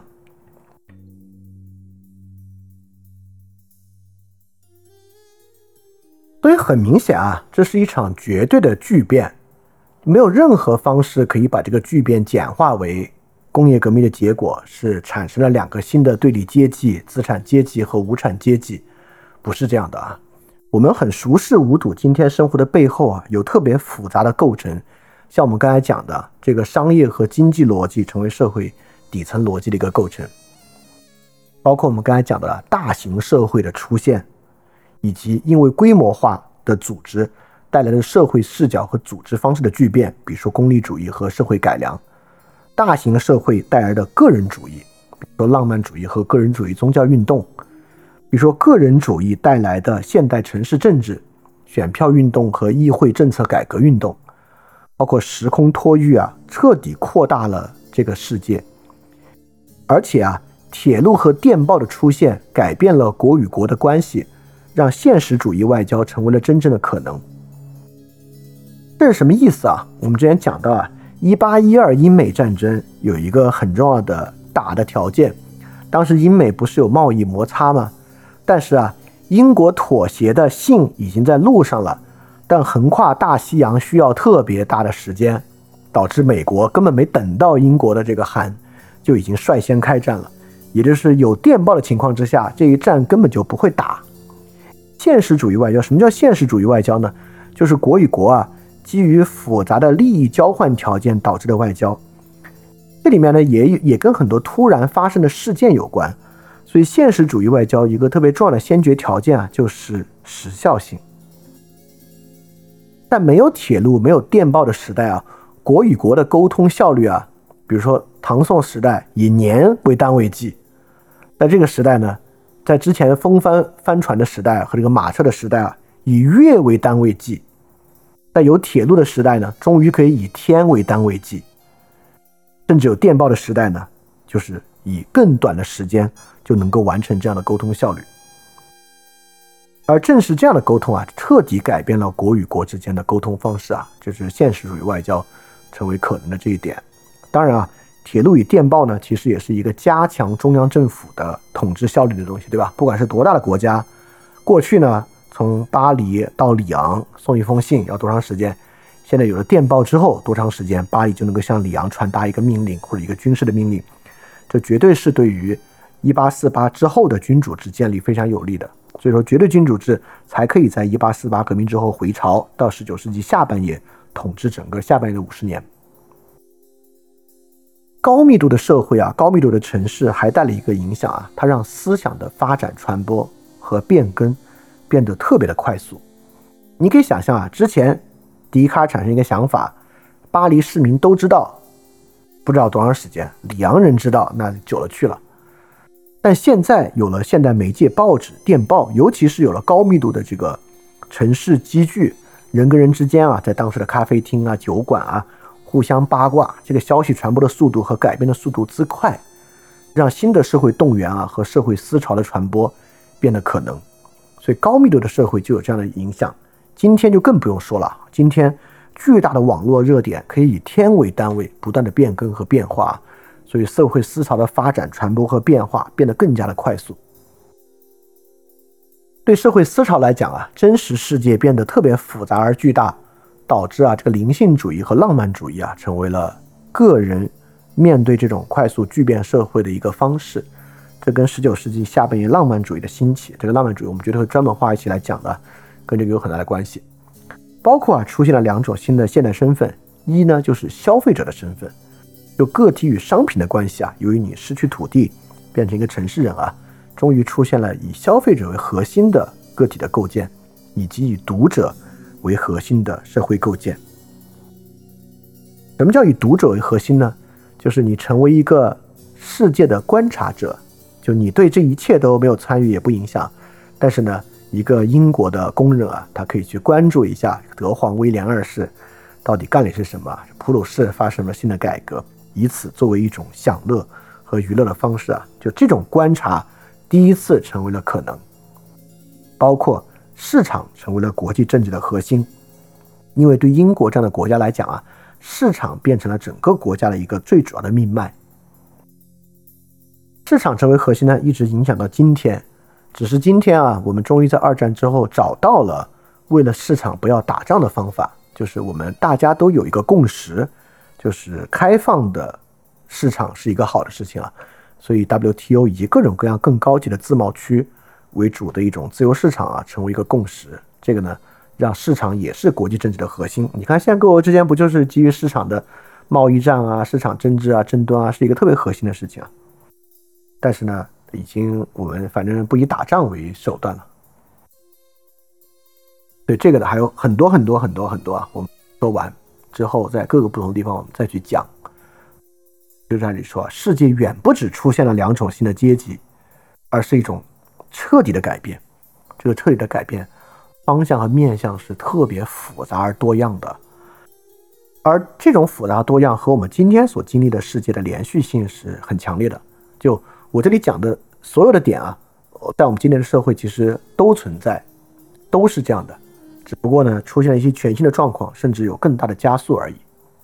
[SPEAKER 1] 所以很明显啊，这是一场绝对的巨变，没有任何方式可以把这个巨变简化为工业革命的结果是产生了两个新的对立阶级，资产阶级和无产阶级，不是这样的啊。我们很熟视无睹今天生活的背后啊，有特别复杂的构成，像我们刚才讲的这个商业和经济逻辑成为社会底层逻辑的一个构成，包括我们刚才讲的大型社会的出现，以及因为规模化的组织带来的社会视角和组织方式的巨变，比如说功利主义和社会改良，大型社会带来的个人主义，比如说浪漫主义和个人主义宗教运动，比如说个人主义带来的现代城市政治、选票运动和议会政策改革运动，包括时空托育啊，彻底扩大了这个世界。而且啊，铁路和电报的出现改变了国与国的关系，让现实主义外交成为了真正的可能。这是什么意思啊？我们之前讲到啊，一八一二英美战争有一个很重要的打的条件，当时英美不是有贸易摩擦吗？但是啊，英国妥协的信已经在路上了，但横跨大西洋需要特别大的时间，导致美国根本没等到英国的这个函，就已经率先开战了。也就是有电报的情况之下，这一战根本就不会打。现实主义外交，什么叫现实主义外交呢？就是国与国啊，基于复杂的利益交换条件导致的外交。这里面呢，也也跟很多突然发生的事件有关。所以现实主义外交一个特别重要的先决条件啊，就是时效性。但没有铁路、没有电报的时代啊，国与国的沟通效率啊，比如说唐宋时代以年为单位计，在这个时代呢，在之前风帆帆船的时代和这个马车的时代啊，以月为单位计。在有铁路的时代呢，终于可以以天为单位计。甚至有电报的时代呢，就是以更短的时间就能够完成这样的沟通效率。而正是这样的沟通啊，彻底改变了国与国之间的沟通方式啊，这是现实主义外交成为可能的这一点。当然啊，铁路与电报呢，其实也是一个加强中央政府的统治效率的东西，对吧？不管是多大的国家，过去呢，从巴黎到里昂送一封信要多长时间？现在有了电报之后，多长时间巴黎就能够向里昂传达一个命令或者一个军事的命令？这绝对是对于一八四八之后的君主制建立非常有利的。所以说，绝对君主制才可以在一八四八革命之后回朝，到十九世纪下半叶统治整个下半叶的五十年。高密度的社会啊，高密度的城市还带了一个影响啊，它让思想的发展、传播和变更变得特别的快速。你可以想象啊，之前笛卡尔产生一个想法，巴黎市民都知道，不知道多长时间，里昂人知道，那久了去了。但现在有了现代媒介报纸、电报，尤其是有了高密度的这个城市积聚，人跟人之间啊，在当时的咖啡厅啊、酒馆啊，互相八卦，这个消息传播的速度和改变的速度之快，让新的社会动员啊和社会思潮的传播变得可能。所以高密度的社会就有这样的影响。今天就更不用说了，今天巨大的网络热点可以以天为单位不断的变更和变化，所以社会思潮的发展、传播和变化变得更加的快速。对社会思潮来讲啊，真实世界变得特别复杂而巨大，导致啊这个灵性主义和浪漫主义啊成为了个人面对这种快速巨变社会的一个方式。这跟十九世纪下半叶浪漫主义的兴起，这个浪漫主义我们觉得会专门花一起来讲的，跟这个有很大的关系。包括啊出现了两种新的现代身份，一呢就是消费者的身份，就个体与商品的关系啊，由于你失去土地变成一个城市人啊，终于出现了以消费者为核心的个体的构建，以及以读者为核心的社会构建。什么叫以读者为核心呢？就是你成为一个世界的观察者，就你对这一切都没有参与也不影响，但是呢， 一个英国的工人啊，他可以去关注一下德皇威廉二世到底干了些什么，普鲁士发生了新的改革，以此作为一种享乐和娱乐的方式啊，就这种观察第一次成为了可能，包括市场成为了国际政治的核心，因为对英国这样的国家来讲啊，市场变成了整个国家的一个最主要的命脉。市场成为核心呢，一直影响到今天。只是今天啊，我们终于在二战之后找到了为了市场不要打仗的方法，就是我们大家都有一个共识，就是开放的市场是一个好的事情啊。所以 W T O 以及各种各样更高级的自贸区为主的一种自由市场啊，成为一个共识。这个呢，让市场也是国际政治的核心。你看，现在各国之间不就是基于市场的贸易战啊、市场政治啊、争端啊，是一个特别核心的事情啊。但是呢，已经我们反正不以打仗为手段了。对这个的还有很多很多很多很多啊，我们说完之后，在各个不同的地方我们再去讲。就在这里说，世界远不止出现了两种新的阶级，而是一种彻底的改变。这个彻底的改变，方向和面向是特别复杂而多样的。而这种复杂多样和我们今天所经历的世界的连续性是很强烈的。就我这里讲的所有的点啊，在我们今天的社会其实都存在，都是这样的，只不过呢，出现了一些全新的状况，甚至有更大的加速而已。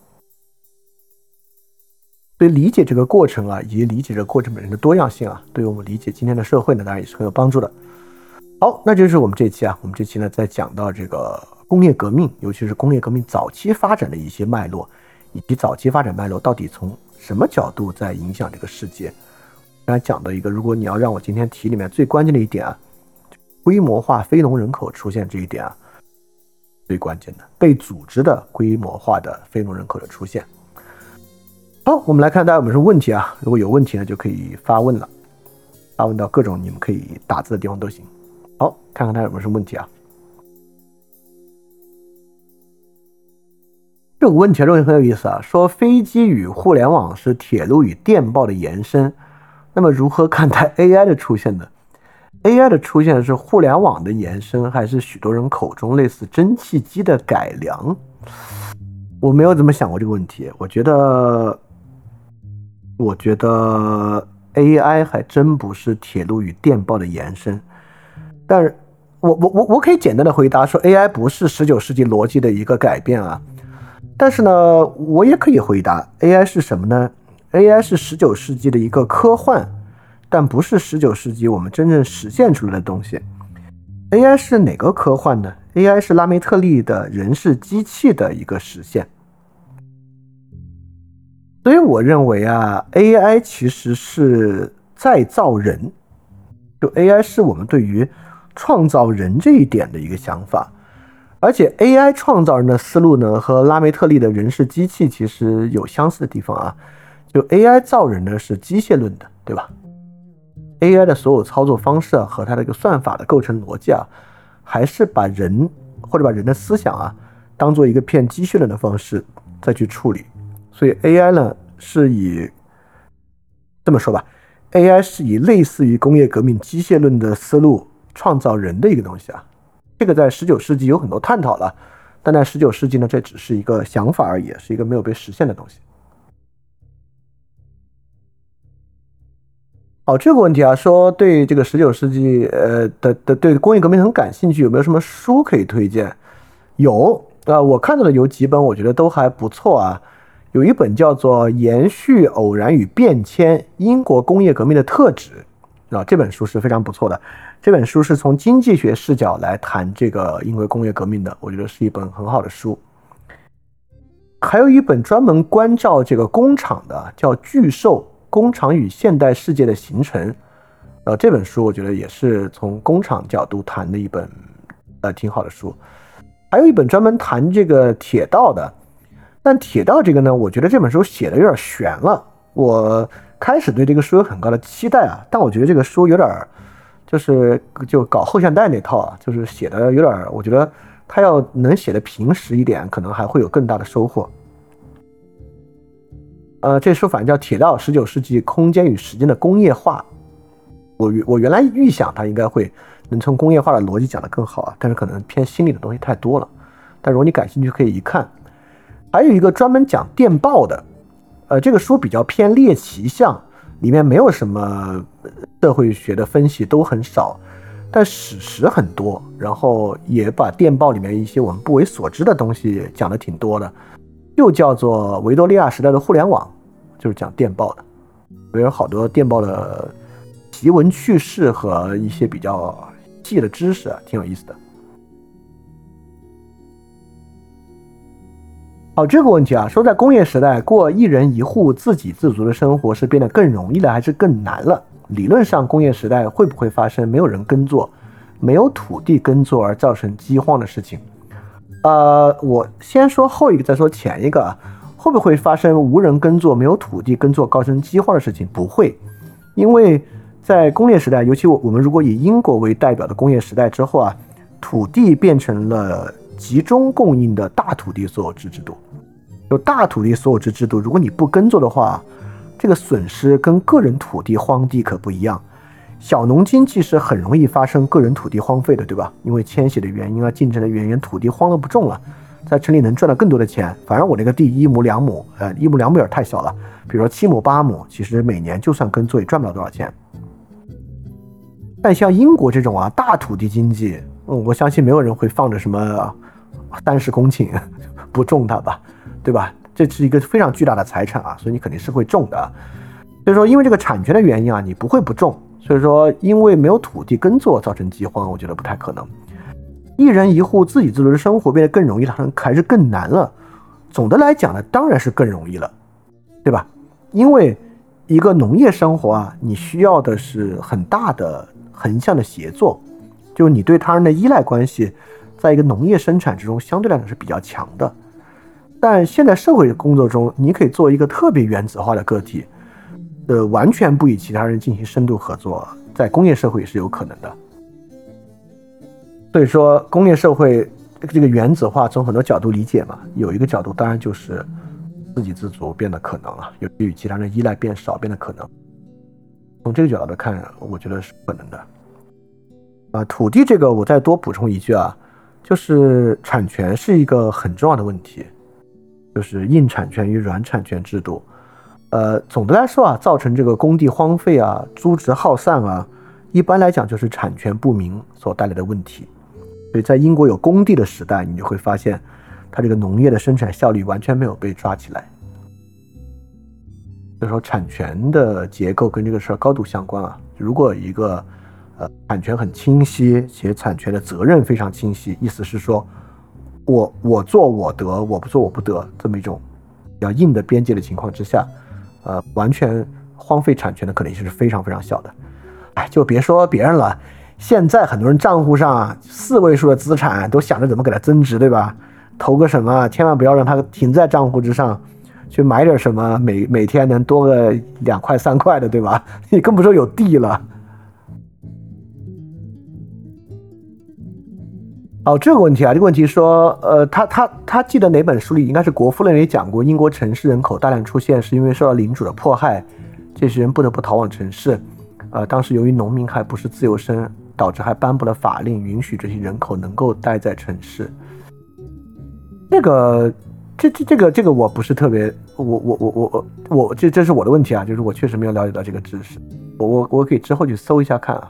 [SPEAKER 1] 所以理解这个过程啊，以及理解这个过程本身的多样性啊，对于我们理解今天的社会呢，当然也是很有帮助的。好，那就是我们这期啊，我们这期呢在讲到这个工业革命，尤其是工业革命早期发展的一些脉络，以及早期发展脉络到底从什么角度在影响这个世界。刚才讲的一个，如果你要让我今天提里面最关键的一点啊，规模化非农人口出现这一点啊，最关键的被组织的规模化的非农人口的出现。好，我们来看大家有没有什么问题啊？如果有问题呢，就可以发问了，发问到各种你们可以打字的地方都行。好，看看大家有没有什么问题啊？这个问题认为很有意思啊，说飞机与互联网是铁路与电报的延伸，那么如何看待 A I 的出现呢？ A I 的出现是互联网的延伸，还是许多人口中类似蒸汽机的改良？我没有怎么想过这个问题。我觉得我觉得 A I 还真不是铁路与电报的延伸，但是我我我我可以简单的回答说 A I 不是十九世纪逻辑的一个改变啊。但是呢，我也可以回答 A I 是什么呢？ A I 是十九世纪的一个科幻，但不是十九世纪我们真正实现出来的东西。 A I 是哪个科幻呢？ A I 是拉梅特利的人是机器的一个实现。所以我认为啊 A I 其实是再造人，就 A I 是我们对于创造人这一点的一个想法。而且 A I 创造人的思路呢，和拉梅特利的人是机器其实有相似的地方啊。就 A I 造人呢是机械论的，对吧？ A I 的所有操作方式啊，和它的一个算法的构成逻辑啊，还是把人或者把人的思想啊，当做一个偏机械论的方式再去处理。所以 A I 呢是以这么说吧 ，A I 是以类似于工业革命机械论的思路创造人的一个东西啊。这个在十九世纪有很多探讨了，但在十九世纪呢，这只是一个想法而已，是一个没有被实现的东西。好，这个问题啊，说对这个十九世纪呃的的对工业革命很感兴趣，有没有什么书可以推荐？有啊、呃，我看到的有几本，我觉得都还不错啊。有一本叫做《延续、偶然与变迁：英国工业革命的特质》啊，这本书是非常不错的。这本书是从经济学视角来谈这个英国工业革命的，我觉得是一本很好的书。还有一本专门关照这个工厂的，叫《巨兽：工厂与现代世界的形成》。呃，这本书我觉得也是从工厂角度谈的一本呃挺好的书。还有一本专门谈这个铁道的，但铁道这个呢，我觉得这本书写的有点悬了。我开始对这个书有很高的期待啊，但我觉得这个书有点就是就搞后现代那套啊，就是写的有点，我觉得他要能写的平实一点，可能还会有更大的收获。呃，这书反正叫《铁道：十九世纪空间与时间的工业化》。我我原来预想它应该会能从工业化的逻辑讲得更好啊，但是可能偏心理的东西太多了。但如果你感兴趣，可以一看。还有一个专门讲电报的，呃，这个书比较偏猎奇向，里面没有什么社会学的分析，都很少，但史实很多，然后也把电报里面一些我们不为所知的东西讲得挺多的，又叫做维多利亚时代的互联网，就是讲电报的，有好多电报的奇闻趣事和一些比较细的知识啊，挺有意思的。好，这个问题啊，说在工业时代过一人一户自给自足的生活是变得更容易了还是更难了？理论上工业时代会不会发生没有人耕作，没有土地耕作而造成饥荒的事情？呃，我先说后一个再说前一个啊，会不会发生无人耕作没有土地耕作造成饥荒的事情？不会，因为在工业时代，尤其我们如果以英国为代表的工业时代之后啊，土地变成了集中供应的大土地所有制制度。有大土地所有制制度，如果你不耕作的话，这个损失跟个人土地荒地可不一样。小农经济是很容易发生个人土地荒废的，对吧？因为迁徙的原因啊，竞争的原因，土地荒了不种了，在城里能赚到更多的钱。反正我那个地一亩两亩，呃，一亩两亩有点太小了，比如说七亩八亩，其实每年就算耕作也赚不了多少钱。但像英国这种啊大土地经济，嗯，我相信没有人会放着什么三十公顷不种它吧，对吧？这是一个非常巨大的财产啊，所以你肯定是会种的。所以说，因为这个产权的原因啊，你不会不种。所以说，因为没有土地耕作造成饥荒，我觉得不太可能。一人一户自给自足的生活变得更容易了，还是更难了？总的来讲呢，当然是更容易了，对吧？因为一个农业生活啊，你需要的是很大的横向的协作，就你对他人的依赖关系，在一个农业生产之中相对来讲是比较强的。但现在社会工作中，你可以做一个特别原子化的个体，呃，完全不与其他人进行深度合作，在工业社会也是有可能的。所以说，工业社会这个原子化从很多角度理解嘛，有一个角度当然就是自给自足变得可能了，有与其他人依赖变少变得可能。从这个角度看，我觉得是可能的。啊，土地这个我再多补充一句啊，就是产权是一个很重要的问题，就是硬产权与软产权制度。呃，总的来说啊，造成这个工地荒废啊、租值耗散啊，一般来讲就是产权不明所带来的问题。所以在英国有工地的时代，你就会发现，它这个农业的生产效率完全没有被抓起来。所以说，产权的结构跟这个事儿高度相关啊。如果一个呃产权很清晰，且产权的责任非常清晰，意思是说，我我做我得，我不做我不得，这么一种比较硬的边界的情况之下。呃，完全荒废产权的可能性是非常非常小的。哎，就别说别人了，现在很多人账户上四位数的资产都想着怎么给它增值，对吧？投个什么，千万不要让它停在账户之上，去买点什么，每每天能多个两块三块的，对吧？你更不说有地了。哦，这个问题啊，这个问题说，呃，他他他记得哪本书里，应该是国富论里讲过，英国城市人口大量出现是因为受到领主的迫害，这些人不得不逃往城市。呃，当时由于农民还不是自由身，导致还颁布了法令，允许这些人口能够待在城市。这个，这这这个这个我不是特别，我我我我我我这这是我的问题啊，就是我确实没有了解到这个知识，我我我可以之后去搜一下看啊。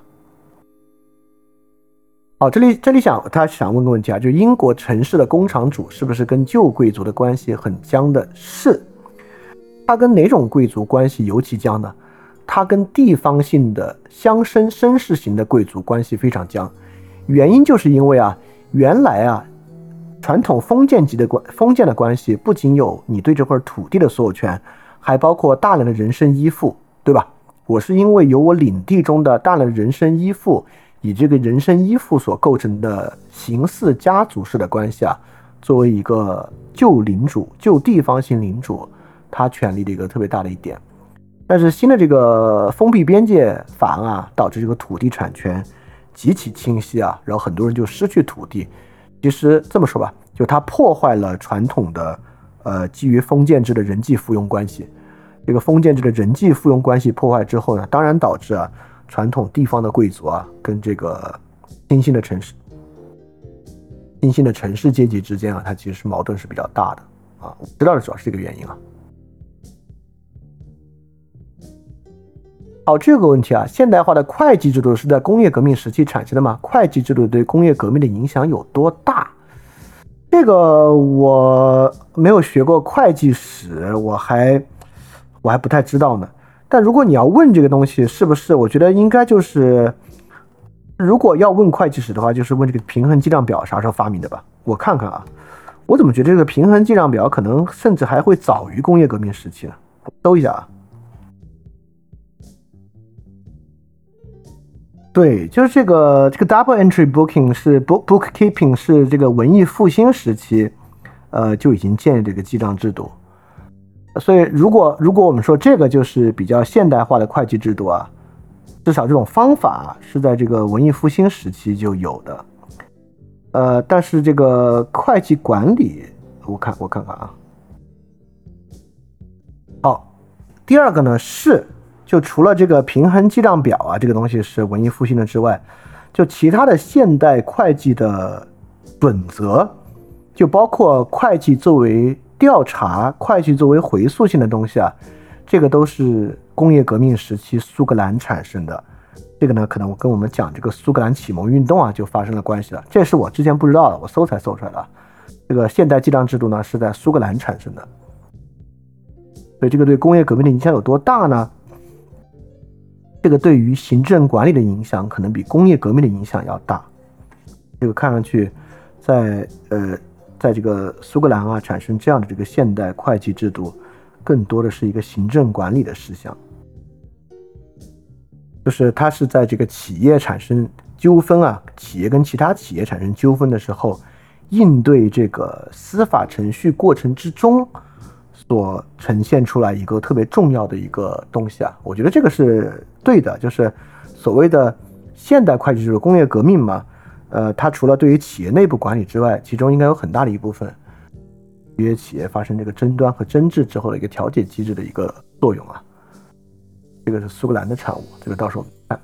[SPEAKER 1] 哦，这里这里想他想问个问题啊，就是英国城市的工厂主是不是跟旧贵族的关系很僵的？是，他跟哪种贵族关系尤其僵呢？他跟地方性的乡绅绅士型的贵族关系非常僵，原因就是因为啊，原来啊，传统封建级的关封建的关系不仅有你对这块土地的所有权，还包括大量的人身依附，对吧？我是因为有我领地中的大量的人身依附。以这个人身依附所构成的形似家族式的关系啊，作为一个旧领主、旧地方性领主，他权力的一个特别大的一点。但是新的这个封闭边界法案啊，导致这个土地产权极其清晰啊，然后很多人就失去土地。其实这么说吧，就它破坏了传统的呃基于封建制的人际附庸关系。这个封建制的人际附庸关系破坏之后呢，当然导致啊。传统地方的贵族啊，跟这个新兴的城市，新兴的城市阶级之间啊，它其实是矛盾是比较大的啊。我知道的主要是这个原因啊。好，这个问题啊，现代化的会计制度是在工业革命时期产生的吗？会计制度对工业革命的影响有多大？这个我没有学过会计史，我还我还不太知道呢。但如果你要问这个东西是不是，我觉得应该就是，如果要问会计史的话，就是问这个平衡计量表啥时候发明的吧？我看看啊，我怎么觉得这个平衡计量表可能甚至还会早于工业革命时期呢？我搜一下啊。对，就是这个这个 double entry booking 是 book bookkeeping 是这个文艺复兴时期，呃就已经建立这个记账制度。所以如果如果我们说这个就是比较现代化的会计制度啊，至少这种方法是在这个文艺复兴时期就有的。呃，但是这个会计管理，我看我看看啊。好，第二个呢是。就除了这个平衡计账表啊，这个东西是文艺复兴的之外，就其他的现代会计的准则，就包括会计作为调查、会计作为回溯性的东西啊，这个都是工业革命时期苏格兰产生的。这个呢，可能我跟我们讲这个苏格兰启蒙运动啊，就发生了关系了。这是我之前不知道的，我搜才搜出来的。这个现代计账制度呢，是在苏格兰产生的。所以这个对工业革命的影响有多大呢？这个对于行政管理的影响可能比工业革命的影响要大。这个看上去在呃在这个苏格兰啊产生这样的这个现代会计制度，更多的是一个行政管理的事项，就是它是在这个企业产生纠纷啊，企业跟其他企业产生纠纷的时候，应对这个司法程序过程之中所呈现出来一个特别重要的一个东西啊，我觉得这个是对的，就是所谓的现代会计制度，工业革命嘛，呃，它除了对于企业内部管理之外，其中应该有很大的一部分，约约企业发生这个争端和争执之后的一个调解机制的一个作用啊，这个是苏格兰的产物，这个到时候看。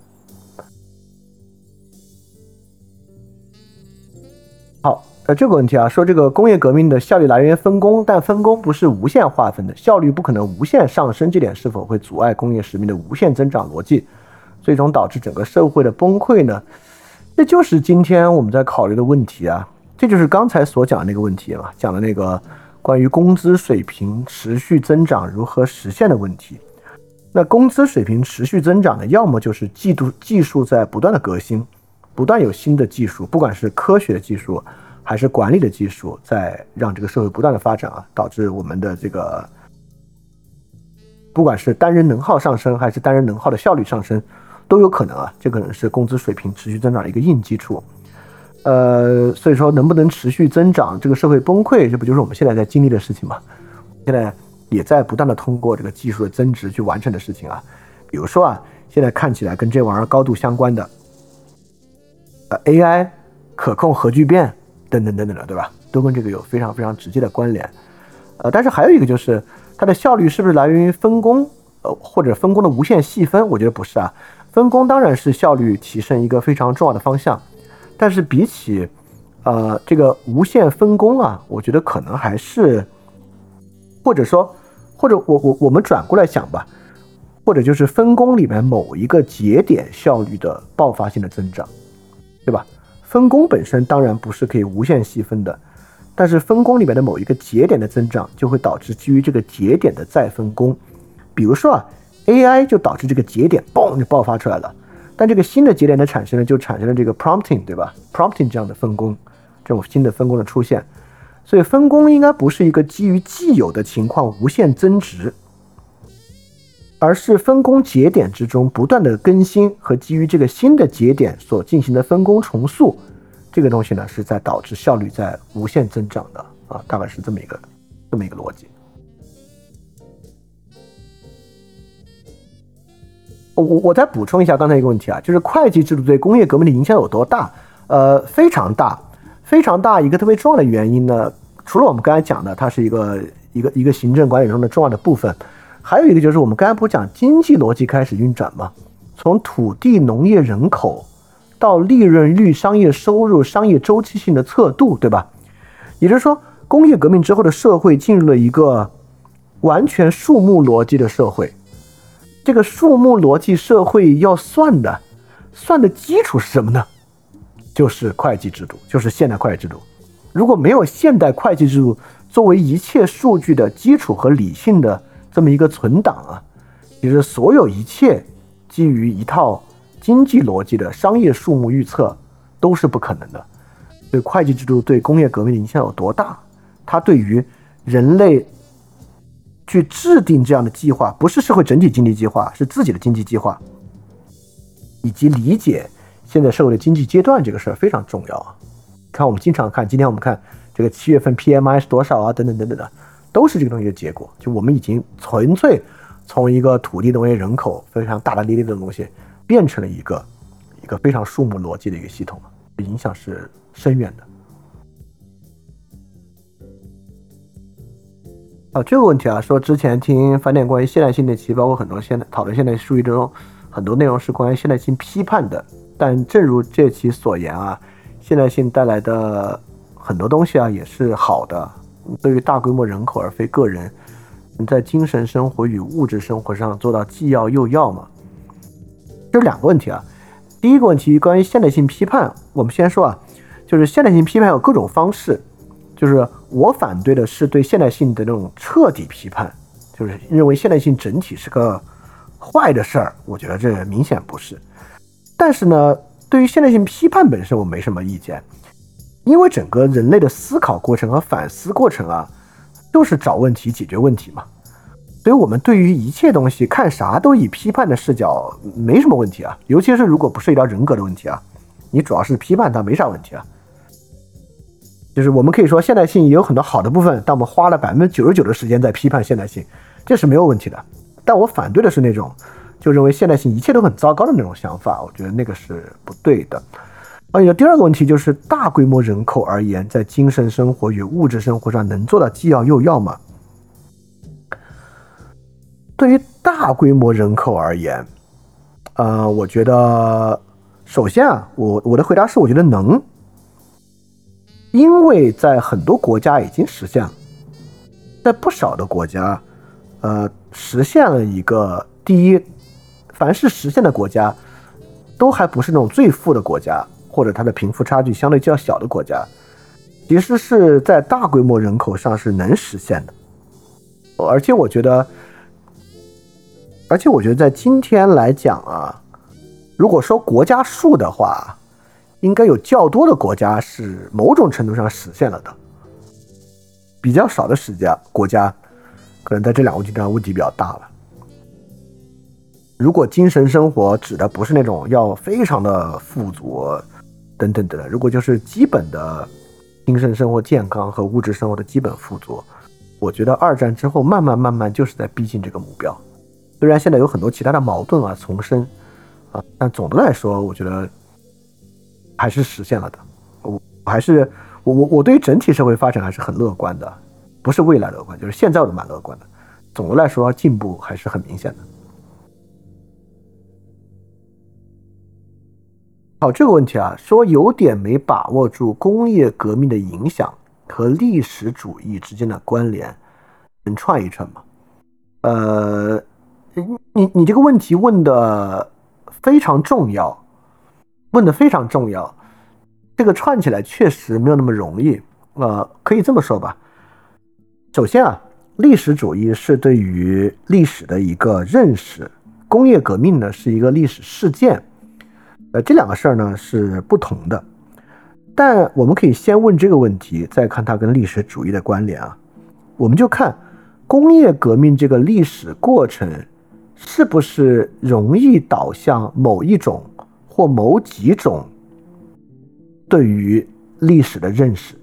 [SPEAKER 1] 好。呃，这个问题啊，说这个工业革命的效率来源分工，但分工不是无限划分的，效率不可能无限上升，这点是否会阻碍工业使命的无限增长逻辑，最终导致整个社会的崩溃呢？这就是今天我们在考虑的问题啊，这就是刚才所讲的那个问题嘛，讲的那个关于工资水平持续增长如何实现的问题。那工资水平持续增长呢，要么就是技术技术在不断的革新，不断有新的技术，不管是科学的技术还是管理的技术，在让这个社会不断的发展啊，导致我们的这个不管是单人能耗上升还是单人能耗的效率上升，都有可能啊，这可能是工资水平持续增长的一个硬基础。呃，所以说能不能持续增长，这个社会崩溃，这不就是我们现在在经历的事情吗？现在也在不断的通过这个技术的增值去完成的事情啊。比如说啊，现在看起来跟这玩意儿高度相关的，呃 A I 可控核聚变。等等等等的，对吧？都跟这个有非常非常直接的关联。呃，但是还有一个就是它的效率是不是来源于分工，呃，或者分工的无限细分？我觉得不是啊。分工当然是效率提升一个非常重要的方向，但是比起呃这个无限分工啊，我觉得可能还是，或者说，或者我我我们转过来想吧，或者就是分工里面某一个节点效率的爆发性的增长，对吧？分工本身当然不是可以无限细分的，但是分工里面的某一个节点的增长就会导致基于这个节点的再分工。比如说啊 A I 就导致这个节点嘣就爆发出来了，但这个新的节点的产生呢，就产生了这个 prompting， 对吧？ prompting 这样的分工，这种新的分工的出现。所以分工应该不是一个基于既有的情况无限增值，而是分工节点之中不断的更新和基于这个新的节点所进行的分工重塑，这个东西呢是在导致效率在无限增长的啊，大概是这么一个这么一个逻辑。我我再补充一下刚才一个问题啊，就是会计制度对工业革命的影响有多大？呃，非常大，非常大。一个特别重要的原因呢，除了我们刚才讲的，它是一个一个一个行政管理中的重要的部分。还有一个就是我们刚才不讲经济逻辑开始运转吗？从土地、农业、人口到利润率、商业收入、商业周期性的测度，对吧？也就是说，工业革命之后的社会进入了一个完全数目逻辑的社会。这个数目逻辑社会要算的，算的基础是什么呢？就是会计制度，就是现代会计制度。如果没有现代会计制度作为一切数据的基础和理性的这么一个存档啊，其实所有一切基于一套经济逻辑的商业数目预测都是不可能的。所以会计制度对工业革命的影响有多大？它对于人类去制定这样的计划，不是社会整体经济计划，是自己的经济计划，以及理解现在社会的经济阶段这个事儿非常重要啊。看我们经常看，今天我们看这个七月份 P M I 是多少啊，等等等等的，都是这个东西的结果。就我们已经纯粹从一个土地、农业、人口非常大大咧咧的东西，变成了一个一个非常数目逻辑的一个系统，影响是深远的。啊，这个问题啊，说之前听饭店关于现代性那期，包括很多现代讨论现代数据中，很多内容是关于现代性批判的。但正如这期所言啊，现代性带来的很多东西啊，也是好的。对于大规模人口而非个人，在精神生活与物质生活上做到既要又要嘛？这是两个问题啊。第一个问题关于现代性批判，我们先说啊，就是现代性批判有各种方式。就是我反对的是对现代性的那种彻底批判，就是认为现代性整体是个坏的事儿，我觉得这明显不是。但是呢，对于现代性批判本身我没什么意见，因为整个人类的思考过程和反思过程啊，就是找问题解决问题嘛。所以我们对于一切东西看啥都以批判的视角没什么问题啊，尤其是如果不涉及到人格的问题啊，你主要是批判它没啥问题啊。就是我们可以说现代性也有很多好的部分，但我们花了百分之九十九的时间在批判现代性，这是没有问题的。但我反对的是那种就认为现代性一切都很糟糕的那种想法，我觉得那个是不对的。而且第二个问题就是大规模人口而言，在精神生活与物质生活上能做到既要又要吗？对于大规模人口而言，呃，我觉得首先啊，我我的回答是我觉得能。因为在很多国家已经实现了，在不少的国家，呃，实现了一个第一，凡是实现的国家，都还不是那种最富的国家，或者它的贫富差距相对较小的国家，其实是在大规模人口上是能实现的。而且我觉得，而且我觉得在今天来讲啊，如果说国家数的话，应该有较多的国家是某种程度上实现了的，比较少的时间国家可能在这两个问题上问题比较大了。如果精神生活指的不是那种要非常的富足等等的，如果就是基本的精神生活健康和物质生活的基本富足，我觉得二战之后慢慢慢慢就是在逼近这个目标。虽然现在有很多其他的矛盾啊丛生啊，但总的来说我觉得还是实现了的。我还是我我我对于整体社会发展还是很乐观的，不是未来乐观，就是现在我都蛮乐观的。总的来说，进步还是很明显的。好，这个问题啊，说有点没把握住工业革命的影响和历史主义之间的关联，能串一串吗？呃，你你这个问题问的非常重要。问的非常重要，这个串起来确实没有那么容易。呃，可以这么说吧。首先啊，历史主义是对于历史的一个认识，工业革命呢是一个历史事件。呃，这两个事儿呢是不同的。但我们可以先问这个问题，再看它跟历史主义的关联啊。我们就看工业革命这个历史过程是不是容易导向某一种或某几种对于历史的认识。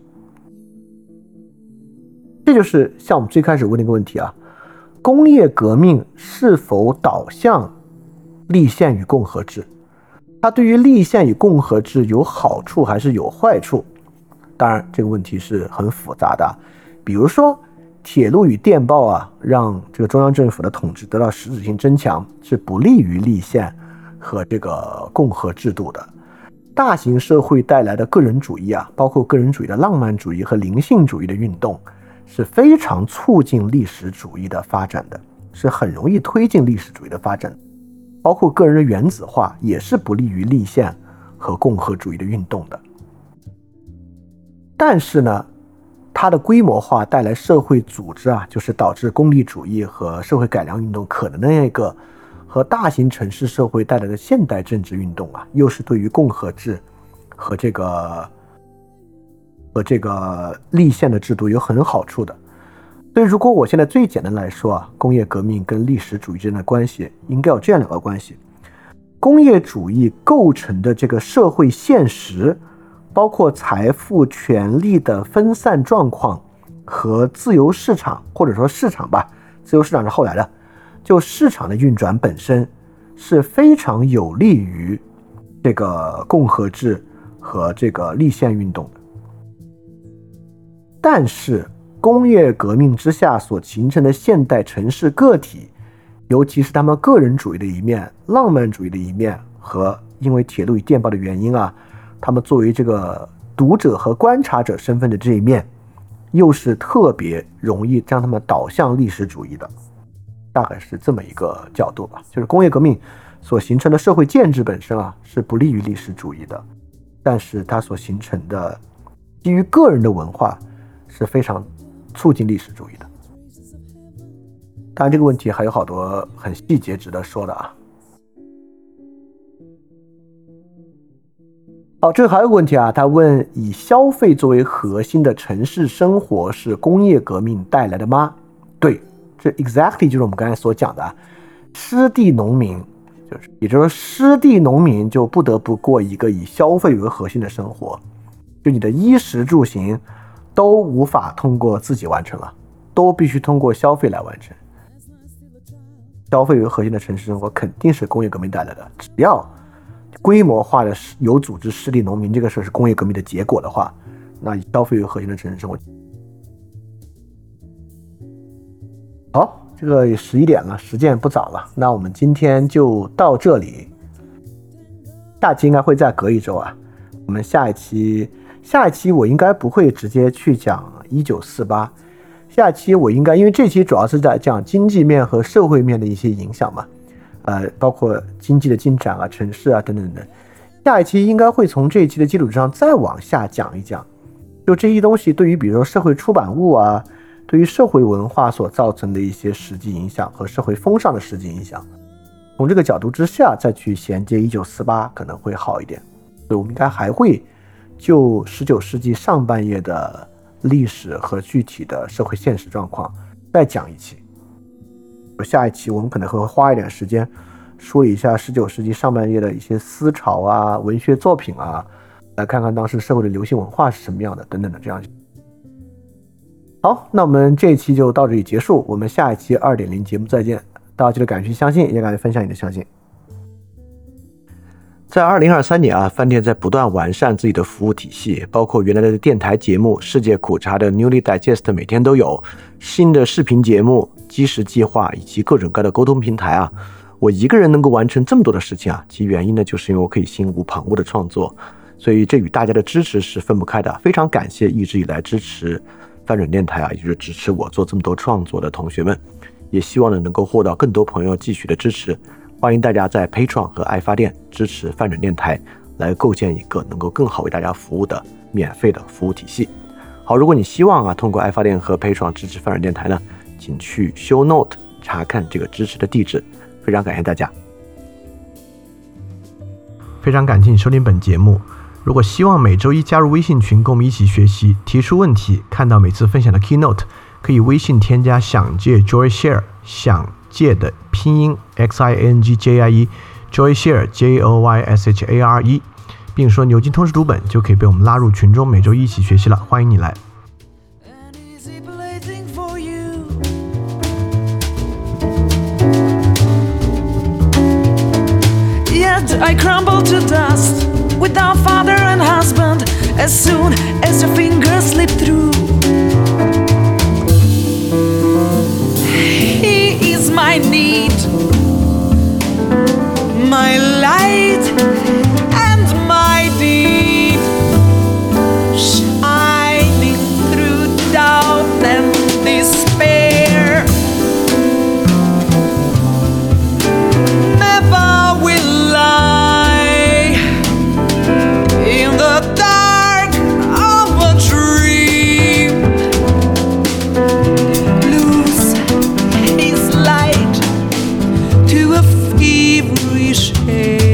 [SPEAKER 1] 这就是像我们最开始问的一个问题啊，工业革命是否导向立宪与共和制？它对于立宪与共和制有好处还是有坏处？当然这个问题是很复杂的，比如说铁路与电报啊，让这个中央政府的统治得到实质性增强，是不利于立宪和这个共和制度的。 大型社会带来的个人主义啊，包括个人主义的浪漫主义和灵性主义的运动，是非常促进历史主义的发展的，是很容易推进历史主义的发展。包括个人的原子化也是不利于立宪和共和主义的运动的。但是呢，它的规模化带来社会组织啊，就是导致功利主义和社会改良运动可能的那个和大型城市社会带来的现代政治运动啊，又是对于共和制和这个和这个立宪的制度有很好处的。所以如果我现在最简单来说啊，工业革命跟历史主义之间的关系应该有这样两个关系。工业主义构成的这个社会现实，包括财富权力的分散状况和自由市场，或者说市场吧，自由市场是后来的，就市场的运转本身是非常有利于这个共和制和这个立宪运动的。但是工业革命之下所形成的现代城市个体，尤其是他们个人主义的一面、浪漫主义的一面，和因为铁路与电报的原因啊，他们作为这个读者和观察者身份的这一面，又是特别容易将他们导向历史主义的。大概是这么一个角度吧，就是工业革命所形成的社会建制本身啊，是不利于历史主义的，但是它所形成的基于个人的文化是非常促进历史主义的。当然这个问题还有好多很细节值得说的啊。好，这还有个问题啊，他问以消费作为核心的城市生活是工业革命带来的吗？对，这 exactly 就是我们刚才所讲的啊，湿地农民，就是也就是说湿地农民就不得不过一个以消费为核心的生活，就你的衣食住行都无法通过自己完成了，都必须通过消费来完成。消费为核心的城市生活肯定是工业革命带来的，只要规模化的有组织湿地农民这个事是工业革命的结果的话，那以消费为核心的城市生活。好，这个也十一点了，时间不早了，那我们今天就到这里。下期应该会再隔一周啊，我们下一期下一期我应该不会直接去讲一九四八，下期我应该因为这期主要是在讲经济面和社会面的一些影响嘛，呃，包括经济的进展啊、城市啊等等等。下一期应该会从这一期的基础上再往下讲一讲，就这些东西对于比如说社会出版物啊，对于社会文化所造成的一些实际影响和社会风尚的实际影响，从这个角度之下再去衔接一九四八可能会好一点。所以我们应该还会就十九世纪上半叶的历史和具体的社会现实状况再讲一期。下一期我们可能会花一点时间说一下十九世纪上半叶的一些思潮啊、文学作品啊，来看看当时社会的流行文化是什么样的等等的这样。好，那我们这一期就到这里结束，我们下一期 二点零 节目再见。大家记得感谢相信，也感谢分享你的相信。在二零二三年啊，饭店在不断完善自己的服务体系，包括原来的电台节目、世界苦茶的 Newly Digest 每天都有，新的视频节目、基石计划以及各种各样的沟通平台啊。我一个人能够完成这么多的事情啊，其原因呢，就是因为我可以心无旁骛的创作，所以这与大家的支持是分不开的。非常感谢一直以来支持翻转电台啊，也就是支持我做这么多创作的同学们，也希望呢能够获得更多朋友继续的支持。欢迎大家在 Patreon 和爱发电支持翻转电台，来构建一个能够更好为大家服务的免费的服务体系。好，如果你希望啊通过爱发电和 Patreon 支持翻转电台呢，请去 Show Note 查看这个支持的地址。非常感谢大家，非常感谢你收听本节目。如果希望每周一加入微信群，跟我们一起学习，提出问题，看到每次分享的 Keynote， 可以微信添加想借 Joy Share， 想借的拼音 X I N G J I E Joy Share J O Y S H A R E， 并说牛津通识读本，就可以被我们拉入群中，每周一起学习了。欢迎你来。
[SPEAKER 2] I crumble to dust without father and husband as soon as your fingers slip through. He is my need, my light and my dear. cliche.